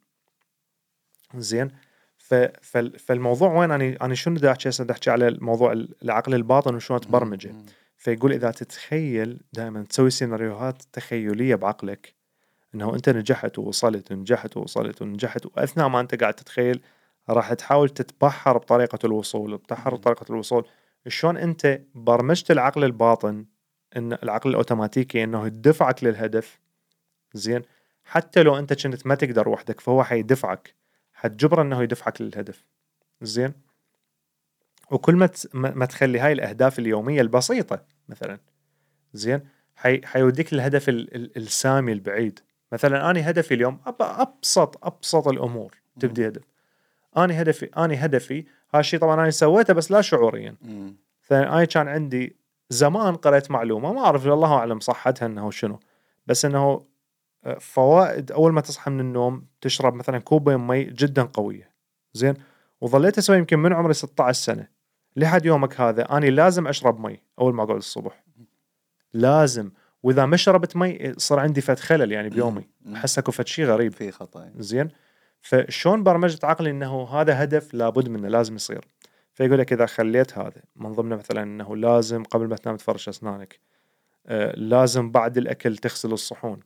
زين، فالموضوع وين؟ أنا شنو دا أحكي على الموضوع العقل الباطن وشلون تبرمجه. فيقول إذا تتخيل دائما تسوي سيناريوهات تخيلية بعقلك، إنه أنت نجحت ووصلت ونجحت ووصلت ونجحت، وأثناء ما أنت قاعد تتخيل راح تحاول تتبحر بطريقة الوصول. شلون أنت برمجت العقل الباطن، إن العقل الأوتوماتيكي إنه يدفعك للهدف. زين، حتى لو أنت كنت ما تقدر وحدك فهو حيدفعك، حتجبر إنه يدفعك للهدف. زين، وكل ما تخلي هاي الأهداف اليومية البسيطة مثلا، زين، حيوديك للهدف السامي البعيد. مثلا أنا هدفي اليوم أبسط الأمور تبدي هدف. أنا هدفي هالشي طبعا أنا سويته بس لا شعوريا. فأنا كان عندي زمان قرأت معلومة ما أعرف والله أعلم صحتها إنه شنو، بس إنه فوائد أول ما تصحى من النوم تشرب مثلا كوبين مي جدا قوية. زين، وظليت أسوي يمكن من عمري 16 سنة لحد يومك هذا. أنا لازم أشرب مي أول ما أقعد الصبح، لازم. وإذا ما شربت مي صار عندي فت خلل يعني بيومي، أحس أكو فت شي غريب في خطأ. زين، فشون برمجت عقلي إنه هذا هدف لابد منه لازم يصير. فيقول لك إذا خليت هذا من ضمنه مثلا إنه لازم قبل ما تنام تفرش أسنانك، لازم بعد الأكل تغسل الصحون،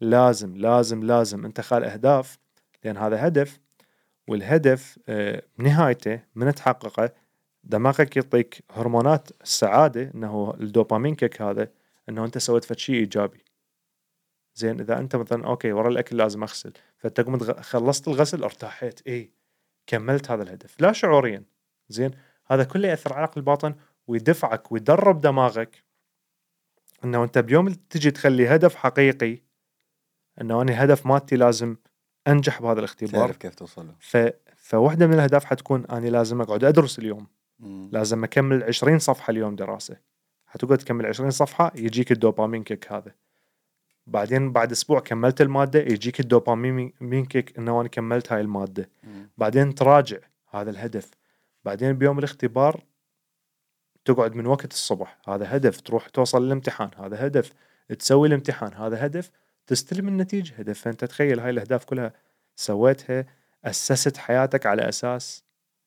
لازم أنت خال أهداف، لأن هذا هدف. والهدف نهايته من تحققه دماغك يعطيك هرمونات السعادة، إنه الدوبامين كيك هذا، إنه أنت سويت فد شيء إيجابي. زين، إذا أنت مثلا أوكي ورا الأكل لازم أغسل، فتقوم خلصت الغسل ارتاحت، كملت هذا الهدف لا شعوريا. زين، هذا كله يأثر على العقل الباطن ويدفعك ويدرب دماغك انه انت بيوم اللي تجي تخلي هدف حقيقي، انه انا هدف مالتي لازم انجح بهذا الاختبار، تعرف كيف توصل له. فواحدة من الاهداف حتكون اني لازم اقعد ادرس اليوم، لازم اكمل 20 صفحة اليوم دراسة. حتقعد تكمل 20 صفحة يجيك الدوبامين كيك هذا. بعدين بعد اسبوع كملت المادة يجيك الدوبامين كيك انه انا كملت هاي المادة. بعدين تراجع هذا الهدف. بعدين بيوم الاختبار تقعد من وقت الصبح، هذا هدف. تروح توصل للامتحان، هذا هدف. تسوي الامتحان، هذا هدف. تستلم النتيجة، هدف. فانت تخيل هاي الاهداف كلها سويتها، اسست حياتك على اساس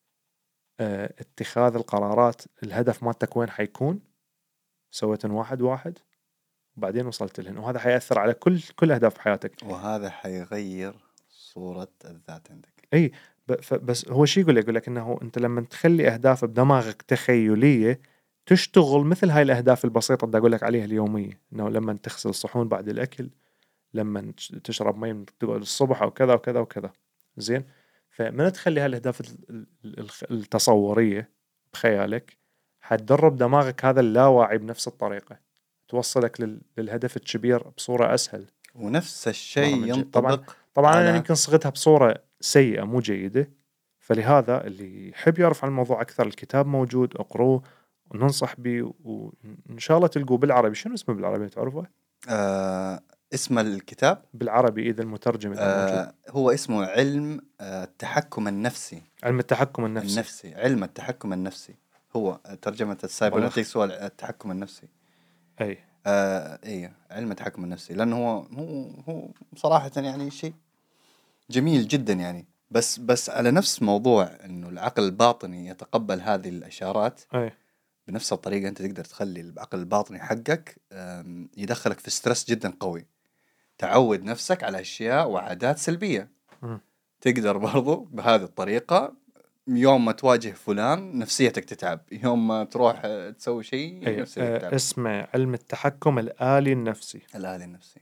اتخاذ القرارات. الهدف مالتك وين حيكون، سويتن واحد واحد وبعدين وصلت لهن، وهذا حيأثر على كل أهداف حياتك. وهذا حيغير صورة الذات عندك. اي بس هو شي يقول لك انه انت لما تخلي اهداف بدماغك تخيليه تشتغل مثل هاي الاهداف البسيطه اللي اقول لك عليها اليوميه، انه لما تغسل الصحون بعد الاكل، لما تشرب مي تقعد الصبح او كذا وكذا وكذا. زين. فمن تخلي هالاهداف التصوريه بخيالك، حتدرب دماغك هذا اللاواعي بنفس الطريقه، توصلك للهدف الكبير بصوره اسهل. ونفس الشيء ينطبق طبعا على... أنا يمكن صغتها بصورة سيئة مو جيدة، فلهذا اللي يحب يعرف عن الموضوع أكثر الكتاب موجود، أقروه وننصح به، وإن شاء الله تلقوه بالعربي. شنو اسمه بالعربي تعرفه؟ اسم الكتاب بالعربي إذا المترجم إذا موجود. هو اسمه علم التحكم النفسي. علم التحكم النفسي. علم التحكم النفسي. هو ترجمة السايبرنتكس هو التحكم النفسي. أي ايه علم التحكم النفسي، لأنه هو صراحة يعني شيء جميل جدا يعني. بس على نفس موضوع إنه العقل الباطني يتقبل هذه الإشارات. أي بنفس الطريقة أنت تقدر تخلي العقل الباطني حقك يدخلك في ستريس جدا قوي. تعود نفسك على أشياء وعادات سلبية. تقدر برضو بهذه الطريقة يوم ما تواجه فلان نفسيتك تتعب، يوم ما تروح تسوي شيء نفسيتك تتعب. اسمه علم التحكم الآلي النفسي. الآلي النفسي.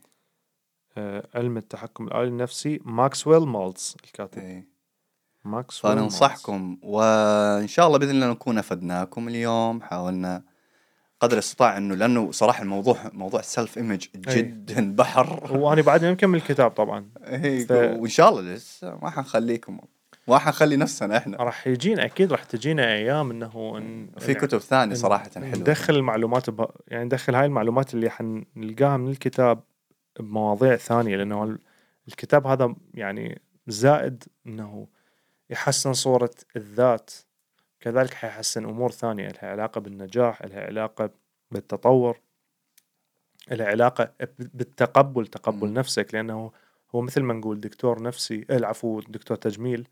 علم التحكم الآلي النفسي، ماكسويل مالتز الكاتب. ماكسويل فننصحكم وإن شاء الله بإذن الله نكون أفدناكم اليوم. حاولنا قدر الاستطاعة إنه لأنه صراحة موضوع السلف إيمج جدا بحر. وأنا بعد يمكن الكتاب طبعا. وإن شاء الله لسه ما حنخليكم، ما حنخلي نفسنا إحنا. راح يجينا أكيد، راح تجينا أيام إنه في كتب ثانية صراحة حلوة. ندخل المعلومات يعني ندخل هاي المعلومات اللي حنلقاها من الكتاب بمواضيع ثانية، لأنه الكتاب هذا يعني زائد إنه يحسن صورة الذات، كذلك حيحسن أمور ثانية لها علاقة بالنجاح، لها علاقة بالتطور، لها علاقة بالتقبل، تقبل نفسك. لأنه هو مثل ما نقول دكتور نفسي، العفو دكتور تجميل،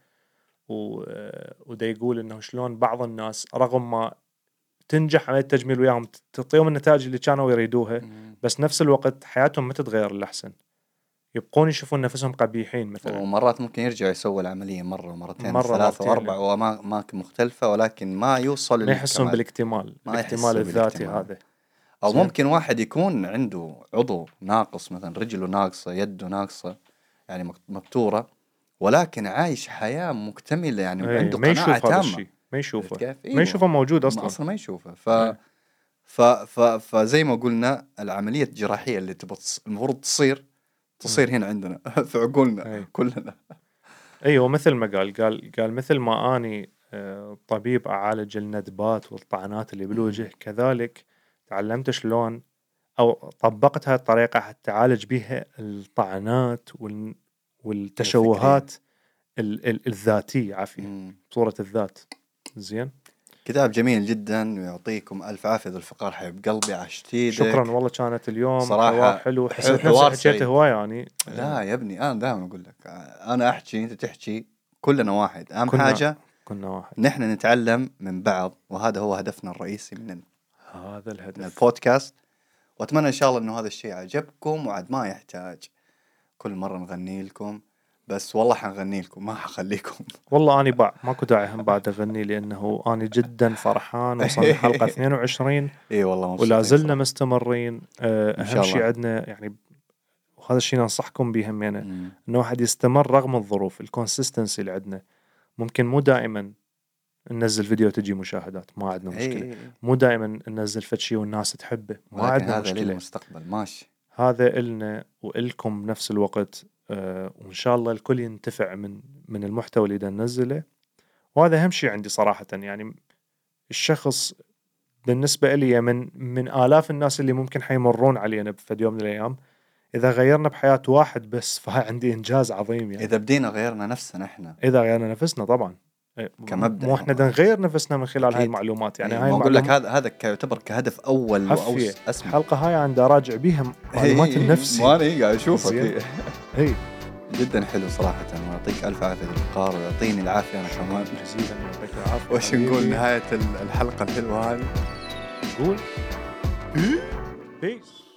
وده يقول إنه شلون بعض الناس رغم ما تنجح عملية التجميل وياهم تعطيهم النتائج اللي كانوا يريدوها، بس نفس الوقت حياتهم ما تتغير للأحسن، يبقون يشوفون نفسهم قبيحين مثلا. ومرات ممكن يرجع يسوي العملية مرة ومرتين ثلاثة وأربعة وأماكن مختلفة، ولكن ما يوصل ما يحسون بالاكتمال، الاكتمال الذاتي هذا. أو ممكن واحد يكون عنده عضو ناقص، مثلا رجله ناقصة، يده ناقصة، يعني مبتورة، ولكن عايش حياة مكتملة يعني، عنده قناعة تامة. ما يشوفه ما يشوفه موجود أصلا ما يشوفه. فزي ما قلنا العملية الجراحية اللي المفروض تصير هنا عندنا في عقولنا كلنا. ايوه مثل ما قال مثل ما اني طبيب اعالج الندبات والطعنات اللي بالوجه، كذلك تعلمت شلون او طبقت هاي الطريقة حتى تعالج بها الطعنات والتشوهات الذاتية، عافية بصورة الذات. زين. كتاب جميل جدا ويعطيكم ألف عافية. ذو الفقار حبيب قلبي عشتيدك. شكرا والله، كانت اليوم صراحة حوار حلو، حسيت نفسي حكيت هواية يعني. لا يا ابني أنا دائما أقول لك أنا أحكي أنت تحكي، كلنا واحد. أهم حاجة كنا واحد، نحن نتعلم من بعض، وهذا هو هدفنا الرئيسي هذا الهدف من البودكاست. وأتمنى إن شاء الله إنه هذا الشيء عجبكم، وعد ما يحتاج كل مرة نغني لكم، بس والله حنغني لكم ما حخليكم. والله أنا ماكو داعي هم بعد أغني، لأنه أنا جدا فرحان. وصلنا حلقة 22 إيه والله ولا زلنا مستمرين. أهم شيء عندنا يعني، وهذا الشيء ننصحكم به همينة، إنه واحد يستمر رغم الظروف. الكونسيستنسي اللي عندنا ممكن مو دائما ننزل فيديو تجي مشاهدات، ما عندنا مشكلة. إيه. مو دائما ننزل فد شي والناس تحبه، ما ولكن عندنا هذا مشكلة. للمستقبل ماشي. هذا إلنا وإلكم بنفس الوقت. وإن شاء الله الكل ينتفع من المحتوى اللي دا ننزله. وهذا أهم شيء عندي صراحة. يعني الشخص بالنسبة إلي من آلاف الناس اللي ممكن حيمرون علينا بفد يوم من الأيام، إذا غيرنا بحياة واحد بس فعندي إنجاز عظيم. يعني إذا بدينا غيرنا نفسنا إحنا، إذا غيرنا نفسنا طبعا كمبدأ مو إحنا يعني. بدنا نغير نفسنا من خلال هاي أكيد. المعلومات. يعني إيه، هاي ما أقول لك المعلومات هذا يعتبر كهدف أول حفية. أسمى. الحلقة هاي عند أراجع بيها معلومات إيه، النفسي. ما أنا قاعد أشوفك. زين. إيه جدا حلو صراحة، ويعطيك ألف عافية الفقار، ويعطيني العافية أنا كمان. جزيلا يعطيك العافية. وش نقول نهاية الحلقة الحلوة هذه؟ نقول بيس.